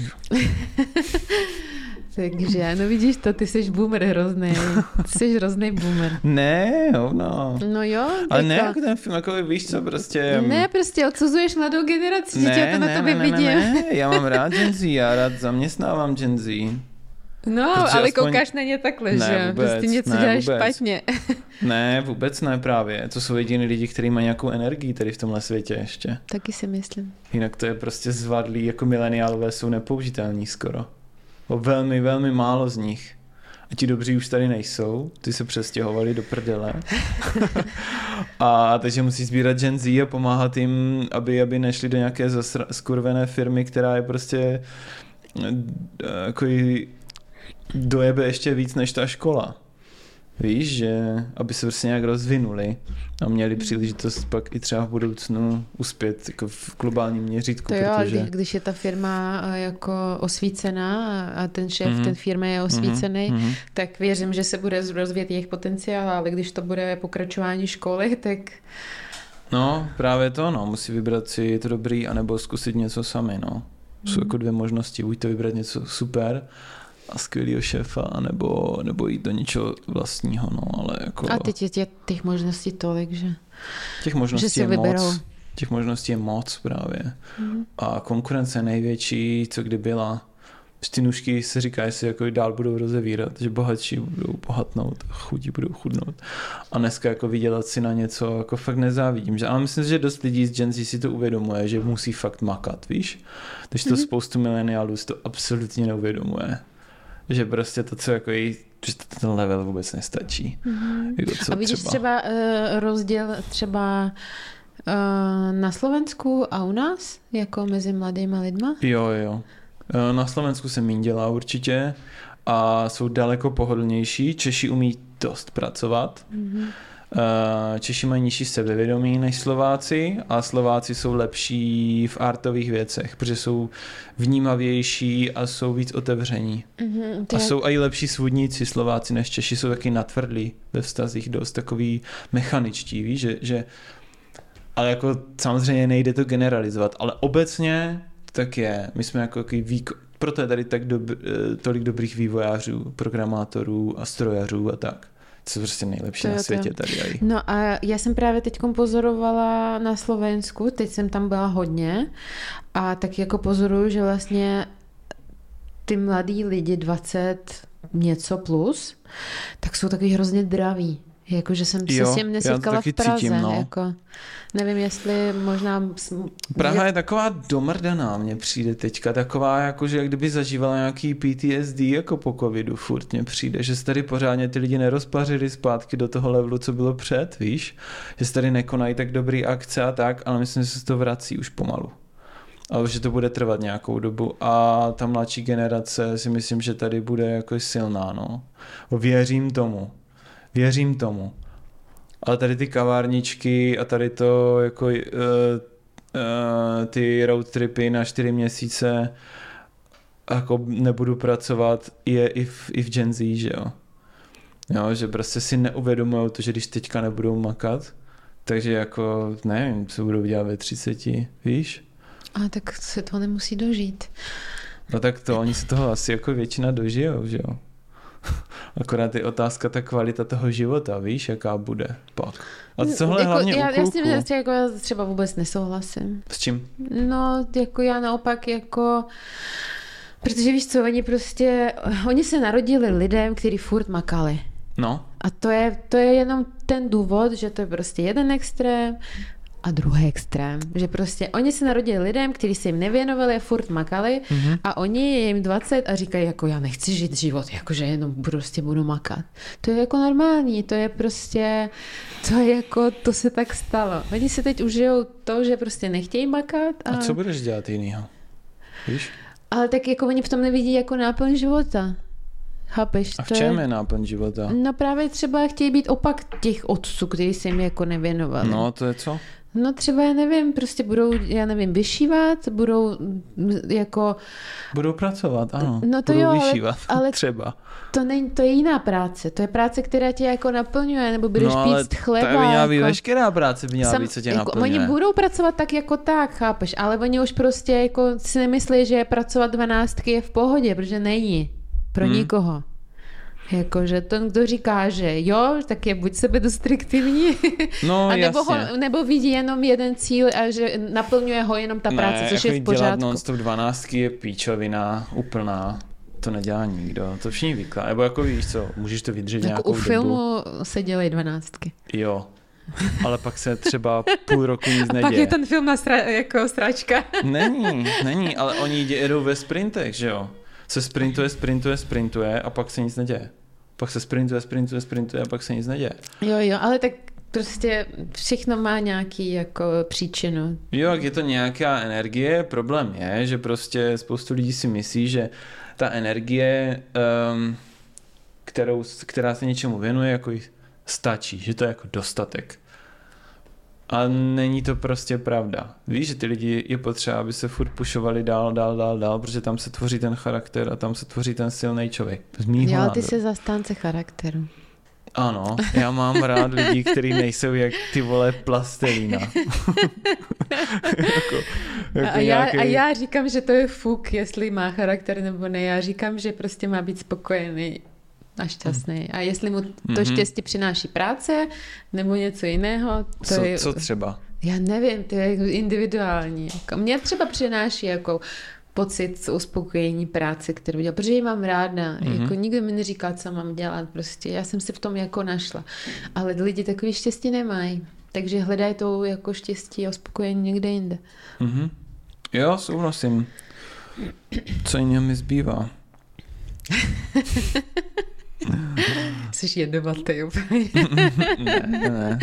Takže, no vidíš to, ty jsi boomer hrozný. Ty jsi hrozný boomer. Ne, no. No jo. Ale ne, jako ten film, jako víš co, prostě... Ne, prostě odsuzuješ mladou generaci, ne, já to ne, na tobě ne, vidím. Ne, ne, já mám rád Gen Z, já rád zaměstnávám Gen Z. No, protože ale aspoň... koukáš na ně takhle, ne, že? Vůbec, prostě něco ne, děláš vůbec. špatně. Ne, vůbec ne právě. To jsou jediný lidi, kteří mají nějakou energii tady v tomhle světě ještě. Taky si myslím. Jinak to je prostě zvadlý, jako mileniálové jsou nepoužitelní skoro. O velmi, velmi málo z nich. A ti dobří už tady nejsou, ty se přestěhovali do prdele. A takže musí sbírat Gen Z a pomáhat jim, aby, aby nešli do nějaké zasra- skurvené firmy, která je prostě jako dojebe ještě víc než ta škola. Víš, že aby se prostě nějak rozvinuli a měli příležitost pak i třeba v budoucnu uspět jako v globálním měřítku. To jo, protože... když, když je ta firma jako osvícená a ten šéf mm-hmm. ten firmy je osvícený, mm-hmm. tak věřím, že se bude rozvíjet jejich potenciál, ale když to bude pokračování školy, tak... No, právě to, no, musí vybrat si je to dobrý, anebo zkusit něco sami, no. Jsou mm. jako dvě možnosti, buď to vybrat něco super a skvělýho šéfa, anebo, nebo jít do něčeho vlastního, no, ale jako... A teď je tě, těch možností tolik, že... Těch možností že je vyberou. moc. Těch možností je moc právě. Mm. A konkurence je největší, co kdy byla. Ty nůžky se říká, jestli jako dál budou rozevírat, že bohatší budou bohatnout a chudí budou chudnout. A dneska jako vydělat si na něco, jako fakt nezávidím. Ale myslím, že dost lidí z Gen Z si to uvědomuje, že musí fakt makat, víš? Takže to mm-hmm. spoustu mileniálů si to absolutně neuvědomuje. Že prostě to, co jako jí, že ten level vůbec nestačí. Mm-hmm. Jako co a vidíš třeba, třeba uh, rozdíl třeba uh, na Slovensku a u nás, jako mezi mladými lidma? Jo, jo. Na Slovensku se míň dělá určitě a jsou daleko pohodlnější. Češi umí dost pracovat. Mm-hmm. Češi mají nižší sebevědomí než Slováci a Slováci jsou lepší v artových věcech, protože jsou vnímavější a jsou víc otevření. Mm-hmm, a jsou i lepší svůdníci Slováci než Češi, jsou taky natvrdlí ve vztazích, dost takový mechaničtí, víš, že, že ale jako samozřejmě nejde to generalizovat, ale obecně tak je. My jsme jako takový výko... proto je tady tak dob... tolik dobrých vývojářů, programátorů a strojařů a tak. To jsou prostě nejlepší to na světě to. Tady. Aj. No a já jsem právě teď pozorovala na Slovensku, teď jsem tam byla hodně a tak jako pozoruju, že vlastně ty mladí lidi dvacet něco plus, tak jsou takový hrozně draví. Jakože jsem se s tím nesetkala v Praze. Cítím, no. Jako, nevím, jestli možná... Praha je taková domrdaná, mně přijde teďka. Taková, jakože jak kdyby zažívala nějaký P T S D jako po covidu. Furt mně přijde, že se tady pořádně ty lidi nerozpařili zpátky do toho levelu, co bylo před, víš? Že se tady nekonají tak dobrý akce a tak, ale myslím, že se to vrací už pomalu. Ale že to bude trvat nějakou dobu. A ta mladší generace si myslím, že tady bude jako silná, no. Věřím tomu. Věřím tomu. Ale tady ty kavárničky a tady to jako uh, uh, ty road tripy na čtyři měsíce jako nebudu pracovat je i v, i v Gen Z, že jo. Jo, že prostě si neuvědomujou to, že když teďka nebudou makat, takže jako nevím, co budou dělat ve třiceti, víš? A tak se to nemusí dožít. No tak to, oni se toho asi jako většina dožijou, že jo. Akorát je otázka ta kvalita toho života, víš, jaká bude pak. A tohle jako, hlavně já, u kluků. Já s tím jako já třeba vůbec nesouhlasím. S čím? No, jako já naopak jako... Protože víš co, oni prostě... Oni se narodili lidem, kteří furt makali. No. A to je, to je jenom ten důvod, že to je prostě jeden extrém a druhý extrém. Že prostě oni se narodili lidem, kteří se jim nevěnovali a furt makali mm-hmm. a oni je jim dvacet a říkají jako já nechci žít život, jakože jenom prostě budu makat. To je jako normální, to je prostě, to je jako, to se tak stalo. Oni si teď užijou to, že prostě nechtějí makat. A, a co budeš dělat jinýho? Víš? Ale tak jako oni v tom nevidí jako náplň života. Chápeš? A v čem je, je náplň života? No právě třeba chtějí být opak těch otců, kteří se jim jako nevěnovali. No to je co? No třeba, já nevím, prostě budou, já nevím, vyšívat, budou jako... Budou pracovat, ano. No to budou jo, vyšívat, ale, ale třeba. To, není, to je jiná práce, to je práce, která tě jako naplňuje, nebo budeš no, pít chleba. No ale by měla být jako, veškerá práce, by měla sam, být, co tě jako, naplňuje. Oni budou pracovat tak jako tak, chápeš, ale oni už prostě jako si nemyslí, že pracovat dvanáctky je v pohodě, protože není pro hmm. nikoho. Jakože ten, kdo říká, že jo, tak je buď sebedestruktivní, no, a nebo, ho, jasně. nebo vidí jenom jeden cíl a že naplňuje ho jenom ta práce, ne, což jako je v pořádku. dělat non-stop dvanáctky je píčovina úplná. To nedělá nikdo, to všichni vykládá. Nebo jako víš co, můžeš to vydržet jako nějakou u filmu dobu. Se dělají dvanáctky. Jo, ale pak se třeba půl roku nic neděje. A pak je ten film na stra- jako sračka. Není, není, ale oni jedou ve sprintech, že jo. Se sprintuje, sprintuje, sprintuje a pak se nic neděje. Pak se sprintuje, sprintuje, sprintuje a pak se nic neděje. Jo, jo, ale tak prostě všechno má nějaký jako příčinu. Jo, jak je to nějaká energie, problém je, že prostě spoustu lidí si myslí, že ta energie, um, kterou, která se něčemu věnuje, jako stačí, že to je jako dostatek. A není to prostě pravda. Víš, že ty lidi je potřeba, aby se furt pušovali dál, dál, dál, dál, protože tam se tvoří ten charakter a tam se tvoří ten silný člověk. Jo, ale ty jsi zastánce charakteru. Ano, já mám rád lidí, kteří nejsou jak ty vole plastelína. jako, jako a, já, nějaký... a já říkám, že to je fuk, jestli má charakter nebo ne. Já říkám, že prostě má být spokojený a šťastný. A jestli mu to mm-hmm. štěstí přináší práce nebo něco jiného, to co, je... Co třeba? Já nevím, to je individuální. Mě třeba přináší jako pocit uspokojení práce, kterou dělám, protože ji mám ráda. Mm-hmm. Jako nikdo mi neříká, co mám dělat. Prostě já jsem se v tom jako našla. Ale lidi takový štěstí nemají. Takže hledají to jako štěstí a uspokojení někde jinde. Mm-hmm. Jo, souhlasím. Co jiného mi zbývá? Jsi jedovatý úplně. ne, ne.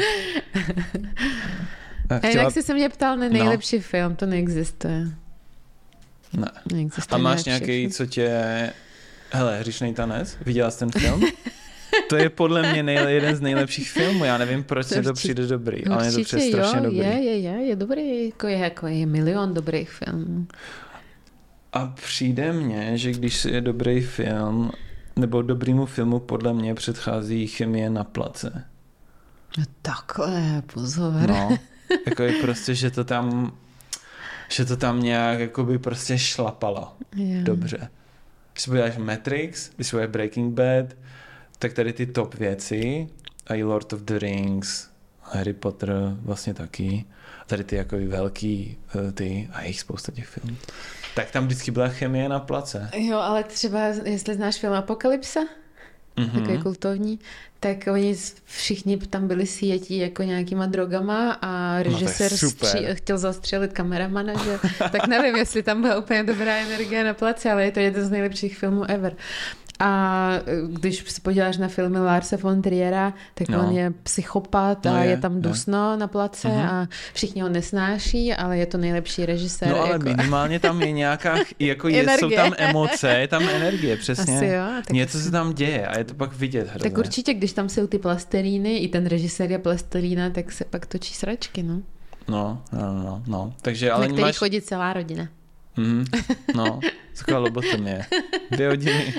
A, a chtěla... jak jsi se mě ptal na nejlepší no. film, to neexistuje. Ne. Neexistuje A máš nejlepší nějaký, film. co tě... Hele, Hříšnej tanec? Viděla jsi ten film? To je podle mě nejle, jeden z nejlepších filmů. Já nevím, proč se to přijde dobrý, ale je to přes strašně jo, dobrý. je, je, je, je dobrý. Jako je, jako je milion dobrých filmů. A přijde mně, že když je dobrý film, nebo dobrýmu filmu podle mě předchází chemie na place. No takhle, pozor. No, jako je prostě, že to tam, že to tam nějak jakoby prostě šlapalo. Je. Dobře. Když se podíváš Matrix, když se podíváš Breaking Bad, tak tady ty top věci, a i Lord of the Rings, Harry Potter vlastně taky, a tady ty jakoby velký ty, a jich spousta těch filmů. Tak tam vždycky byla chemie na place. Jo, ale třeba, jestli znáš film Apokalypsa, Mm-hmm. takový kultovní, tak oni všichni tam byli sjetí jako nějakýma drogama a režisér no stří- chtěl zastřelit kameramana, že? Tak nevím, jestli tam byla úplně dobrá energie na place, ale je to jeden z nejlepších filmů ever. A když se podíváš na filmy Larsa von Triera, tak no. on je psychopat no a je, je tam dusno je. na place uh-huh. a všichni ho nesnáší, ale je to nejlepší režisér. No ale jako... minimálně tam je nějaká, jako je, jsou tam emoce, je tam energie, přesně. Asi jo, tak něco asi. se tam děje a je to pak vidět hrozně. Tak určitě, když tam jsou ty plastelíny, i ten režisér je plastelína, tak se pak točí sračky, no. No, no, no, no. Takže ale na který máš... chodí celá rodina. Mm, no, taková lobotomie. Dvě hodiny.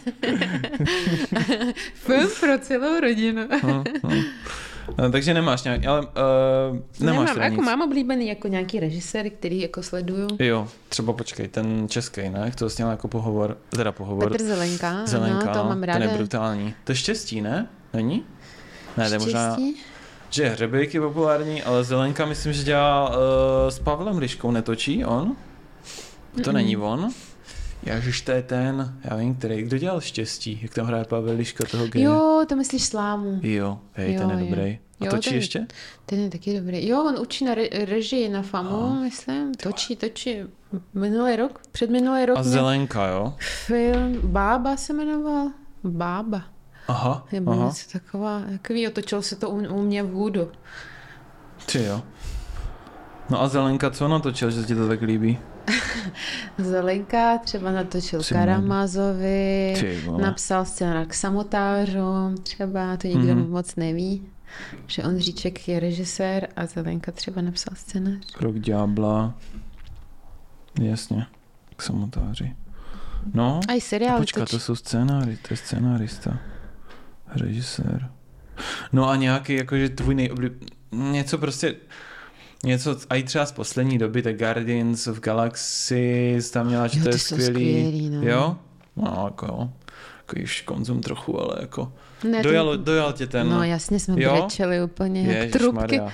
Film pro celou rodinu. No, no. No, takže nemáš nějak, ale uh, nemáš Nemám, teda jako nic. mám oblíbený jako nějaký režisér, který jako sleduju. Jo, třeba počkej, ten český, ne? To vlastně jako pohovor, teda pohovor. Petr Zelenka, Zelenka, ano, to mám ráda. ten je brutální. To je Štěstí, ne? Není? Ne, to je možná, Štěstí? že Hřebejk je populární, ale Zelenka myslím, že dělá uh, s Pavlem Liškou, netočí on? To Mm-mm. není on? Ježiš, to je ten, já vím, který, kdo dělal Štěstí, jak tam hraje Pavel Liška, toho geje. Jo, to myslíš Slámu. Jo, hej, Jo, ten je jo. dobrý. A Jo, točí ten- ještě? Ten je taky dobrý. Jo, on učí na re- režii na FAMu, Aha. myslím. Točí, točí. Minulý rok, předminulý rok. A měl Zelenka, jo? film Bába se jmenoval. Bába. Aha, Nebo aha, něco taková, takový, otočil se to u, u mě v Woodu. ty jo. No a Zelenka, co natočil, že se ti to tak líbí? Zelenka třeba natočil Jsi Karamazovi, Ty vole. napsal scénář k Samotářům, třeba to nikdo Mhm. moc neví, že Ondříček je režisér a Zelenka třeba napsal scénář. Krok ďábla. Jasně, k samotáři. No, A i seriál počkat, točí. to jsou scénáři, to je scénárista. Režisér. No a nějaký, jakože tvůj nejoblíb... Něco prostě... Něco, a i třeba z poslední doby, tak Guardians of Galaxy, tam měla, že Jo, to je ty jsou skvělý. skvělý, no. Jo? No, jako jo. Jako již konzum trochu, ale jako... Ne, Dojal, ten- dojal tě ten... No jasně jsme Jo? brečeli úplně jak trubky. Ježišmarja.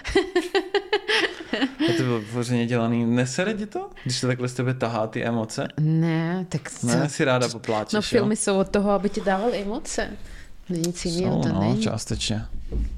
A to bylo pořádně dělaný. Nesere ti to? Když to takhle z tebe tahá ty emoce? Ne, tak co? Ne, si ráda popláčeš, No jo? filmy jsou od toho, aby ti dávaly emoce. Nic jiného to no, není. částečně.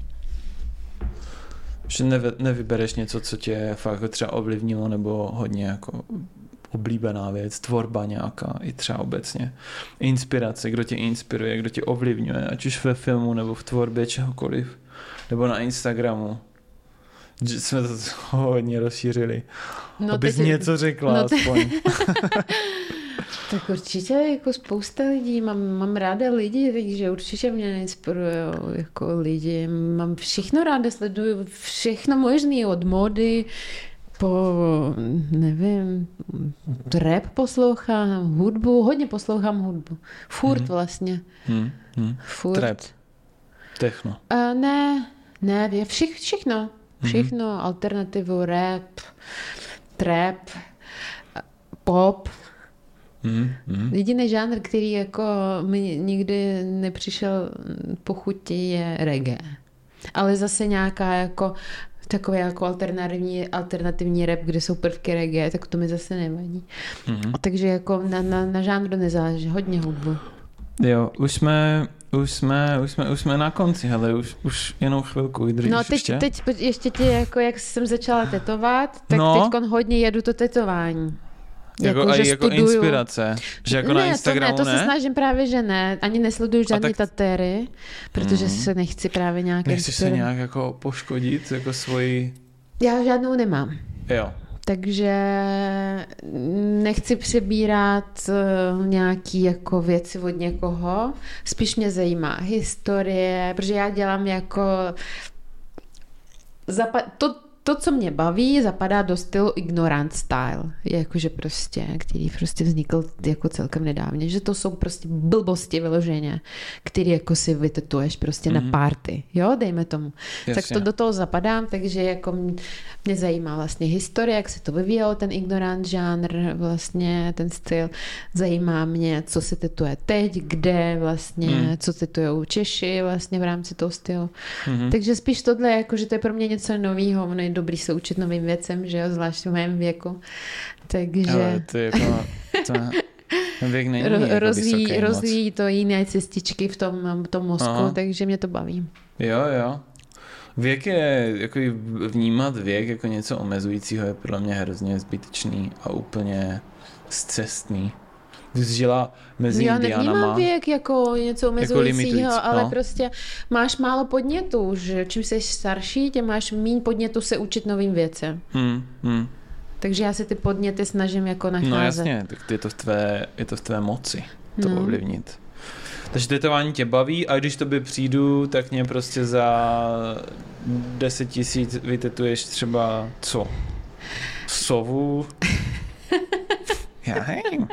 Že nevy, nevybereš něco, co tě fakt třeba ovlivnilo, nebo hodně jako oblíbená věc, tvorba nějaká, i třeba obecně. Inspirace, kdo tě inspiruje, kdo tě ovlivňuje, ať už ve filmu, nebo v tvorbě čehokoliv. Nebo na Instagramu. Že jsme to hodně rozšířili. No, Abys teď- něco řekla no te- aspoň. Tak určitě jako spousta lidí, mám, mám ráda lidi, takže určitě mě inspirují jako lidi. Mám všechno ráda, sleduju všechno možné, od mody po, nevím, rap poslouchám, hudbu, hodně poslouchám hudbu. Furt Mhm. vlastně. Hmm, hmm. Furt. Trap. Techno. Uh, ne, ne, je všich, všechno. Všechno, mm-hmm. alternativu, rap, trap, pop. Hmm, hmm. Jediný žánr, který jako mi nikdy nepřišel po chuti, je reggae. Ale zase nějaká jako takový jako alternativní, alternativní rap, kde jsou prvky reggae, tak to mi zase nevadí. Hmm. Takže jako na, na, na žánru nezáleží, hodně hudbu. Jo, už jsme, už jsme, už jsme, už jsme na konci, hele, už, už jenom chvilku vydržíš No teď, ještě? teď ještě ti, jako jak jsem začala tetovat, tak No. teď hodně jedu to tetování. Jako, Jako, a že jako studuju. inspirace, že jako ne, na Instagramu to ne, to ne? se snažím právě, že ne. Ani nesleduju žádný tak- tatéry, protože Mm. se nechci právě nějak Nechceš se inspirovat. nějak jako poškodit, jako svoji... Já žádnou nemám. Jo, Takže nechci přebírat nějaký jako věci od někoho. Spíš mě zajímá historie, protože já dělám jako zapa- to, to, co mě baví, zapadá do stylu ignorant style. Jakože prostě, který prostě vznikl jako celkem nedávně. Že to jsou prostě blbosti vyloženě, který jako si vytetuješ prostě mm-hmm. na party. Jo, dejme tomu. Jasně. Tak to do toho zapadám, takže jako mě zajímá vlastně historie, jak se to vyvíjelo, ten ignorant žánr, vlastně ten styl. Zajímá mě, co se tetuje teď, kde vlastně, mm. co tetujou Češi vlastně v rámci toho stylu. Mm-hmm. Takže spíš tohle, jako, že to je pro mě něco novýho, ono je dobrý se učit novým věcem, že jo, zvlášť v mém věku. Takže... Ale to je jako... To... Věk není Ro- jako rozvíjí, rozvíjí to jiné cestičky v tom, tom mozku, aha. takže mě to baví. Jo, jo. Věk je, jako vnímat věk jako něco omezujícího je podle mě hrozně zbytečný a úplně zcestný. Ty jsi žila mezi Já indiánama. nevnímám věk jako něco omezujícího, jako ale no. prostě máš málo podnětů, že čím jsi starší, tím máš méně podnětů se učit novým věcem. Hmm, hmm. Takže já se ty podněty snažím jako nacházet. No jasně, tak je to v tvé, je to v tvé moci to no. ovlivnit. Takže tetování tě baví a když tobě přijdu, tak mě prostě za deset tisíc vytetuješ třeba co? Sovu? Já nevím.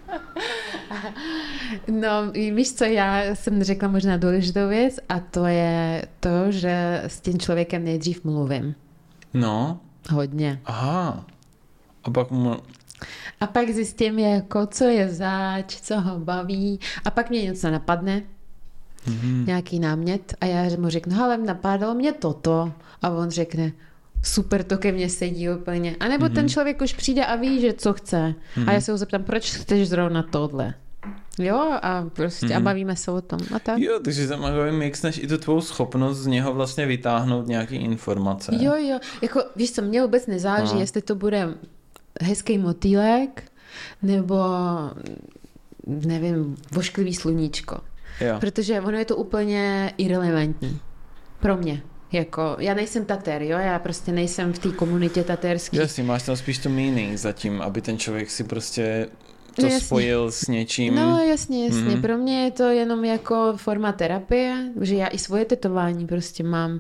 No, víš co, já jsem řekla možná důležitou věc a to je to, že s tím člověkem nejdřív mluvím. No. Hodně. Aha. A pak mu... A pak zjistím, jako, co je zač, co ho baví. A pak mě něco napadne, mm-hmm. nějaký námět a já mu řeknu, ale napadlo mě toto. A on řekne, super, to ke mně sedí úplně. A nebo mm-hmm. ten člověk už přijde a ví, že co chce. Mm-hmm. A já se ho zeptám, proč chceš zrovna tohle? Jo, a prostě mm-hmm. a bavíme se o tom. A tak. Jo, takže zajímavý mixneš i tu tvou schopnost z něho vlastně vytáhnout nějaký informace. Jo, jo. Jako, víš co, mě vůbec nezáleží, no. jestli to bude hezký motýlek, nebo nevím, vošklivý sluníčko. Jo. Protože ono je to úplně irelevantní. Pro mě. Jako, já nejsem tatér, jo, já prostě nejsem v té komunitě tatérský. Jasně, máš tam spíš to meaning zatím, aby ten člověk si prostě to jasně. spojil s něčím. No jasně, jasně. Mm-hmm. Pro mě je to jenom jako forma terapie, že já i svoje tetování prostě mám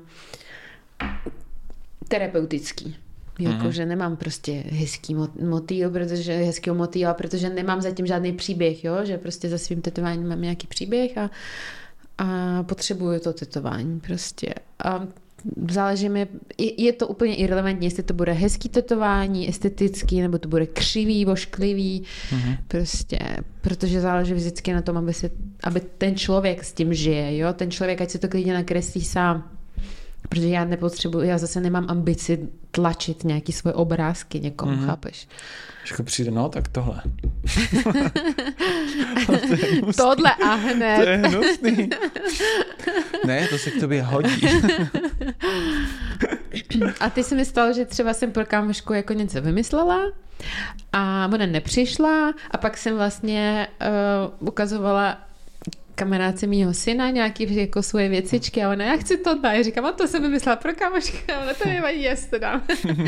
terapeutický. Jako, mm-hmm. že nemám prostě hezký motýl, protože hezkýho motýla, protože nemám zatím žádný příběh, jo, že prostě za svým tetováním mám nějaký příběh a, a potřebuju to tetování prostě. A záleží mi, je to úplně irrelevantní, jestli to bude hezký tetování, estetický, nebo to bude křivý, vošklivý, mm-hmm. prostě, protože záleží vždycky na tom, aby, se, aby ten člověk s tím žije, jo, ten člověk, ať se to klidně nakreslí sám. Protože já nepotřebuji, já zase nemám ambici tlačit nějaký svoje obrázky někomu, mm-hmm. chápeš? Když přijde, no, tak tohle. to tohle a hned. To je hnusný. Ne, to se k tobě hodí. A ty si mi stalo, že třeba jsem pro kámošku jako něco vymyslela a ona nepřišla a pak jsem vlastně uh, ukazovala kamarádce mýho syna nějaký jako svoje věcičky a ona, já chci to dát. Já říkám, a to jsem vymyslela pro kamoška, ale to nevadí, já si to dám.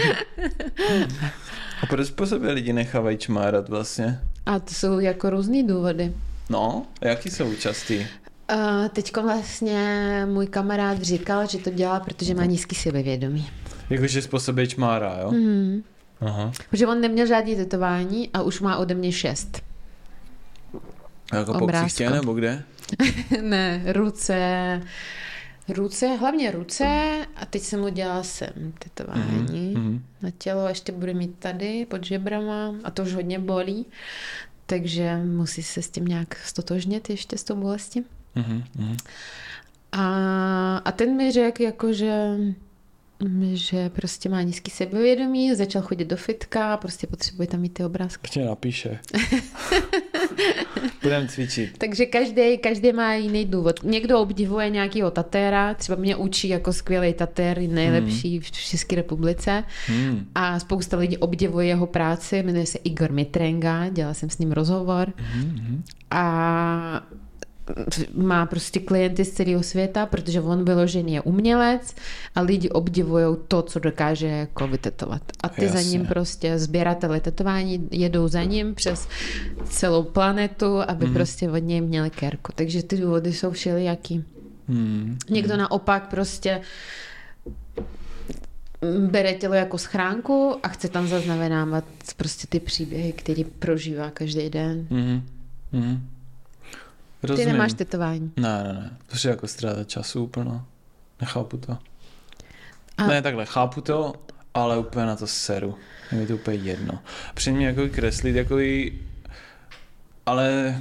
A proč po sobě lidi nechávají čmárat vlastně? A to jsou jako různý důvody. No, jaký jsou častý? Uh, teďko vlastně můj kamarád říkal, že to dělá, protože má nízký sebevědomí. Jakože po sobě čmárá, jo? Mm. Aha. Protože on neměl žádný tetování a už má ode mě šest. Jako po ksichtě nebo kde? Ne, ruce, ruce, hlavně ruce a teď jsem mu dělala sem tetování mm-hmm. na tělo, ještě bude mít tady pod žebrama a to už hodně bolí, takže musí se s tím nějak stotožnit ještě s tou bolestí. Mm-hmm. A, a ten mi řekl, jako, že, že prostě má nízký sebevědomí, začal chodit do fitka, prostě potřebuje tam mít ty obrázky. Ještě napíše. Budeme cvičit. Takže každý, každý má jiný důvod. Někdo obdivuje nějakýho tatéra, třeba mě učí jako skvělý tatér, nejlepší hmm. v České republice hmm. a spousta lidí obdivuje jeho práci, jmenuje se Igor Mitrenga, dělala jsem s ním rozhovor hmm. a má prostě klienty z celého světa, protože on vyložený je umělec a lidi obdivují to, co dokáže jako vytetovat. A ty Jasně. za ním prostě sběrateli tetování jedou za ním přes celou planetu, aby mm. prostě od něj měli kérku. Takže ty důvody jsou všelijaký. Mm. Někdo naopak prostě bere tělo jako schránku a chce tam zaznamenávat prostě ty příběhy, které prožívá každý den. Mm. Mm. Rozumím. Ty nemáš tetování. Ne, ne, ne. To je jako ztráta času úplně. Nechápu to. A... Ne, takhle, chápu to, ale úplně na to seru. Je mi to úplně jedno. Při mě jako kreslit, jako ale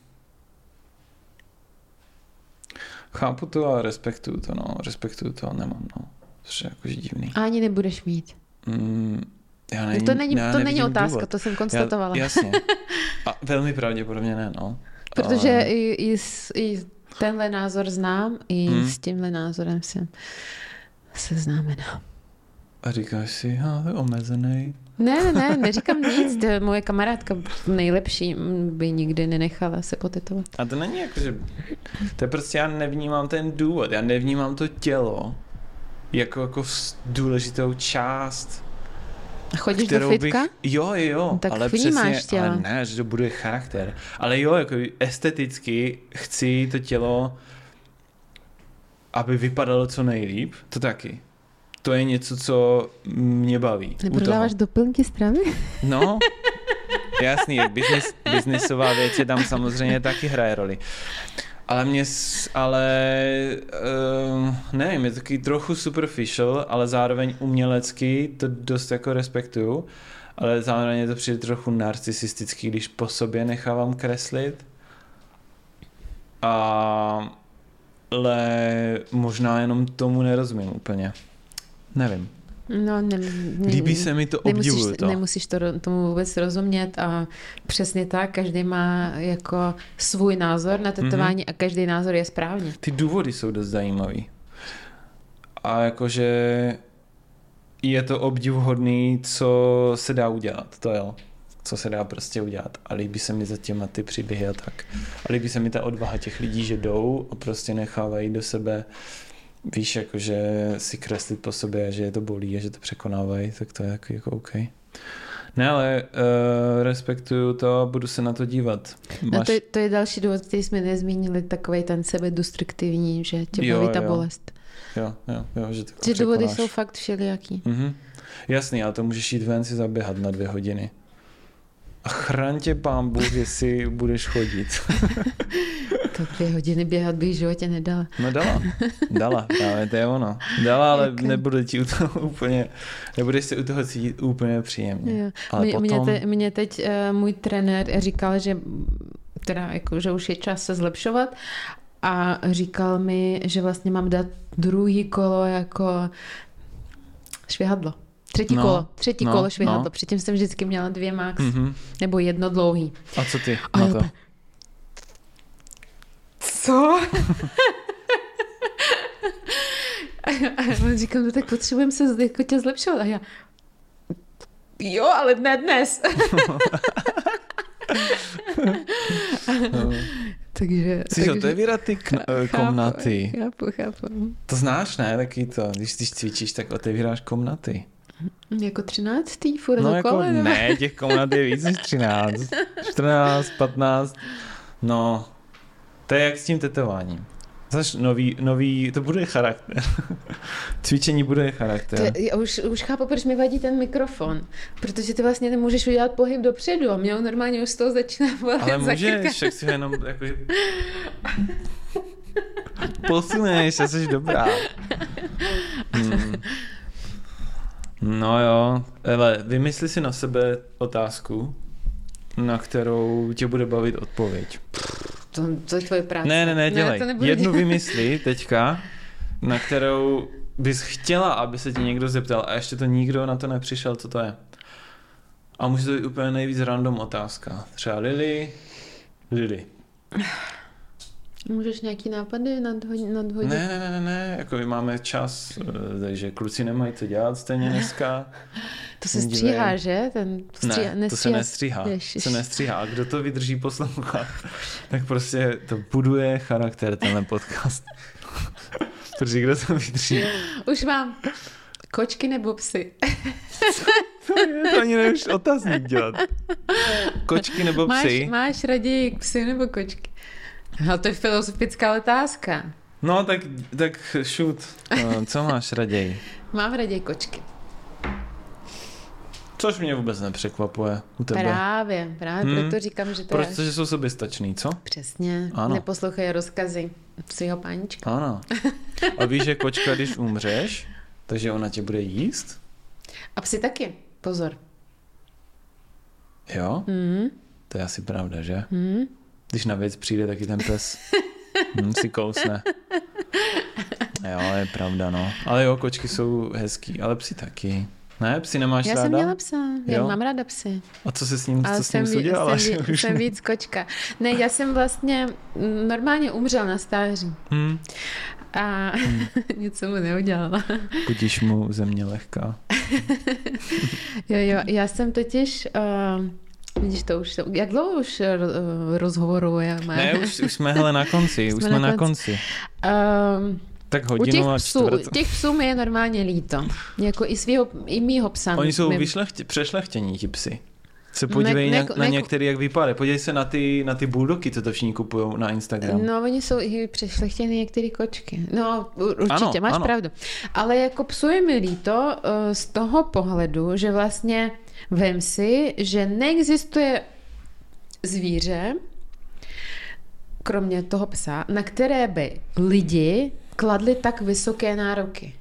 chápu to a respektuju to, no. Respektuju to, ale nemám, no. To je jakože divný. A ani nebudeš mít. Mm, já není, to není, já to není otázka, důvod. To jsem konstatovala. Já, jasně. A velmi pravděpodobně ne, no. Protože ale... i, i, i tenhle názor znám, i hmm. s tímhle názorem jsem se znamená. A říkáš si, ha, to je omezený. Ne, ne, ne, neříkám nic. Moje kamarádka nejlepší by nikdy nenechala se potetovat. A to není jako, že... To je prostě, já nevnímám ten důvod. Já nevnímám to tělo jako, jako důležitou část. Chodíš do fitka? Bych, jo, jo, tak ale přesně, tělo. Ale ne, že to bude charakter. Ale jo, jako esteticky chci to tělo, aby vypadalo co nejlíp, to taky. To je něco, co mě baví. Neprodáváš doplňky stravy? No, jasný, jak business, businessová věc je tam samozřejmě taky hraje roli. Ale mě, ale uh, nevím, je taky trochu superficial, ale zároveň umělecky to dost jako respektuju, ale zároveň je to přijde trochu narcisistický, když po sobě nechávám kreslit. A, ale možná jenom tomu nerozumím úplně. Nevím. No, ne, ne, líbí se mi to, obdivuju nemusíš, to. Nemusíš to, tomu vůbec rozumět a přesně tak, každý má jako svůj názor na tetování mm-hmm. a každý názor je správně. Ty důvody jsou dost zajímavý. A jakože je to obdivuhodný, co se dá udělat, to jo. Co se dá prostě udělat. A líbí se mi za těma ty příběhy a tak. A líbí se mi ta odvaha těch lidí, že jdou a prostě nechávají do sebe, víš, jakože si kreslit po sobě, že je to bolí a že to překonávají, tak to je jako, jako OK. Ne, ale uh, respektuju to a budu se na to dívat. Máš... No to, to je další důvod, který jsme nezmínili, takovej ten sebedestruktivní, že tě baví ta bolest. Jo, jo, jo, že to Ty důvody jsou fakt všelijaký. Mhm. Jasný, ale to můžeš jít ven si zaběhat na dvě hodiny. A chraň tě pán Bůh, jestli budeš chodit. To dvě hodiny běhat bych v životě nedala. No dala, dala, právě to je ono. Dala, ale okay. nebude ti u toho úplně, nebudeš se u toho cítit úplně příjemně. Jo. Ale mě, potom... mě, te, mě teď uh, můj trenér říkal, že, teda, jako, že už je čas se zlepšovat a říkal mi, že vlastně mám dát druhý kolo jako švihadlo. Třetí no, kolo, třetí no, kolo švihadlo. No. Předtím jsem vždycky měla dvě max, mm-hmm. nebo jedno dlouhý. A co ty a na to? Opa. Co? A on říkal, no tak potřebujeme se jako tě zlepšovat. A já, jo, ale ne dnes. no. takže... Chceš takže... otevírat ty k- komnaty? Chápu, chápu. To znáš, ne? Taky to, když, když cvičíš, tak otevíráš komnaty. Jako třináctý furt no do jako kole, ne, těch komnat je víc než třináct. čtrnáct, patnáct. No, to je jak s tím tetováním. Zaš nový, nový, to bude charakter. Cvičení bude charakter. To, já už, už chápu, proč mi vadí ten mikrofon. Protože ty vlastně nemůžeš udělat pohyb dopředu a mě normálně už z toho začíná bolet. Ale můžeš, však si jenom jako... posuneš a jsi dobrá. Hmm. No jo, ale vymysli si na sebe otázku, na kterou tě bude bavit odpověď. To, to je tvoje práce. Ne, ne, ne, dělej. Ne, Jednu dělat. vymysli teďka, na kterou bys chtěla, aby se ti někdo zeptal a ještě to nikdo na to nepřišel, co to je. A může to být úplně nejvíc random otázka. Třeba Lily, Lily. Můžeš nějaký nápady nadhodit? nadhodit? Ne, ne, ne, ne, ne, jako my máme čas, takže kluci nemají co dělat stejně dneska. To se stříhá, že? Ten stříhá, ne, to se nestříhá. Ježiš. se nestříhá. A kdo to vydrží poslouchat, tak prostě to buduje charakter, tenhle podcast. Protože kdo to vydrží? Už mám kočky nebo psy? To, je, to ani nevíš otazník dělat. Kočky nebo psy? Máš, máš raději psy nebo kočky? Ale to je filozofická otázka. No, tak, tak shoot. Co máš raději? Mám raději kočky. Což mě vůbec nepřekvapuje u tebe. Právě, právě hmm. proto říkám, že to Proč, je... Protože jsou soběstační, co? Přesně, ano. Neposlouchají rozkazy svého pánička. Ano. A víš, že kočka, když umřeš, takže ona tě bude jíst? A psi taky, pozor. Jo? Hmm. To je asi pravda, že? Hmm. Když na věc přijde, taky ten pes hm, si kousne. Jo, je pravda, no. Ale jo, kočky jsou hezký, ale psi taky. Ne, psy nemáš já ráda? Já jsem měla psa, já jo? mám ráda psy. A co se s ním, ale co s ním udělala? Jsem, ví, jsem víc kočka. Ne, já jsem vlastně normálně umřel na stáří. Hmm. A hmm. něco mu neudělala. Budíš mu země lehká. jo, jo, já jsem totiž... Uh, vidíš to už, jak dlouho už rozhovorujeme? Ne, už, už jsme hele na konci, jsme už jsme na konci. Uh, Tak hodinu u těch a psů, čtvrt. těch psů mi je normálně líto. Jako i svýho, i mýho psa. Oni jsou my... vyšlechtě, přešlechtění, ti psy. Se podívej ne, ne, na, na ne, některý, jak vypadá. Podívej se na ty, na ty bulldogy, co to všichni kupujou na Instagram. No, oni jsou i přešlechtěny některé kočky. No, určitě, ano, máš ano. pravdu. Ale jako psu je mi líto uh, z toho pohledu, že vlastně vem si, že neexistuje zvíře, kromě toho psa, na které by lidi kladli tak vysoké nároky.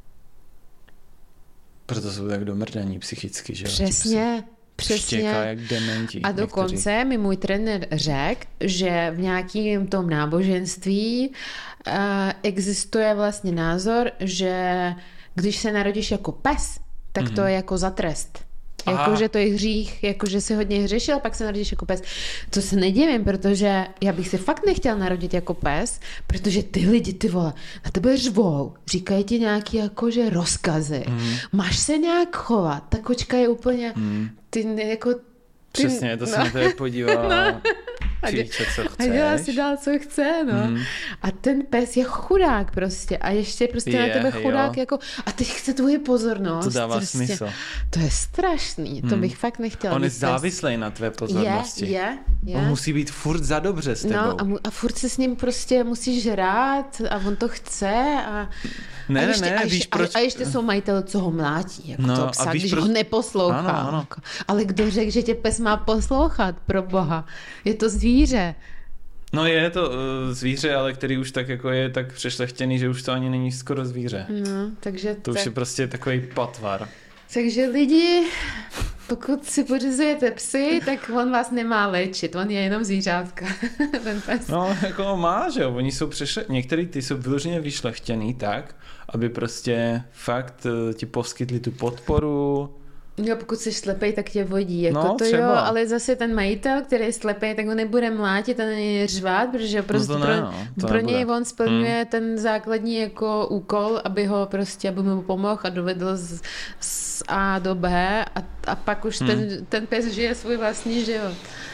Proto jsou tak domrdaní psychicky, že jo? Přesně, přesně. Štěká jak dementi. A dokonce někteří. mi můj trenér řekl, že v nějakém tom náboženství uh, existuje vlastně názor, že když se narodíš jako pes, tak mm-hmm. to je jako za trest. Jakože to je hřích, jakože si hodně hřešil, pak se narodíš jako pes. To se nedivím, protože já bych si fakt nechtěl narodit jako pes, protože ty lidi, ty vole, na tebe řvou, říkají ti nějaký jakože rozkazy. Mm. Máš se nějak chovat, ta kočka je úplně, mm. ty jako... Ty, přesně, to no. se na tebe podívá. No. Příče, co chceš. A dělá si dál, co chce, no. Mm. A ten pes je chudák prostě. A ještě prostě je, na tebe chudák jo. jako... A teď chce tvoji pozornost. To dává prostě. smysl. To je strašný. Mm. To bych fakt nechtěla. On je závislý na tvé pozornosti. Je, je, je. On musí být furt za dobře s tebou. No a, mu, a furt se s ním prostě musíš hrát a on to chce a... Ne, a ještě, ne, ne, a ještě, víš proč... A ještě jsou majitele, co ho mlátí, jako no, toho psa, když proč... ho neposlouchá. Ano, ano. Ale kdo řekl, že tě pes má poslouchat, pro boha? Je to zvíře. No je to uh, zvíře, ale který už tak jako je tak přešlechtěný, že už to ani není skoro zvíře. No, takže... To tak... už je prostě takový patvar. Takže lidi, pokud si pořizujete psy, tak on vás nemá léčit, on je jenom zvířátka, ten pes. No, jako má, že jo, oni jsou přešle... některý ty jsou vyloženě vyšlechtěný tak, aby prostě fakt uh, ti poskytli tu podporu. Jo, pokud jsi slepej, tak tě vodí, jako no, to třeba. Jo, ale zase ten majitel, který je slepej, tak ho nebude mlátit a ne řvát, protože prostě no to ne, no, to pro něj on splňuje hmm. ten základní jako úkol, aby ho prostě, aby mu pomohl a dovedl z, z A do B a, a pak už hmm. ten, ten pes žije svůj vlastní život.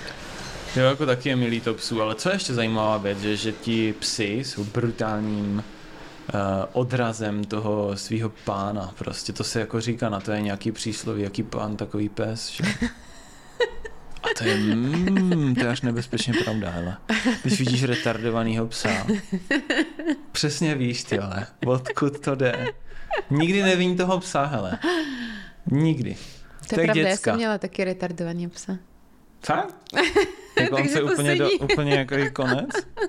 Jo, jako taky je milý to psů, ale co je ještě zajímavá věc, že, že ti psy jsou brutálním Uh, odrazem toho svého pána. Prostě to se jako říká, na to je nějaký přísloví, jaký pán, takový pes. Že? A to je, mm, to je až nebezpečně pravda, hele. Když vidíš retardovanýho psa, přesně víš, tyhle, odkud to jde. Nikdy nevíň toho psa, hele. Nikdy. To je pravda, já jsem měla taky retardovaný psa. Fakt? Jako on se úplně, do, úplně jako i konec?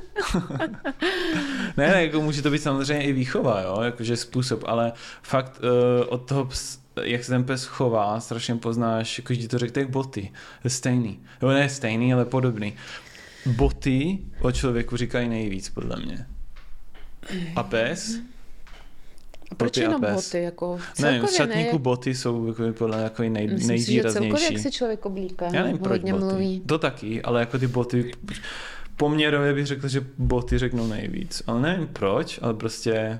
ne, ne, jako může to být samozřejmě i výchova, jo, jakože způsob, ale fakt uh, od toho, ps, jak se ten pes chová, strašně poznáš, jako ti to řekne, jak boty, je stejný. Jo, ne stejný, ale podobný. Boty o člověku říkají nejvíc, podle mě. A pes? A proč jenom boty? Jako ne, v šatníku ne, boty jsou jako, podle jako nej, myslím nejdůraznější. Myslím si, že celkově, jak se člověk oblíká. Já nevím, proč boty. Mluví. To taky, ale jako ty boty poměrově bych řekl, že boty řeknou nejvíc. Ale nevím proč, ale prostě...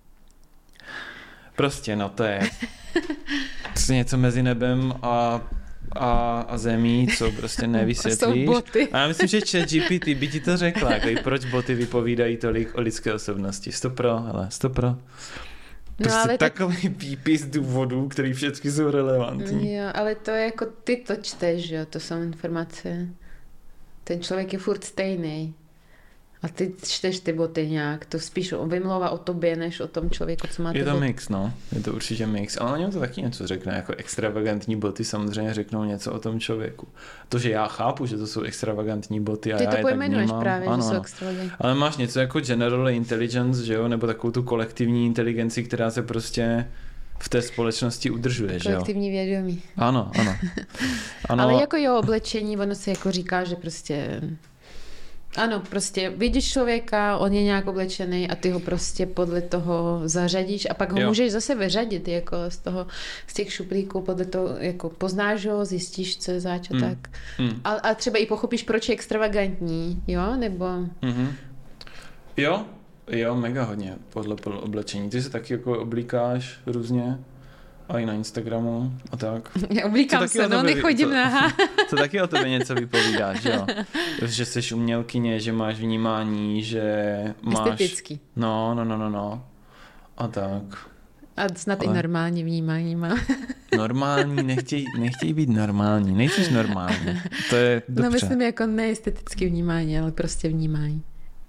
Prostě, no to je... To je něco mezi nebem a, a, a zemí, co prostě nevysvětlíš. A já myslím, že ChatGPT by ti to řekla, jako proč boty vypovídají tolik o lidské osobnosti. Stopro, hele, stopro. Prostě no, ale takový tak... výpis důvodů, který všechny jsou relevantní. Jo, ale to je jako ty to čteš, jo, to jsou informace. Ten člověk je furt stejný. A ty čteš ty boty nějak, to spíš vymlouvá o tobě, než o tom člověku, co má ty Je to boty. mix, no. Je to určitě mix. Ale o něm to taky něco řekne. Jako extravagantní boty samozřejmě řeknou něco o tom člověku. To, že já chápu, že to jsou extravagantní boty a ty já to je tak pojmenuješ právě, ano, že jsou ano. extravagantní. Ale máš něco jako general intelligence, že jo? Nebo takovou tu kolektivní inteligenci, která se prostě v té společnosti udržuje, že jo? Kolektivní vědomí. Ano, ano. ano. Ale jako jeho oblečení, ono se jako říká, že prostě... Ano, prostě vidíš člověka, on je nějak oblečený a ty ho prostě podle toho zařadíš a pak ho jo. můžeš zase vyřadit jako z toho, z těch šuplíků, podle toho jako poznáš ho, zjistíš, co je zač a mm. tak. Mm. A, a třeba i pochopíš, proč je extravagantní, jo, nebo... Mm-hmm. Jo, jo, mega hodně podle oblečení. Ty se taky jako oblíkáš různě. A i na Instagramu a tak. Já oblíkám se, no, nechodím na... To taky o tobě něco vypovídá, že jo? Že jsi umělkyně, že máš vnímání, že máš... Estetický. No, no, no, no, no. A tak. A snad ale... i normální vnímání má. Normální, nechtěj, nechtěj být normální, nejsiš normální. To je dobře. No myslím jako neestetické vnímání, ale prostě vnímání.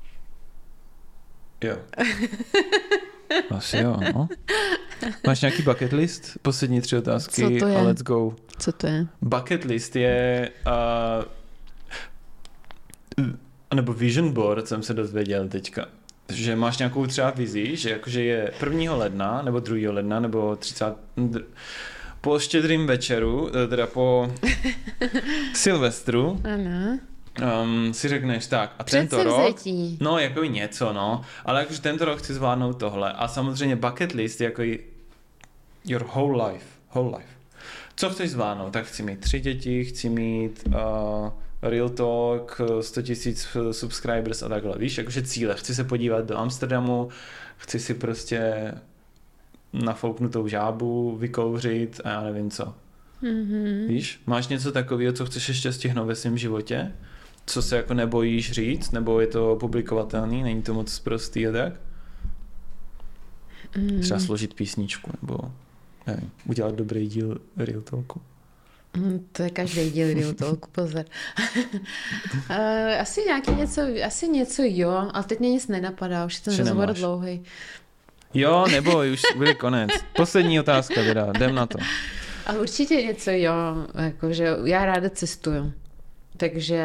Jo. Asi jo, no. Máš nějaký bucket list? Poslední tři otázky. Co to je? A let's go. Co to je? Bucket list je uh, nebo vision board, jsem se dozvěděl teďka. Že máš nějakou třeba vizi, že jakože je prvního ledna, nebo druhého ledna, nebo třicátého po štědrým večeru, teda po Silvestru. Ano. Um, si řekneš tak a tento rok, Předsevzetí. no jako něco, no, ale jakože tento rok chci zvládnout tohle a samozřejmě bucket list jako your whole life, whole life. Co chceš zvládnout? Tak chci mít tři děti, chci mít uh, Real Talk, sto tisíc subscribers a takhle, víš, jakože cíle, chci se podívat do Amsterdamu, chci si prostě nafouknutou žábu vykouřit a já nevím co. Mm-hmm. Víš, máš něco takového, co chceš ještě stihnout ve svém životě? Co se jako nebojíš říct, nebo je to publikovatelný, není to moc prostý a tak? Mm. Třeba složit písničku, nebo nevím, udělat dobrý díl Real Talku. Mm, to je každý díl Real Talku, pozor. uh, asi nějaký něco, asi něco jo, ale teď mě nic nenapadá, už je ten rozhovor dlouhý. Jo, nebo už bude konec. Poslední otázka teda, jdem na to. Ale určitě něco jo, jakože já ráda cestuju. Takže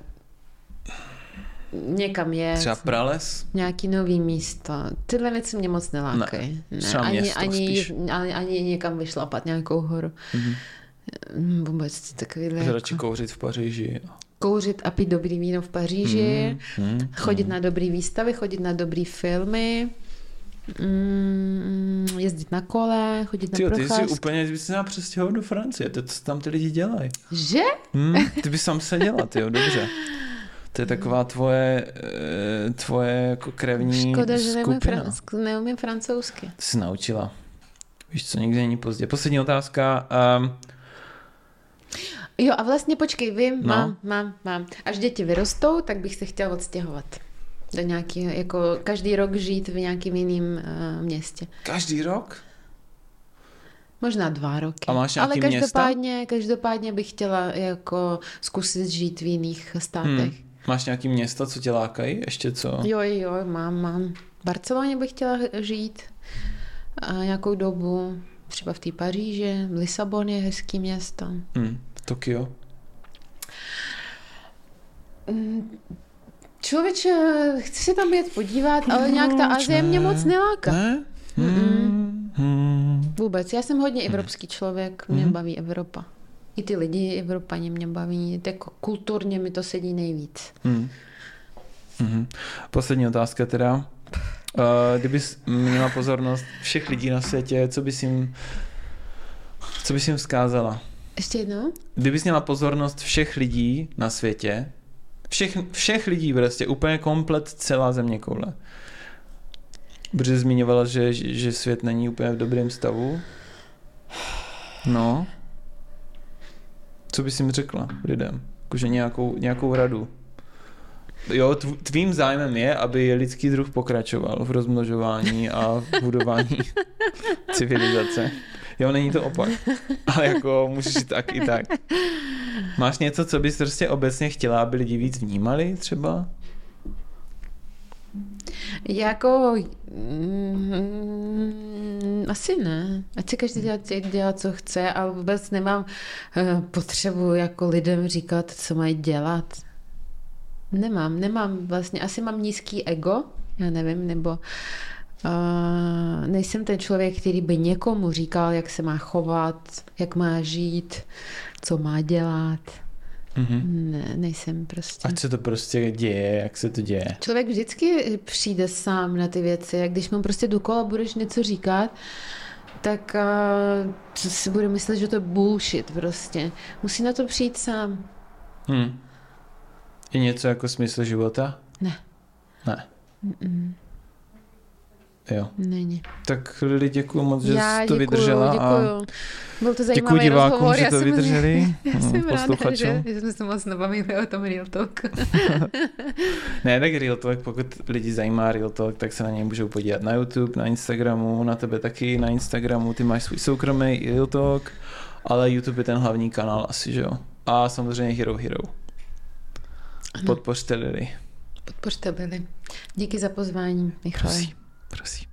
někam je. Třeba prales? Nějaký nový místo. Tyhle věci mě moc nelákají. Ne, třeba ne. město ani, ani, ani, ani někam vyšlapat nějakou horu. Mm-hmm. Vůbec takovýhle. Jako... radši kouřit v Paříži. Kouřit a pít dobrý víno v Paříži. Mm-hmm. Chodit mm-hmm. na dobrý výstavy, chodit na dobrý filmy. Mm, jezdit na kole, chodit na procházky. Ty jsi úplně, ty bys se měla přestěhovat do Francie, to co tam ty lidi dělají. Že? Hmm, ty bys tam seděla, tyjo, dobře. To je taková tvoje, tvoje jako krevní Škoda, že skupina. Škoda, že neumím francouzsky. Ty jsi naučila. Víš co, nikdy není pozdě. Poslední otázka. Um... Jo a vlastně počkej, vím, no. mám, mám, mám. Až děti vyrostou, tak bych se chtěla odstěhovat. Do nějaký, jako každý rok žít v nějakým jiným uh, městě. Každý rok? Možná dva roky. A máš nějaký Ale každopádně, města? každopádně bych chtěla jako zkusit žít v jiných státech. Hmm. Máš nějaký města, co tě lákají? Ještě co? Jo, jo, mám, mám. V Barceloně bych chtěla žít a nějakou dobu. Třeba v té Paříži. Lisabon je hezký město. Hmm. Tokio? Hmm. Člověče, chci se tam jet podívat, ale nějak ta Asie mě moc neláká. Ne? Hmm. Hmm. Vůbec. Já jsem hodně evropský člověk, mě hmm. baví Evropa. I ty lidi Evropani mě baví, jako kulturně mi to sedí nejvíc. Hmm. Hmm. Poslední otázka teda. Uh, kdybys měla pozornost všech lidí na světě, co bys jim, co bys jim vzkázala? Ještě jednou? Kdybys měla pozornost všech lidí na světě, Všech, všech lidí prostě, úplně komplet celá zeměkoule. Protože zmiňovala, že, že svět není úplně v dobrém stavu. No. Co bys jim řekla lidem? Jakože nějakou, nějakou radu. Jo, tvým zájmem je, aby lidský druh pokračoval v rozmnožování a v budování civilizace. Jo, není to opak. Ale jako můžeš tak i tak. Máš něco, co bys prostě obecně chtěla, aby lidi víc vnímali třeba? Jako mm, asi ne. Ať si každý dělá, dělá, co chce a vůbec nemám uh, potřebu jako lidem říkat, co mají dělat. Nemám, nemám vlastně. Asi mám nízký ego, já nevím, nebo uh, nejsem ten člověk, který by někomu říkal, jak se má chovat, jak má žít, co má dělat. Mm-hmm. Ne, nejsem prostě. Ať se to prostě děje, jak se to děje. Člověk vždycky přijde sám na ty věci. A když mu prostě dokola budeš něco říkat, tak uh, si bude myslet, že to je bullshit prostě. Musí na to přijít sám. Hmm. Je něco jako smysl života? Ne. Ne. Mm-mm. Jo. Není. Tak Lili, děkuju moc, že já jsi to děkuju, vydržela. Děkuju. A byl to zajímavý děkuji divákům, rozhovor. že Já to jsem vydrželi. Já jsem ráda, že, že jsme se moc nebavili o tom Real Talk. Ne, tak Real Talk, pokud lidi zajímá Real Talk, tak se na něj můžou podívat na YouTube, na Instagramu, na tebe taky na Instagramu, ty máš svůj soukromý Real Talk, ale YouTube je ten hlavní kanál asi, že jo. A samozřejmě Hero Hero. Podpořte Lili. Podpořte Lili. Díky za pozvání, Michale. Prosím, prosím.